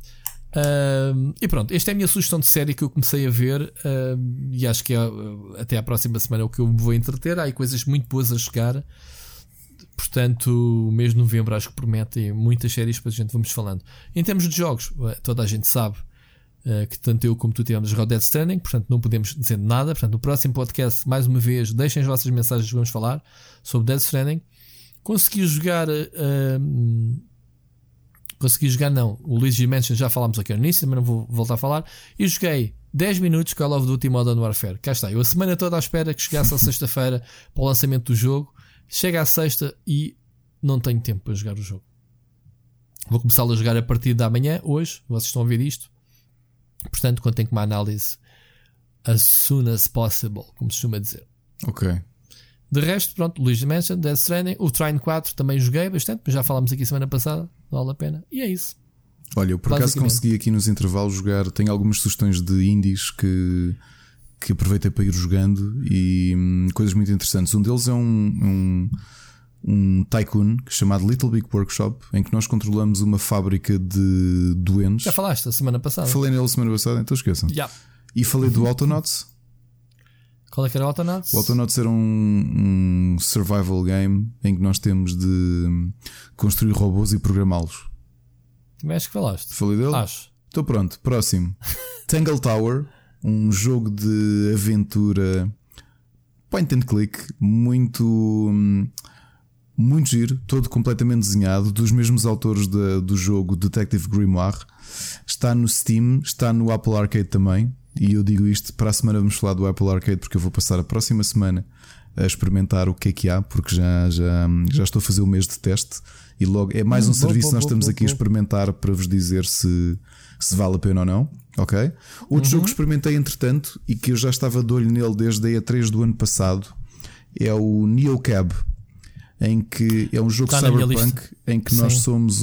E pronto, esta é a minha sugestão de série que eu comecei a ver, e acho que até à próxima semana é o que eu me vou entreter. Há aí coisas muito boas a chegar. Portanto, o mês de novembro acho que promete muitas séries para a gente vamos falando. Em termos de jogos, toda a gente sabe que tanto eu como tu tivemos jogado Death Stranding, portanto não podemos dizer nada. Portanto, no próximo podcast, mais uma vez, deixem as vossas mensagens que vamos falar sobre Death Stranding. Consegui jogar não, o Luigi Mansion já falámos aqui no início, mas não vou voltar a falar. E joguei 10 minutos Call of Duty Modern Warfare. Cá está, eu a semana toda à espera que chegasse a sexta-feira para o lançamento do jogo. Chega à sexta e não tenho tempo para jogar o jogo. Vou começar a jogar a partir da manhã, hoje, vocês estão a ver isto. Portanto, quando tenho uma análise as soon as possible, como se costuma dizer. Ok. De resto, pronto, Luigi Mansion, Death Stranding, o Trine 4 também joguei bastante, mas já falámos aqui semana passada, vale a pena. E é isso. Olha, eu por acaso consegui aqui nos intervalos jogar. Tenho algumas sugestões de indies que aproveitei para ir jogando e coisas muito interessantes. Um deles é um tycoon chamado Little Big Workshop, em que nós controlamos uma fábrica de doentes. Já falaste a semana passada. Falei nele a semana passada, então esqueçam. Yeah. E falei do Autonauts. Qual é que era o Autonauts? O Autonauts era um survival game em que nós temos de construir robôs e programá-los. Também acho que falaste. Falei dele? Acho. Estou pronto, próximo. Tangle Tower, um jogo de aventura point and click, muito giro, todo completamente desenhado, dos mesmos autores do jogo Detective Grimoire. Está no Steam, está no Apple Arcade também. E eu digo isto, para a semana vamos falar do Apple Arcade, porque eu vou passar a próxima semana a experimentar o que há, porque já estou a fazer o mês de teste. E logo é mais um serviço que nós estamos aqui a experimentar para vos dizer se vale a pena ou não. Ok? Outro jogo que experimentei entretanto e que eu já estava de olho nele desde a E3 do ano passado é o NeoCab, em que é um jogo cyberpunk em que nós somos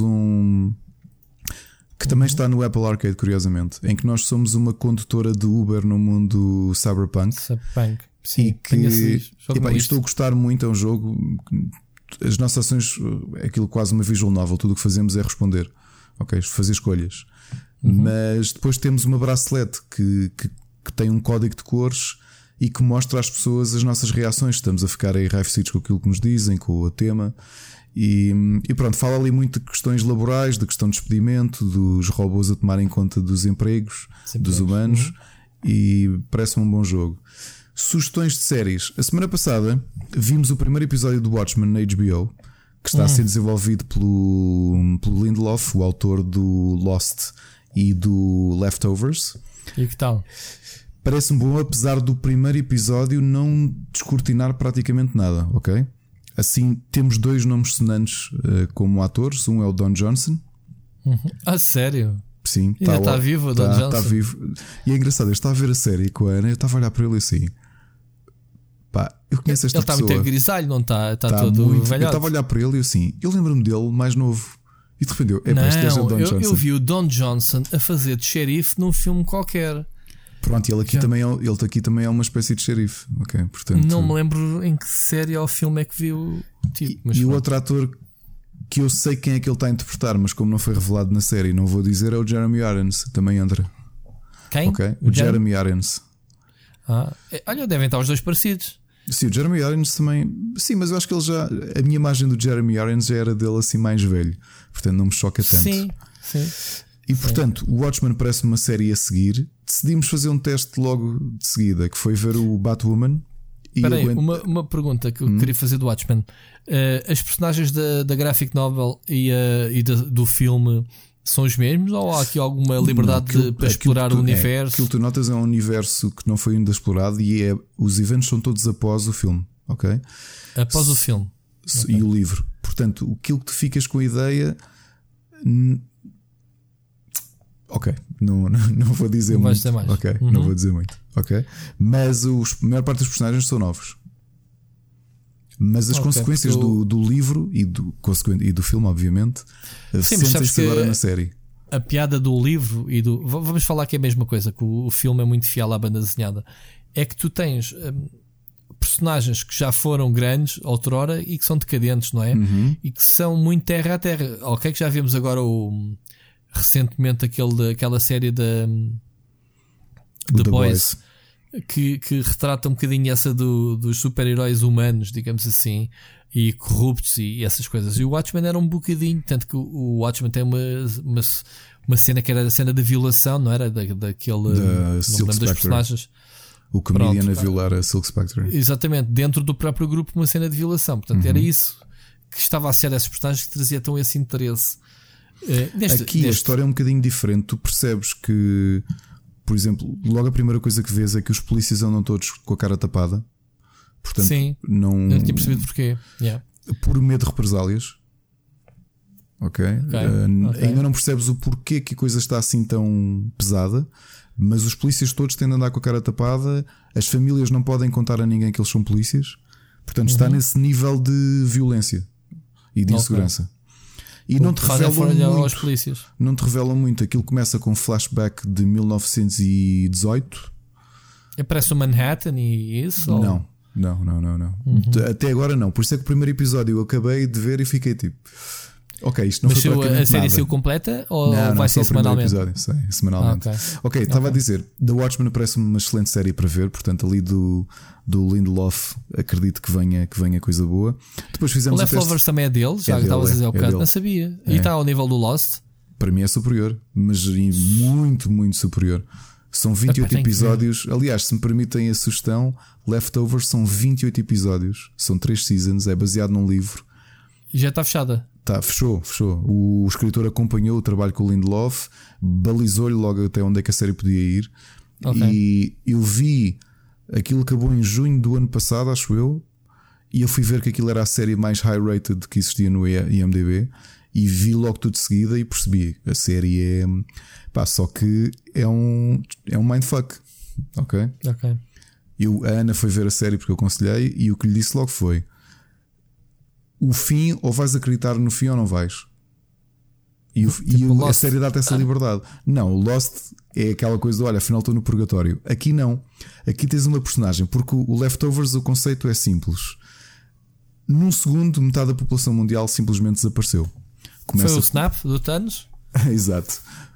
que também está no Apple Arcade, curiosamente, em que nós somos uma condutora de Uber no mundo cyberpunk. Sim, e que estou a gostar muito. É um jogo, as nossas ações, aquilo quase uma visual novel, tudo o que fazemos é responder, ok, fazer escolhas. Mas depois temos uma bracelete que tem um código de cores e que mostra às pessoas as nossas reações. Estamos a ficar aí enraivecidos com aquilo que nos dizem, com o tema. E pronto, fala ali muito de questões laborais, de questão de despedimento, dos robôs a tomarem conta dos empregos, dos humanos. E parece-me um bom jogo. Sugestões de séries. A semana passada vimos o primeiro episódio do Watchmen na HBO, que está a ser desenvolvido pelo Lindelof, o autor do Lost e do Leftovers. E que tal? Parece-me bom, apesar do primeiro episódio não descortinar praticamente nada, ok? Assim, temos dois nomes sonantes como atores. Um é o Don Johnson. Ah, sério? Sim, está vivo o Don Johnson. Está vivo. E é engraçado, eu estava a ver a série com a Ana, eu estava a olhar para ele assim. Pá, eu conheço esta pessoa. Ele está muito grisalho, não está? Está todo velhote. Eu estava a olhar para ele e assim, eu lembro-me dele mais novo. E de repente este é o Don Johnson. Eu vi o Don Johnson a fazer de xerife num filme qualquer. Pronto, ele aqui também é uma espécie de xerife, ok? Portanto, não me lembro em que série ou filme é que vi o tipo. E o outro ator que eu sei quem é que ele está a interpretar, mas como não foi revelado na série, não vou dizer, é o Jeremy Irons. Também entra. Quem? Okay? O Jeremy Irons. Olha, devem estar os dois parecidos. Sim, o Jeremy Irons também. Sim, mas eu acho que ele já. A minha imagem do Jeremy Irons já era dele assim mais velho. Portanto, não me choca tanto. Sim. E portanto, o Watchmen parece uma série a seguir. Decidimos fazer um teste logo de seguida, que foi ver o Batwoman. Espera aí, uma pergunta que eu queria fazer do Watchmen. As personagens da graphic novel e do filme são os mesmos? Ou há aqui alguma liberdade para explorar o universo? Aquilo que tu notas é um universo que não foi ainda explorado e os eventos são todos após o filme, ok? Após o filme. E o livro. Portanto, aquilo que tu ficas com a ideia... Ok, não vou dizer não muito. Mais. Ok, não vou dizer muito. Ok, mas a maior parte dos personagens são novos. Mas as consequências do livro e do filme, obviamente, sentem-se agora na série. A piada do livro e do. Vamos falar que é a mesma coisa, que o filme é muito fiel à banda desenhada. É que tu tens personagens que já foram grandes outrora e que são decadentes, não é? E que são muito terra a terra. Ok, que já vimos agora recentemente aquela série da The Boys que retrata um bocadinho essa dos super-heróis humanos, digamos assim, e corruptos e essas coisas. E o Watchmen era um bocadinho, tanto que o Watchmen tem uma cena que era a cena da violação, não era? Daquele não me lembro das personagens. O comedian a violar a Silk Spectre. Exatamente, dentro do próprio grupo, uma cena de violação. Portanto, era isso que estava a ser essas personagens que trazia tão esse interesse. Aqui a história é um bocadinho diferente. Tu percebes que, por exemplo, logo a primeira coisa que vês é que os polícias andam todos com a cara tapada. Portanto, sim, não tinha percebido porquê. Por medo de represálias. Ok. Ainda não percebes o porquê que a coisa está assim tão pesada. Mas os polícias todos têm de andar com a cara tapada. As famílias não podem contar a ninguém que eles são polícias. Portanto, está nesse nível de violência e de insegurança. E não te revelam muito. Não te revelam muito. Aquilo começa com um flashback de 1918. Parece o Manhattan e isso? Não. Até agora não. Por isso é que o primeiro episódio eu acabei de ver e fiquei tipo, ok, isto não mas foi praticamente a série saiu completa ou não, vai ser semanalmente? Episódio, semanalmente. Ok, estava a dizer, The Watchmen parece-me uma excelente série para ver. Portanto, ali do Lindelof acredito que venha coisa boa. Depois fizemos o Leftovers também é dele. Já estavas a dizer ao bocado, não sabia. E está ao nível do Lost? Para mim é superior, mas muito, muito superior. São 28 episódios. Aliás, se me permitem a sugestão, Leftovers são 28 episódios. São 3 seasons. É baseado num livro. E já está fechada? Fechou. O escritor acompanhou o trabalho com o Lindelof, balizou-lhe logo até onde é que a série podia ir. E eu vi, aquilo acabou em junho do ano passado, acho eu. E eu fui ver que aquilo era a série mais high-rated que existia no IMDb. E vi logo tudo de seguida e percebi, a série é só que é um mindfuck. Ok. A Ana foi ver a série porque eu aconselhei, e o que lhe disse logo foi: o fim, ou vais acreditar no fim ou não vais. E a série dá-te essa liberdade. Não, o Lost é aquela coisa de, olha, afinal estou no purgatório. Aqui não. Aqui tens uma personagem, porque o Leftovers, o conceito é simples. Num segundo, metade da população mundial simplesmente desapareceu. Foi o snap do Thanos? Exato.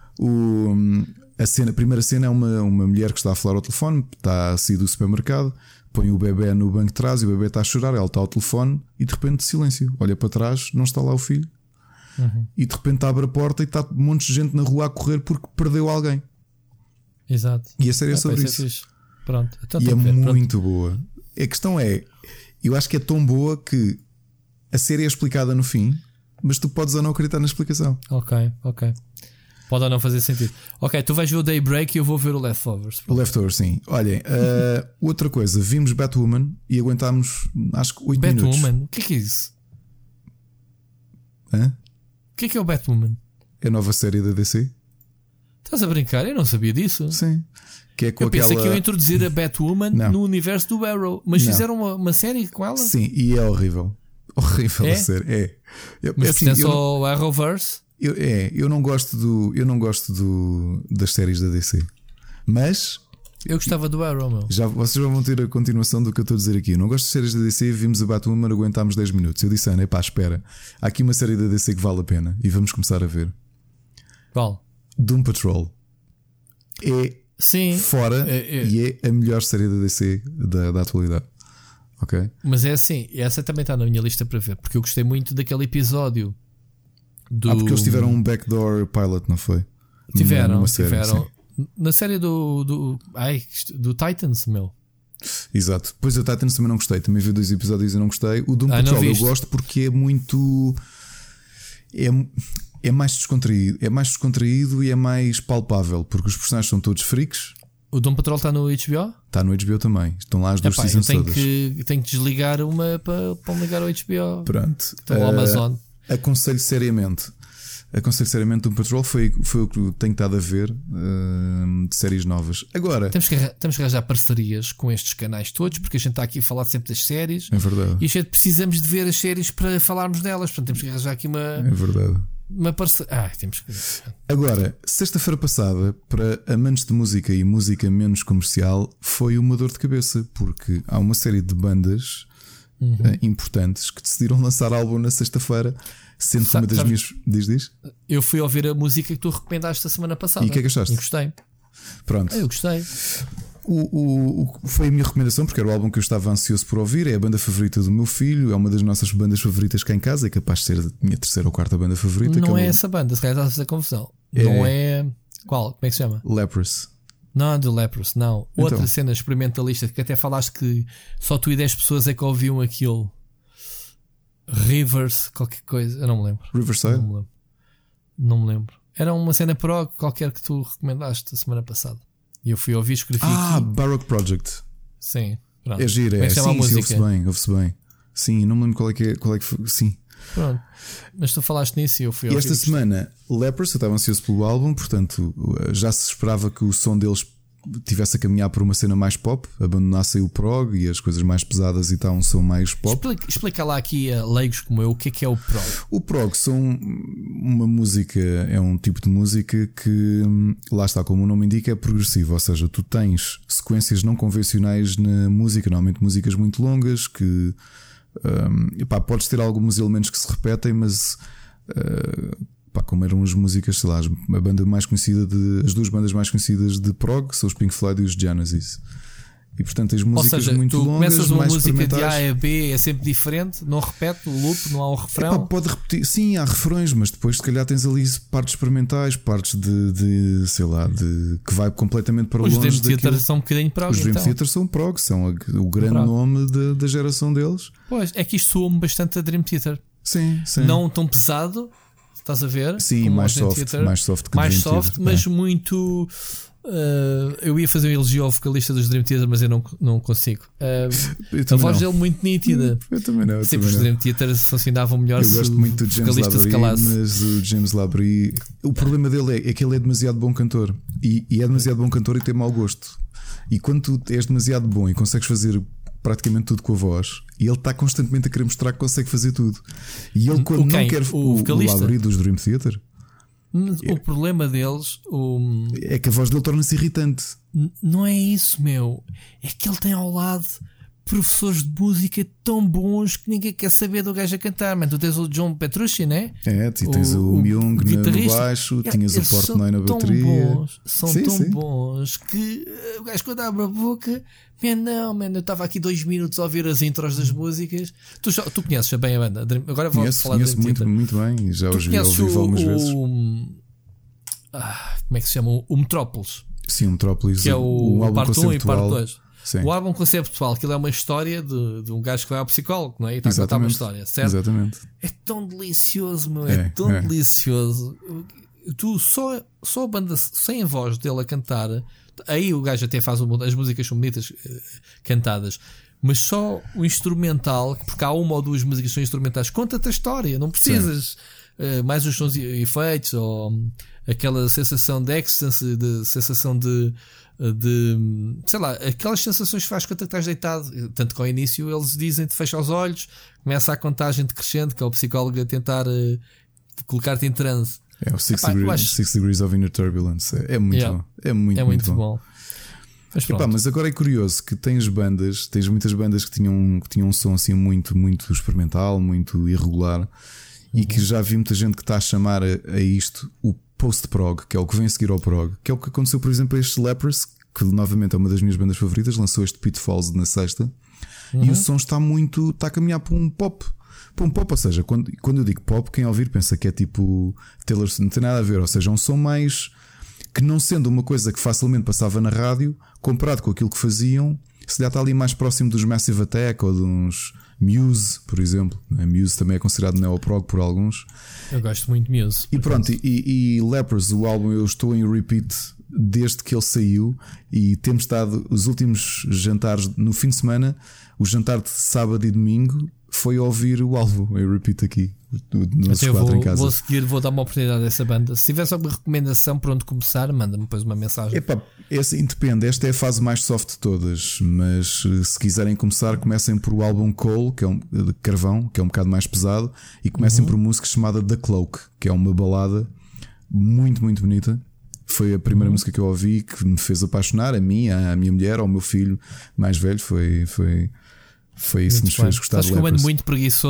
A primeira cena é uma mulher que está a falar ao telefone, está a sair do supermercado, põe o bebê no banco de trás e o bebê está a chorar, ela está ao telefone e de repente silêncio. Olha para trás, não está lá o filho. E de repente abre a porta e está um monte de gente na rua a correr porque perdeu alguém. Exato. E a série é sobre isso. Pronto. Então, e é muito boa. A questão é, eu acho que é tão boa que a série é explicada no fim, mas tu podes ou não acreditar na explicação. Ok. Pode ou não fazer sentido. Ok, tu vais ver o Daybreak e eu vou ver o Leftovers. O Leftovers, sim. Olhem, outra coisa, vimos Batwoman e aguentámos acho que 8 minutos. Batwoman? O que é isso? Hã? O que é o Batwoman? É a nova série da DC. Estás a brincar? Eu não sabia disso. Sim. Que é com eu pensei que iam introduzir a Batwoman no universo do Arrow. Mas fizeram uma série com ela? Sim, e é horrível. Horrível a série. Mas assim, pertence ao Arrowverse? Eu não gosto das séries da DC. Mas eu gostava do Arrow, meu. Vocês vão ter a continuação do que eu estou a dizer aqui. Eu não gosto de séries da DC. Vimos a Batwoman, aguentámos 10 minutos. Eu disse, Ana, espera, há aqui uma série da DC que vale a pena e vamos começar a ver. Qual? Doom Patrol. Sim, fora e é a melhor série da DC da atualidade. Ok? Mas é assim, essa também está na minha lista para ver, porque eu gostei muito daquele episódio porque eles tiveram um backdoor pilot, não foi? Tiveram. Na série do Titans, meu. Exato. Pois a Titans também não gostei. Também vi 2 episódios e não gostei. O Doom Patrol eu gosto porque é muito. É mais descontraído. É mais descontraído e é mais palpável, porque os personagens são todos freaks. O Doom Patrol está no HBO? Está no HBO também. Estão lá as 2 seasons todas. Tenho que desligar uma para ligar ao HBO. Pronto. Estão no Amazon. Aconselho seriamente Doom Patrol foi o que tenho estado a ver de séries novas. Agora temos que arranjar parcerias com estes canais todos, porque a gente está aqui a falar sempre das séries. É verdade. E a gente precisamos de ver as séries para falarmos delas. Portanto, temos que arranjar aqui uma. É verdade. Uma parceria. Temos que. Agora, sexta-feira passada, para amantes de música e música menos comercial, foi uma dor de cabeça, porque há uma série de bandas importantes que decidiram lançar álbum na sexta-feira. Sendo que uma das minhas. Diz? Eu fui ouvir a música que tu recomendaste a semana passada. E o que é que achaste? E gostei. Pronto. Eu gostei. Foi a minha recomendação, porque era o álbum que eu estava ansioso por ouvir. É a banda favorita do meu filho. É uma das nossas bandas favoritas cá em casa. É capaz de ser a minha 3ª ou 4ª banda favorita. Não é essa banda, se calhar estás a fazer confusão. Não é. Qual? Como é que se chama? Leprous. Não é do Leprous, não. Outra cena experimentalista que até falaste que só tu e 10 pessoas é que ouviam aquilo. Rivers, qualquer coisa, eu não me lembro. Riverside? Não me lembro. Era uma cena prog qualquer que tu recomendaste a semana passada. E eu fui ouvir, escrevi aqui. Baroque Project. Sim, pronto. É giro, é. Sim, ouve-se bem. Sim, não me lembro qual é que foi. Sim. Pronto. Mas tu falaste nisso e eu fui ouvir. E esta semana, Lepers, eu estava ansioso pelo álbum, portanto, já se esperava que o som deles tivesse a caminhar por uma cena mais pop, abandonasse o prog e as coisas mais pesadas e tal, são mais pop. Explica lá aqui a leigos como eu o que é o prog. O prog são uma música, é um tipo de música que, lá está, como o nome indica, é progressivo, ou seja, tu tens sequências não convencionais na música, normalmente músicas muito longas que podes ter alguns elementos que se repetem, mas como eram as músicas, sei lá, a banda mais conhecida as duas bandas mais conhecidas de prog são os Pink Floyd e os Genesis. E portanto tens músicas, ou seja, muito longas. Começas uma música de A a B, é sempre diferente, não repete o loop, não há um refrão. Pode repetir, sim, há refrões, mas depois se calhar tens ali partes experimentais, partes de sei lá, que vai completamente para longe. Os Dream Theater são um bocadinho prog. Os Dream Theater são prog, são o grande nome da geração deles. Pois, é que isto soa-me bastante a Dream Theater. Sim. Não tão pesado, estás a ver? Sim, mais soft que mais Dream soft, Theater, mas muito. Eu ia fazer um elogio ao vocalista dos Dream Theater, mas eu não consigo. A voz dele muito nítida. Eu também não. Sempre os Dream Theater funcionavam melhor. Eu gosto muito do James Labrie, mas o James Labrie, o problema dele é que ele é demasiado bom cantor. E é demasiado bom cantor e tem mau gosto. E quando tu és demasiado bom e consegues fazer praticamente tudo com a voz, e ele está constantemente a querer mostrar que consegue fazer tudo. E ele, quando não quer o Labrie dos Dream Theater. O problema deles é que a voz dele torna-se irritante. Não é isso, meu. É que ele tem ao lado professores de música tão bons que ninguém quer saber do gajo a cantar. Man, tu tens o John Petrucci, né? É, tens o Myung no baixo, tinhas o Portnoy na bateria. São tão bons que o gajo, quando abre a boca, eu estava aqui 2 minutos a ouvir as intros das músicas. Tu conheces bem a banda? Agora vou falar conheço muito bem. Já os vi ao vivo algumas vezes. Como é que se chama? O Metrópolis. Sim, o Metrópolis. Que é o parte 1 e parte 2. Sim. O álbum conceptual, aquilo é uma história de um gajo que vai ao psicólogo, não é? E está a contar uma história, certo? Exatamente. É tão delicioso, meu. É tão delicioso. Tu só a banda sem a voz dele a cantar. Aí o gajo até faz as músicas são bonitas cantadas, mas só o instrumental, porque há uma ou duas músicas que são instrumentais, conta-te a história. Não precisas mais os sons e efeitos ou aquela sensação de ecstasy, de sensação de sei lá, aquelas sensações que faz quando estás deitado. Tanto que ao início eles dizem-te fecha os olhos, começa a contagem decrescente, que é o psicólogo a tentar colocar-te em transe. É o 6 Degrees of Inner Turbulence. É muito bom. É muito bom. Mas agora é curioso que tens muitas bandas que tinham um som assim muito experimental, muito irregular, e que já vi muita gente que está a chamar a isto o post-prog, que é o que vem a seguir ao prog, que é o que aconteceu, por exemplo, a estes Lepers, que novamente é uma das minhas bandas favoritas, lançou este Pitfalls na sexta, e o som está a caminhar para um pop. Ou seja, quando eu digo pop, quem ouvir pensa que é tipo Taylor Swift, não tem nada a ver, ou seja, um som mais que, não sendo uma coisa que facilmente passava na rádio, comparado com aquilo que faziam, se já está ali mais próximo dos Massive Attack ou de uns Muse, por exemplo. A Muse também é considerado neoprog por alguns. Eu gosto muito de Muse. E pronto, e Lepers, o álbum, eu estou em repeat desde que ele saiu, e temos estado os últimos jantares no fim de semana, o jantar de sábado e domingo foi ouvir o álbum em repeat aqui nos quatro em casa. Vou dar uma oportunidade a essa banda. Se tivesse alguma recomendação por onde começar, manda-me depois uma mensagem. Depende, esta é a fase mais soft de todas, mas se quiserem começar, comecem por o álbum Coal, que é de Carvão, que é um bocado mais pesado, e comecem por uma música chamada The Cloak, que é uma balada muito bonita. Foi a primeira música que eu ouvi que me fez apaixonar, a mim, à minha mulher, ao meu filho mais velho. Foi isso que nos fez gostar de Lepers. Acho que eu ando muito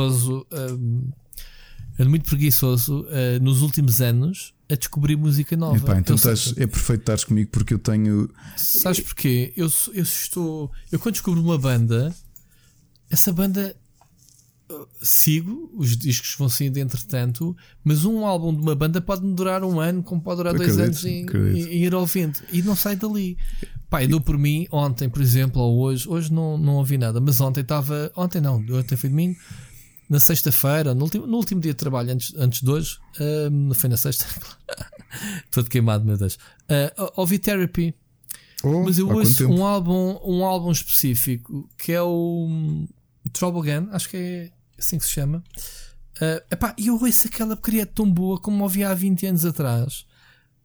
preguiçoso nos últimos anos a descobrir música nova. Então é perfeito estares comigo, porque eu tenho. Sabes porquê? Eu quando descubro uma banda, essa banda sigo, os discos vão saindo entretanto, mas um álbum de uma banda pode durar 1 ano, como pode durar 2 anos e ir ouvindo, e não sai dali. Eu dou por mim, ontem, por exemplo, ou hoje não ouvi nada, mas ontem foi domingo, na sexta-feira, no último dia de trabalho, antes de hoje, não foi na sexta, todo queimado, meu Deus, ouvi Therapy. Mas eu ouço um álbum específico que é o Trouble Again, acho que é assim que se chama. E eu ouço aquela porcaria tão boa como ouvi há 20 anos atrás.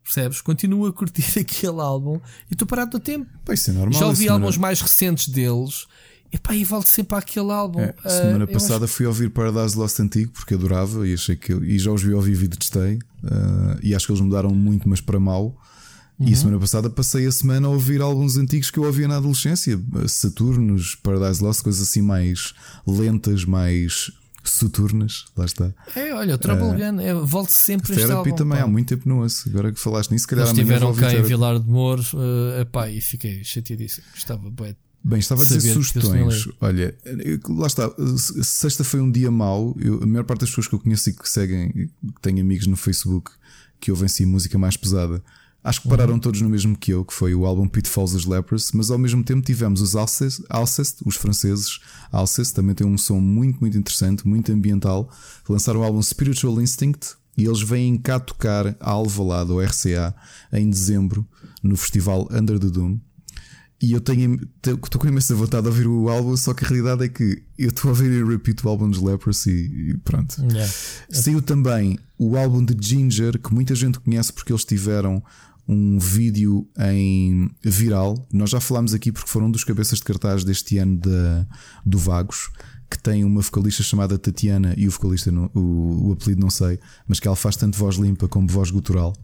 percebes? Continuo a curtir aquele álbum e estou parado no tempo. Pá, isso é normal. Já ouvi álbuns mais recentes deles e volto sempre àquele álbum. Semana passada fui ouvir Paradise Lost antigo porque adorava e achei que e já os vi ao vivo e detestei. E acho que eles mudaram muito, mas para mal. E a semana passada passei a semana a ouvir álbuns antigos que eu ouvia na adolescência, Saturnos, Paradise Lost, coisas assim mais lentas, mais soturnas. Lá está. Olha, o Trouble Gun, volto sempre a este álbum. Também há muito tempo não ouço. Agora que falaste nisso, se calhar eles estiveram cá em Vilar de Mouros e fiquei chateadíssimo. Estava bem, estava a dizer sugestões. Olha, lá está. Sexta foi um dia mau. A maior parte das pessoas que eu conheço e que seguem, que têm amigos no Facebook que ouvem sim música mais pesada, acho que pararam todos no mesmo que eu, que foi o álbum Pitfalls dos Lepers. Mas ao mesmo tempo tivemos os Alcest, os franceses. Alcest também tem um som muito, muito interessante, muito ambiental. Lançaram o álbum Spiritual Instinct e eles vêm cá tocar a Alvalade, ou RCA, em dezembro, no festival Under the Dome. E eu estou com imensa vontade de ouvir o álbum, só que a realidade é que eu estou a ouvir e repito o álbum dos Lepers e pronto. Saiu também o álbum de Ginger, que muita gente conhece porque eles tiveram um vídeo em viral. Nós já falámos aqui porque foram um dos cabeças de cartaz deste ano do Vagos, que tem uma vocalista chamada Tatiana e o vocalista, o apelido não sei, mas que ela faz tanto voz limpa como voz gutural.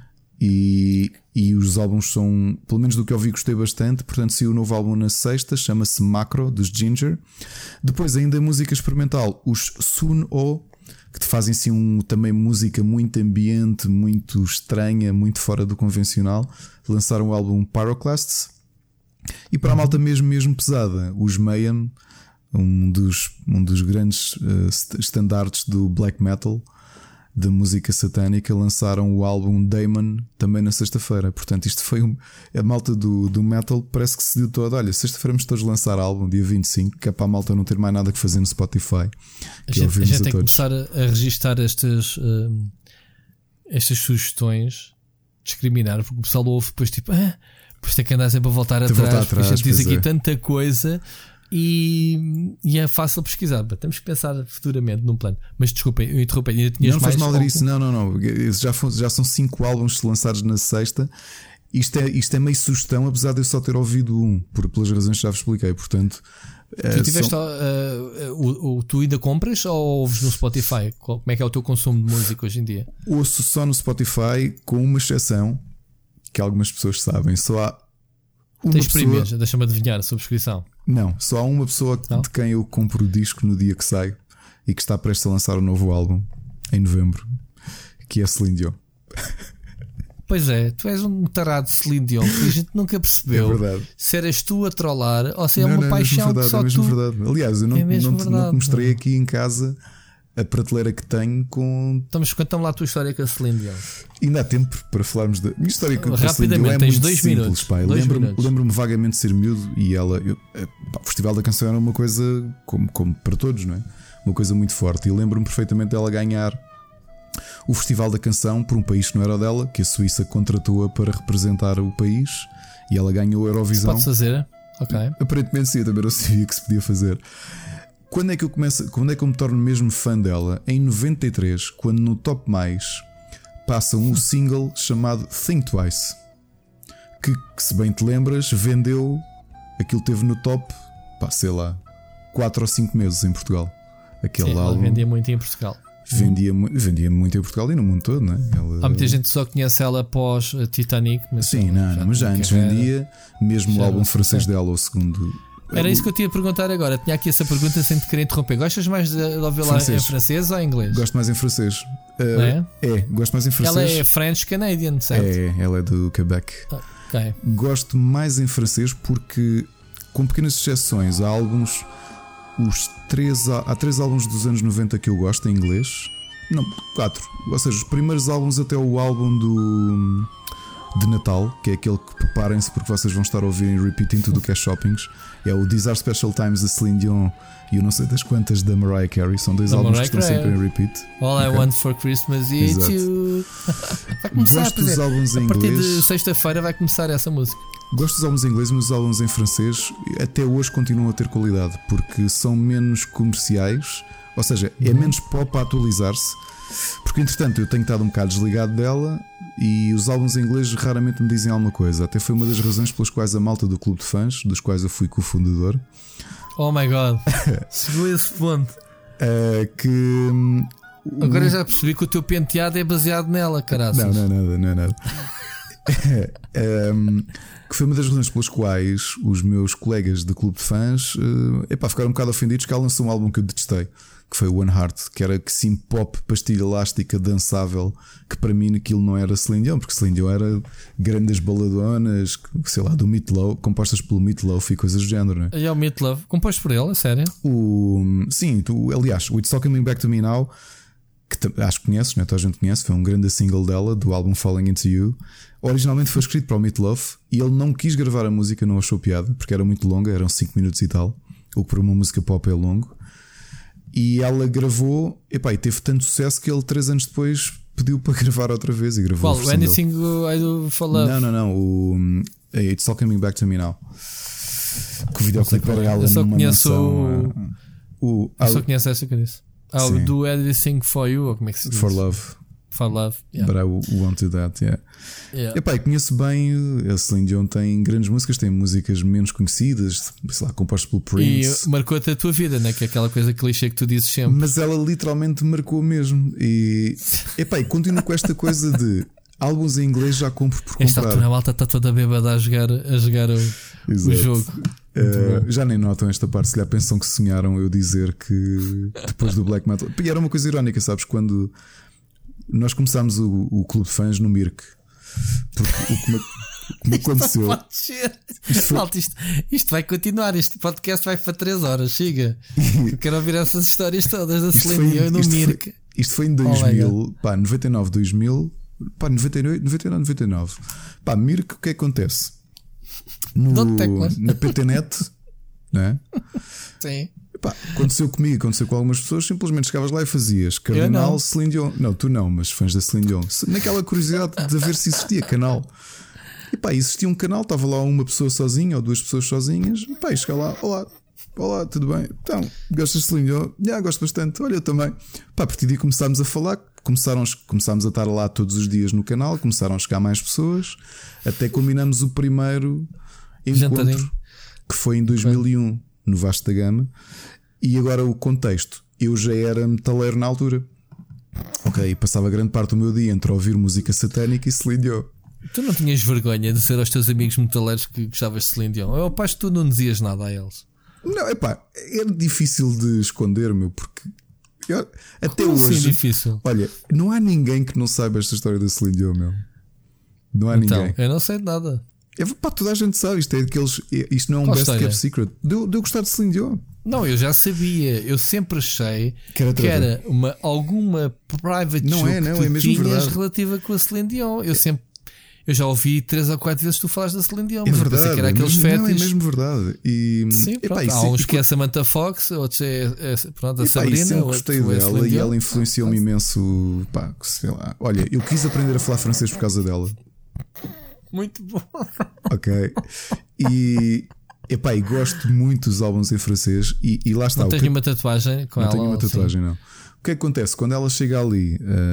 E os álbuns são, pelo menos do que eu vi, gostei bastante. Portanto, saiu o novo álbum na sexta, chama-se Macro, dos Ginger. Depois ainda música experimental, os Sun-O, que te fazem assim também música muito ambiente, muito estranha, muito fora do convencional. Lançaram o álbum Pyroclasts. E para a malta mesmo pesada, os Mayhem, um dos grandes estandartes do black metal, da música satânica, lançaram o álbum Daemon também na sexta-feira. Portanto, isto foi a malta do metal parece que se deu toda. Olha, sexta-feira vamos todos lançar álbum, dia 25, que é para a malta não ter mais nada que fazer no Spotify. A gente tem que começar a registar estas sugestões, discriminar, porque o pessoal ouve depois tipo, por isso é que andar sempre a voltar atrás, porque a gente diz aqui tanta coisa. E é fácil pesquisar. Temos que pensar futuramente num plano. Mas desculpem, eu interrompi. Ainda tinhas não mais? Não faz mal disso. Não. Já são 5 álbuns lançados na sexta. Isto é meio sugestão, apesar de eu só ter ouvido um, pelas razões que já vos expliquei. Portanto, tu tiveste tu ainda compras ou ouves no Spotify? Como é que é o teu consumo de música hoje em dia? Ouço só no Spotify, com uma exceção que algumas pessoas sabem. Só há uma pessoa... Deixa-me adivinhar a subscrição. Não, só há uma pessoa de quem eu compro o disco no dia que sai e que está prestes a lançar um novo álbum em novembro, que é Celine Dion. Pois é, tu és um tarado de Celine Dion que a gente nunca percebeu. É verdade. Se eras tu a trollar ou se é uma paixão verdade, que só mesmo tu... verdade. Aliás, eu não te mostrei aqui em casa a prateleira que tenho com... Conta-me lá a tua história com a Celine Dion. Ainda há tempo para falarmos da minha história com a Celine Dion. Rapidamente, tens 2 minutos. Lembro-me vagamente de ser miúdo e o Festival da Canção era uma coisa como para todos, não é? Uma coisa muito forte. E lembro-me perfeitamente dela ganhar o Festival da Canção por um país que não era o dela, que a Suíça contratou-a para representar o país, e ela ganhou a Eurovisão. Pode fazer? Ok. Aparentemente sim, eu também não sabia que se podia fazer. Quando é que eu me torno mesmo fã dela? Em 93, quando no Top Mais passa um single chamado Think Twice, que se bem te lembras, vendeu, aquilo teve no top, sei lá, 4 ou 5 meses em Portugal. Aquele álbum vendia muito em Portugal. Vendia muito em Portugal e no mundo todo, não é? Há muita gente que só conhece ela após Titanic. Mas sim, mas já antes vendia, mesmo o álbum francês dela, o segundo. Era isso que eu te ia perguntar agora. Tinha aqui essa pergunta sem te querer interromper. Gostas mais de ouvi-la em francês ou em inglês? Gosto mais em francês. Gosto mais em francês. Ela é French Canadian, certo? Ela é do Quebec. Okay. Gosto mais em francês porque, com pequenas exceções, há 3 álbuns dos anos 90 que eu gosto em inglês. Não, 4. Ou seja, os primeiros álbuns até o álbum de Natal, que é aquele que preparem-se porque vocês vão estar a ouvir em repeat em tudo o que é shoppings. É o These Are Special Times da Celine Dion e eu não sei das quantas da Mariah Carey. São 2 álbuns que estão sempre em repeat. All I Want for Christmas is You. Vai começar gosto dos álbuns em inglês. A partir inglês. de sexta-feira vai começar essa música. Gosto dos álbuns em inglês, mas os álbuns em francês até hoje continuam a ter qualidade porque são menos comerciais, ou seja, é menos pop a atualizar-se. Porque entretanto eu tenho estado um bocado desligado dela e os álbuns em inglês raramente me dizem alguma coisa. Até foi uma das razões pelas quais a malta do clube de fãs, dos quais eu fui cofundador. Oh my god, chegou esse ponto. Agora eu já percebi que o teu penteado é baseado nela, caraças. Não é nada. Que foi uma das razões pelas quais os meus colegas de clube de fãs ficaram um bocado ofendidos que ela lançou um álbum que eu detestei, que foi o One Heart, que era que sim pop, pastilha elástica, dançável, que para mim aquilo não era Celine Dion, porque Celine Dion era grandes baladonas, sei lá, do Meat Loaf, compostas pelo Meat Loaf e coisas do género, não é? E é o Meat Loaf, composto por ele, é sério? Aliás, o It's All Coming Back to Me Now, que acho que conheces, né? Toda a gente conhece, foi um grande single dela, do álbum Falling Into You. Originalmente foi escrito para o Meat Loaf e ele não quis gravar a música, não achou piada, porque era muito longa, eram 5 minutos e tal, o que para uma música pop é longo. E ela gravou, e teve tanto sucesso que ele 3 anos depois pediu para gravar outra vez e gravou. Qual? Anything I Do For Love? Não, o It's All Coming Back to Me Now. Que o videoclipe era ela numa mansão. Eu só conheço essa que eu disse. O do Everything For You, ou como é que se diz? For Love. For Love, yeah. But I won't do that, yeah. Conheço bem. A Celine Dion tem grandes músicas, tem músicas menos conhecidas, sei lá, compostas pelo Prince. E marcou-te a tua vida, né? Que é aquela coisa clichê que tu dizes sempre. Mas ela literalmente marcou mesmo. E continuo com esta coisa de álbuns em inglês já compro por comprar. Esta altura a malta está toda bêbada a jogar o jogo. Já nem notam esta parte, se lhe pensam que sonharam eu dizer que depois do black metal. E era uma coisa irónica, sabes? Quando nós começámos o clube de fãs no Mirk, porque o que me aconteceu. Isto vai continuar. Este podcast vai para 3 horas. Chega, eu quero ouvir essas histórias todas da Celine Dion no Mirk. Isto foi em 2000, 99, 2000, 98, 99, 99. Mirk, o que acontece? Na PTNet, não é? Sim. Aconteceu comigo, aconteceu com algumas pessoas. Simplesmente chegavas lá e fazias Cardinal Celine Dion. Não, tu não, mas fãs da Celine Dion. Naquela curiosidade de ver se existia canal. Existia um canal, estava lá uma pessoa sozinha ou 2 pessoas sozinhas. E chega lá, olá, tudo bem? Então, gostas de Celine Dion? Gosto bastante, olha, eu também. A partir daí começámos a falar. Começámos a estar lá todos os dias no canal. Começaram a chegar mais pessoas. Até combinamos o primeiro encontro, que foi em 2001 no Vasco da Gama. E agora o contexto: eu já era metaleiro na altura, passava grande parte do meu dia entre ouvir música satânica e Celine Dion. Tu não tinhas vergonha de dizer aos teus amigos metaleiros que gostavas de Celine Dion? Eu acho que tu não dizias nada a eles. Não, era difícil de esconder, porque até como hoje assim difícil? Olha, não há ninguém que não saiba esta história da Celine Dion, meu. Não há ninguém. Eu não sei de nada. Toda a gente sabe. Isto não é um best kept secret. Deu gostar de Celine Dion. Não, eu já sabia. Eu sempre achei que era alguma private joke que tu tinhas verdade. Relativa com a Celine Dion. Eu já ouvi 3 ou 4 vezes tu falas da Celine Dion, mas verdade, eu pensei que era aqueles fétiches. Não, é mesmo verdade. Sim, há uns que é a Samantha Fox, outros a Sabrina. Eu sempre gostei dela e ela influenciou-me imenso. Sei lá. Olha, eu quis aprender a falar francês por causa dela. Muito bom. E gosto muito dos álbuns em francês. E lá está. Não tenho uma tatuagem com ela? Não tenho uma tatuagem, não. O que acontece? Quando ela chega ali,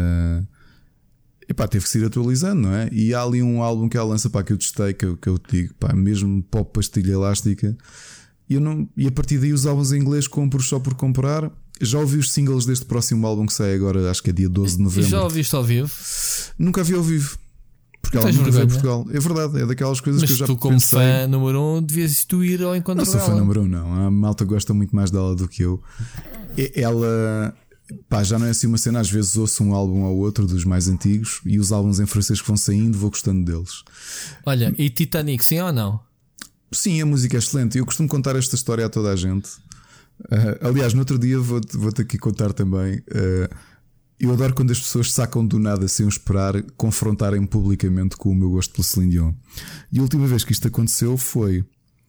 teve que se ir atualizando, não é? E há ali um álbum que ela lança, que eu testei, que eu te digo, mesmo pop pastilha elástica. E a partir daí os álbuns em inglês compro só por comprar. Já ouvi os singles deste próximo álbum que sai agora, acho que é dia 12 de novembro. E já ouviste ao vivo? Nunca vi ao vivo. Porque ela nunca veio a Portugal. É verdade, é daquelas coisas que eu já pensei. Mas tu, como fã número 1, devias tu ir ao encontro dela. Não sou fã número 1, não. A malta gosta muito mais dela do que eu. Ela, já não é assim uma cena. Às vezes ouço um álbum ou outro dos mais antigos e os álbuns em francês que vão saindo, vou gostando deles. Olha, e Titanic, sim ou não? Sim, a música é excelente. Eu costumo contar esta história a toda a gente. Aliás, no outro dia vou-te aqui contar também. Eu adoro quando as pessoas sacam do nada sem o esperar, confrontarem publicamente com o meu gosto pela Celine Dion. E a última vez que isto aconteceu foi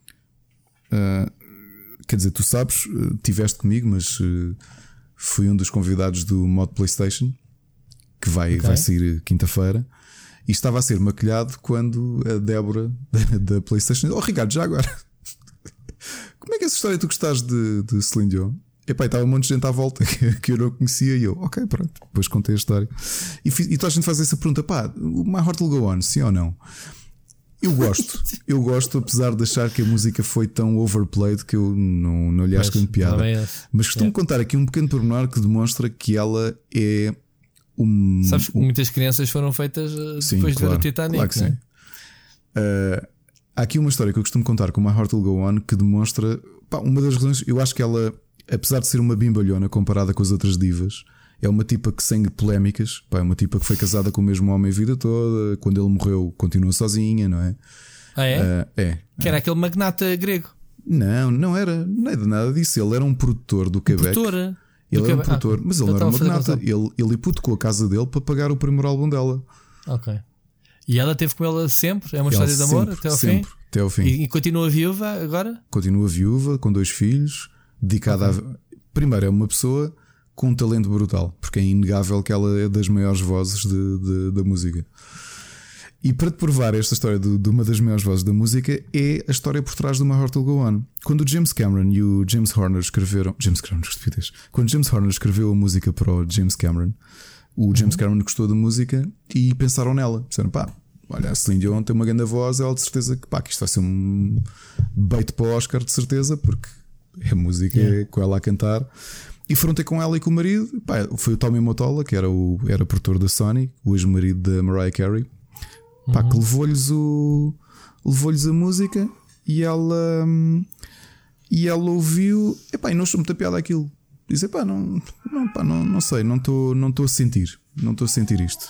quer dizer, tu sabes, tiveste comigo, mas fui um dos convidados do Mod PlayStation, que vai sair quinta-feira, e estava a ser maquilhado quando a Débora da PlayStation. Oh, Ricardo, já agora, como é que é essa história? Tu gostaste de Celine Dion? epá, estava um monte de gente à volta que eu não conhecia e eu, ok, pronto, depois contei a história. E toda a gente faz essa pergunta, pá, o My Heart Will Go On, sim ou não? Eu gosto, apesar de achar que a música foi tão overplayed que eu não lhe acho grande piada. Mas costumo contar aqui um pequeno pormenor que demonstra que ela é Sabes que muitas crianças foram feitas depois de ver o Titanic. Claro que sim. Há aqui uma história que eu costumo contar com My Heart Will Go On que demonstra, pá, uma das razões. Eu acho que ela, apesar de ser uma bimbalhona comparada com as outras divas, é uma tipa que sem polémicas, pá, é uma tipa que foi casada com o mesmo homem a vida toda. Quando ele morreu, continua sozinha, não é? Ah, é? Que era aquele magnata grego. Não era nada disso. Ele era um produtor do Quebec. Ele era um produtor, mas ele não era um magnata. Ele hipotecou a casa dele para pagar o primeiro álbum dela. Ok. E ela teve com ela sempre? É uma história de amor até ao fim? Até ao fim. E continua viúva agora? Continua viúva, com 2 filhos, dedicada Primeiro, é uma pessoa com um talento brutal, porque é inegável que ela é das maiores vozes da música. E para te provar esta história de uma das maiores vozes da música, é a história por trás do My Heart Will Go On. Quando o James Cameron e o James Horner escreveram. Quando James Horner escreveu a música para o James Cameron, o James Cameron gostou da música e pensaram nela. Disseram, pá, olha, a Celine Dion tem uma grande voz, ela de certeza que isto vai ser um bait para o Oscar, de certeza, porque é música, é com ela a cantar. E foram ter com ela e com o marido. Pá, foi o Tommy Mottola, que era produtor da Sony, o ex-marido da Mariah Carey. Pá, que levou-lhes a música e ela ouviu, epá, e não achou muita piada aquilo. Diz, epá, não sei, não estou a sentir isto.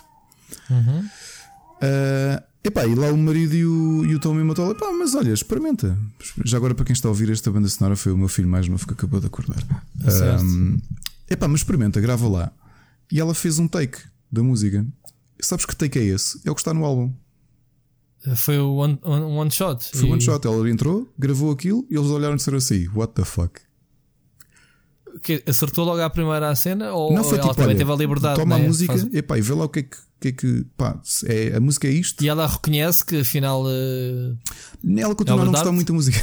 Epá, e lá o marido e o Tommy Mottola, epá, mas olha, experimenta. Já agora, para quem está a ouvir, esta banda sonora foi o meu filho mais novo que acabou de acordar. Epá, mas experimenta, grava lá. E ela fez um take da música. Sabes que take é esse? É o que está no álbum. Foi o one shot. Foi one shot. Ela entrou, gravou aquilo e eles olharam e disseram assim: what the fuck? Que acertou logo à primeira cena? Ou não, foi ela tipo, também olha, teve a liberdade? Toma a música, epá, e vê lá o que é que pá, a música é isto. E ela reconhece que afinal ela continua a não gostar muito da música.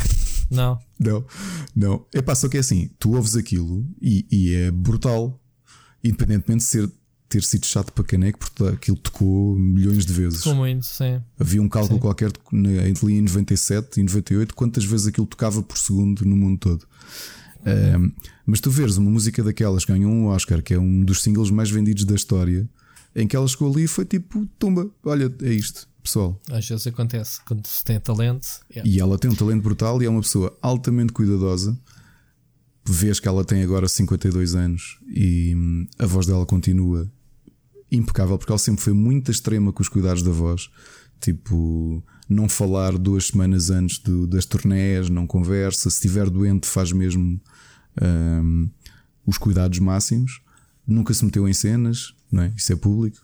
Não. Epá, só que é assim, tu ouves aquilo e é brutal, independentemente de ter sido chato para caneco, porque aquilo tocou milhões de vezes. Tocou muito, sim. Havia um cálculo qualquer em 97 e 98 quantas vezes aquilo tocava por segundo no mundo todo. Mas tu veres uma música daquelas que ganhou um Oscar, que é um dos singles mais vendidos da história, em que ela chegou ali e foi tipo, tumba, olha, é isto, pessoal. Às vezes acontece quando se tem talento. E ela tem um talento brutal e é uma pessoa altamente cuidadosa. Vês que ela tem agora 52 anos e a voz dela continua impecável, porque ela sempre foi muito extrema com os cuidados da voz. Tipo, não falar 2 semanas antes das turnés, não conversa. Se estiver doente, faz mesmo os cuidados máximos. Nunca se meteu em cenas, não é? Isso é público.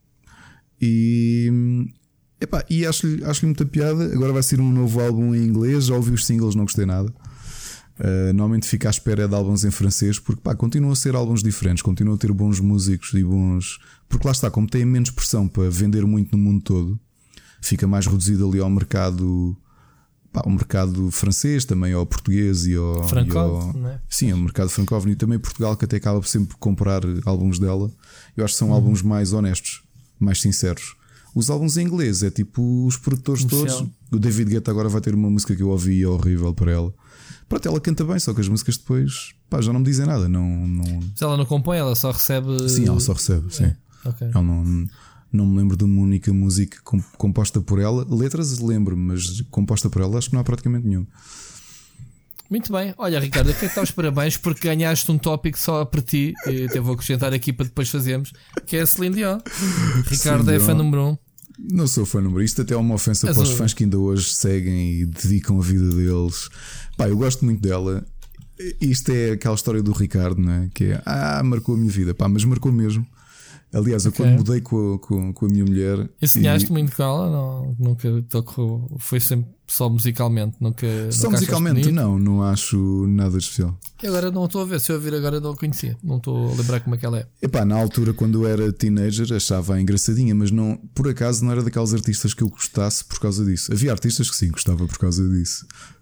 E acho-lhe muita piada. Agora vai ser um novo álbum em inglês. Já ouvi os singles, não gostei nada. Normalmente fico à espera de álbuns em francês, porque pá, continuam a ser álbuns diferentes, continuam a ter bons músicos e bons. Porque lá está, como têm menos pressão para vender muito no mundo todo, fica mais reduzido ali ao mercado, ao mercado francês, também ao português e ao francófono, não é? Sim, ao mercado francófono e também Portugal, que até acaba sempre por comprar álbuns dela. Eu acho que são álbuns mais honestos, mais sinceros. Os álbuns em inglês é tipo os produtores todos. O David Guetta agora vai ter uma música que eu ouvi e é horrível para ela. Pronto, ela canta bem, só que as músicas depois, pá, já não me dizem nada. Não... Se ela não compõe, ela só recebe. Sim, ela só recebe, sim. Okay. Ela não me lembro de uma única música composta por ela. Letras lembro, mas composta por ela acho que não há praticamente nenhum. Muito bem, olha Ricardo, eu quero dar os parabéns porque ganhaste um tópico só para ti. Eu até vou acrescentar aqui para depois fazermos, que é a Celine Dion. Ricardo é fã número 1. Não sou fã número 1. Isto até é uma ofensa para os fãs que ainda hoje seguem e dedicam a vida deles. Pá, eu gosto muito dela. Isto é aquela história do Ricardo, não é? Que é, marcou a minha vida. Pá, mas marcou mesmo. Aliás, eu quando mudei com a minha mulher. Ensinhaste muito com ela? Não, nunca tocou. Foi sempre só musicalmente? Só musicalmente? Não acho nada especial. E agora não estou a ver. Se eu ouvir agora, não a conhecia. Não estou a lembrar como é que ela é. Epá, na altura, quando eu era teenager, achava engraçadinha, mas não, por acaso não era daqueles artistas que eu gostasse por causa disso. Havia artistas que sim, gostava por causa disso.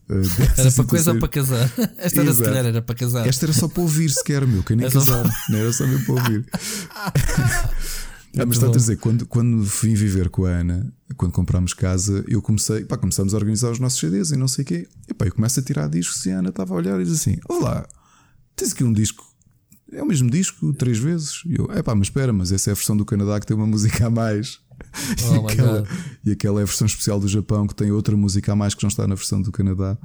Era para coisa ou para casar? Esta era, se calhar, era para casar. Esta era só para ouvir sequer, meu, que nem casar. Não era só mesmo para ouvir. Mas está a dizer, quando vim viver com a Ana, quando comprámos casa, eu começámos a organizar os nossos CDs e não sei o quê. E pá, eu começo a tirar discos e a Ana estava a olhar e diz assim: olá, tens aqui um disco, é o mesmo disco 3 vezes. E eu, mas espera, mas essa é a versão do Canadá que tem uma música a mais. E aquela é a versão especial do Japão que tem outra música a mais que não está na versão do Canadá.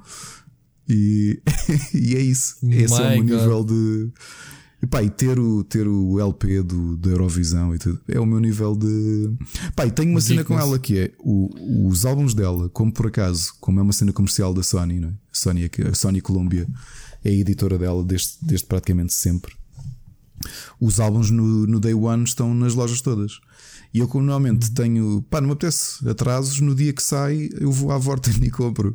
E é isso. Esse é o meu nível de. E ter o LP da Eurovisão e tudo. É o meu nível de. E tenho uma cena com ela que é os álbuns dela, como por acaso, como é uma cena comercial da Sony, não é? A Sony Columbia é a editora dela desde praticamente sempre. Os álbuns no Day One estão nas lojas todas. E eu, como normalmente tenho, não me apetece atrasos, no dia que sai, eu vou à Vorten e compro.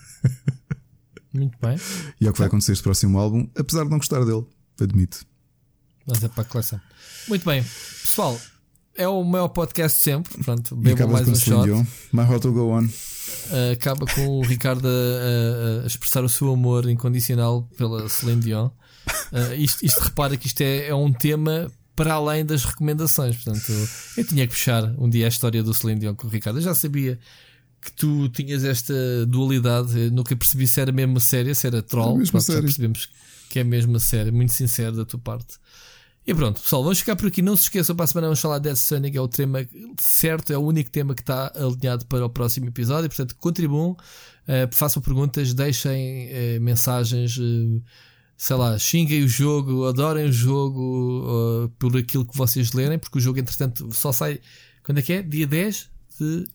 Muito bem. E é o que vai acontecer este próximo álbum, apesar de não gostar dele, admito. Mas é para a coleção. Muito bem, pessoal, é o maior podcast sempre. Pronto, bebam mais um shot. My Heart Will Go On. Acaba com o Ricardo a expressar o seu amor incondicional pela Celine Dion. Isto repara que isto é um tema para além das recomendações. Portanto, eu tinha que puxar um dia a história do Celine Dion com o Ricardo. Eu já sabia que tu tinhas esta dualidade. Eu nunca percebi se era mesmo séria, se era troll. Já percebemos que é mesmo sério, muito sincero da tua parte. E pronto, pessoal, vamos ficar por aqui. Não se esqueçam, para a semana vamos falar de Death Stranding. É o tema certo, é o único tema que está alinhado para o próximo episódio. Portanto, contribuam, façam perguntas, deixem mensagens, sei lá, xinguem o jogo, adorem o jogo por aquilo que vocês lerem, porque o jogo, entretanto, só sai. Quando é que é? Dia 10 de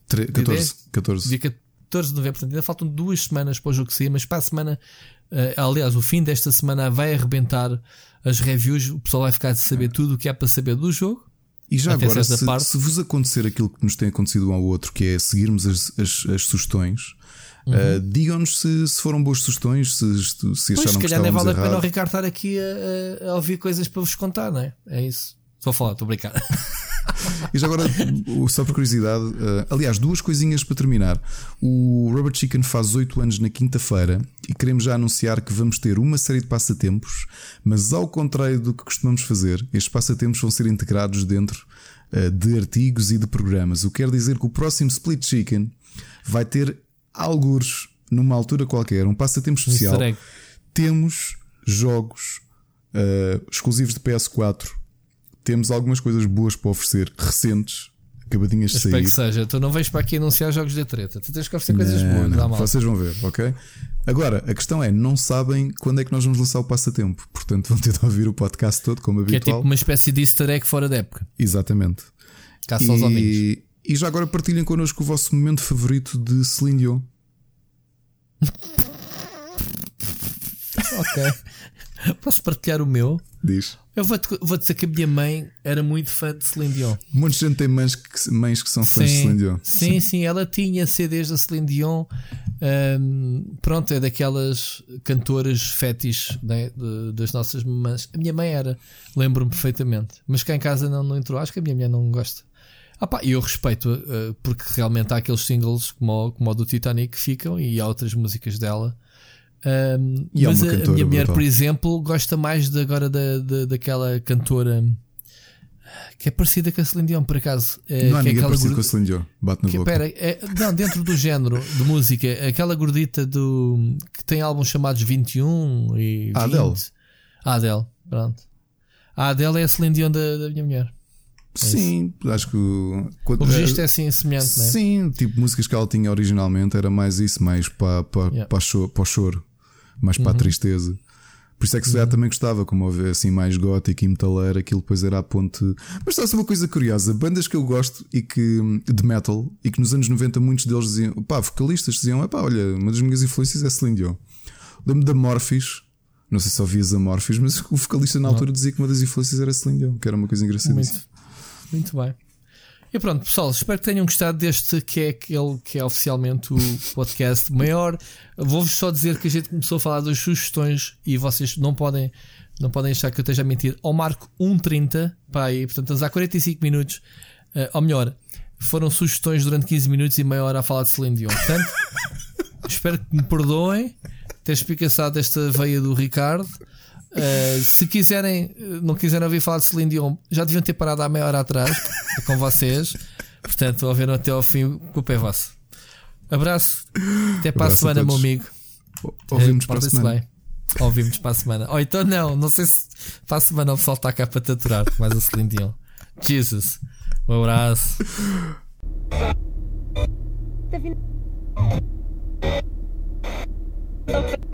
14. Dia 14 de novembro. Portanto, ainda faltam 2 semanas para o jogo sair, mas para a semana, aliás, o fim desta semana vai arrebentar as reviews. O pessoal vai ficar a saber tudo o que há para saber do jogo. E já agora, se vos acontecer aquilo que nos tem acontecido um ao outro, que é seguirmos as sugestões, digam-nos se foram boas sugestões, se acharam que estávamos errados. Se calhar não vale a pena o Ricardo estar aqui a ouvir coisas para vos contar, não é? É isso. Estou a falar, estou a brincar. E já agora, só por curiosidade, aliás, 2 coisinhas para terminar. O Rubber Chicken faz 8 anos na quinta-feira e queremos já anunciar que vamos ter uma série de passatempos, mas ao contrário do que costumamos fazer, estes passatempos vão ser integrados dentro de artigos e de programas. O que quer dizer que o próximo Split Chicken vai ter algures, numa altura qualquer, um passatempo especial. Temos jogos exclusivos de PS4. Temos algumas coisas boas para oferecer, recentes, acabadinhas de sair. Espero que seja. Tu não vais para aqui anunciar jogos de treta. Tu tens que oferecer coisas boas. Não, vocês vão ver, ok? Agora, a questão é, não sabem quando é que nós vamos lançar o passatempo. Portanto, vão ter de ouvir o podcast todo, como habitual. Que é tipo uma espécie de easter egg fora da época. Exatamente. Caça aos amigos. E já agora partilhem connosco o vosso momento favorito de Celine Dion. Ok. Posso partilhar o meu? Diz. Eu vou dizer que a minha mãe era muito fã de Celine Dion. Um monte de gente tem mães que são fãs de Celine Dion. Sim, ela tinha CDs da Celine Dion. Pronto, é daquelas cantoras fétiches, né, das nossas mamães. A minha mãe era, lembro-me perfeitamente. Mas cá em casa não entrou. Acho que a minha mulher não gosta. E eu respeito, porque realmente há aqueles singles como o do Titanic que ficam, e há outras músicas dela. Mas a minha mulher, por exemplo, gosta mais daquela cantora que é parecida com a Celine Dion, por acaso. Não há ninguém parecido com a Celine Dion. Bate na boca. Não, dentro do género de música, aquela gordita que tem álbuns chamados 21 e 20. A Adele, pronto. A Adele é a Celine Dion da minha mulher. Sim, acho que o registro é assim semelhante, não é? Sim, tipo músicas que ela tinha originalmente era mais isso, mais para o choro, mais para a tristeza. Por isso é que se também gostava, como houve assim mais gótico e metaleiro, aquilo depois era a ponte. Mas está-se uma coisa curiosa: bandas que eu gosto e de metal, e que nos anos 90 muitos deles diziam, vocalistas diziam, olha, uma das minhas influências é Celine Dion. Lembro da Morphis, não sei se ouvias a Morphis, mas o vocalista na altura dizia que uma das influências era Celine Dion, que era uma coisa engraçadíssima. Muito bem. E pronto, pessoal, espero que tenham gostado deste que é oficialmente o podcast maior. Vou-vos só dizer que a gente começou a falar das sugestões e vocês não podem achar que eu esteja a mentir. Ao marco 1:30 para aí, portanto, estamos há 45 minutos. Ou melhor, foram sugestões durante 15 minutos e meia hora a falar de Celine Dion. Portanto, espero que me perdoem ter espicaçado esta veia do Ricardo. Se quiserem, não quiserem ouvir falar de Celine Dion, já deviam ter parado há meia hora atrás com vocês. Portanto, ouviram até ao fim, culpa é vossa. Abraço, até para a semana, meu amigo. Ouvimos para a semana. Bem. Ouvimos para a semana. Ou então não sei se para a semana o pessoal está cá para te aturar mais a Celine Dion. Jesus, um abraço. Okay.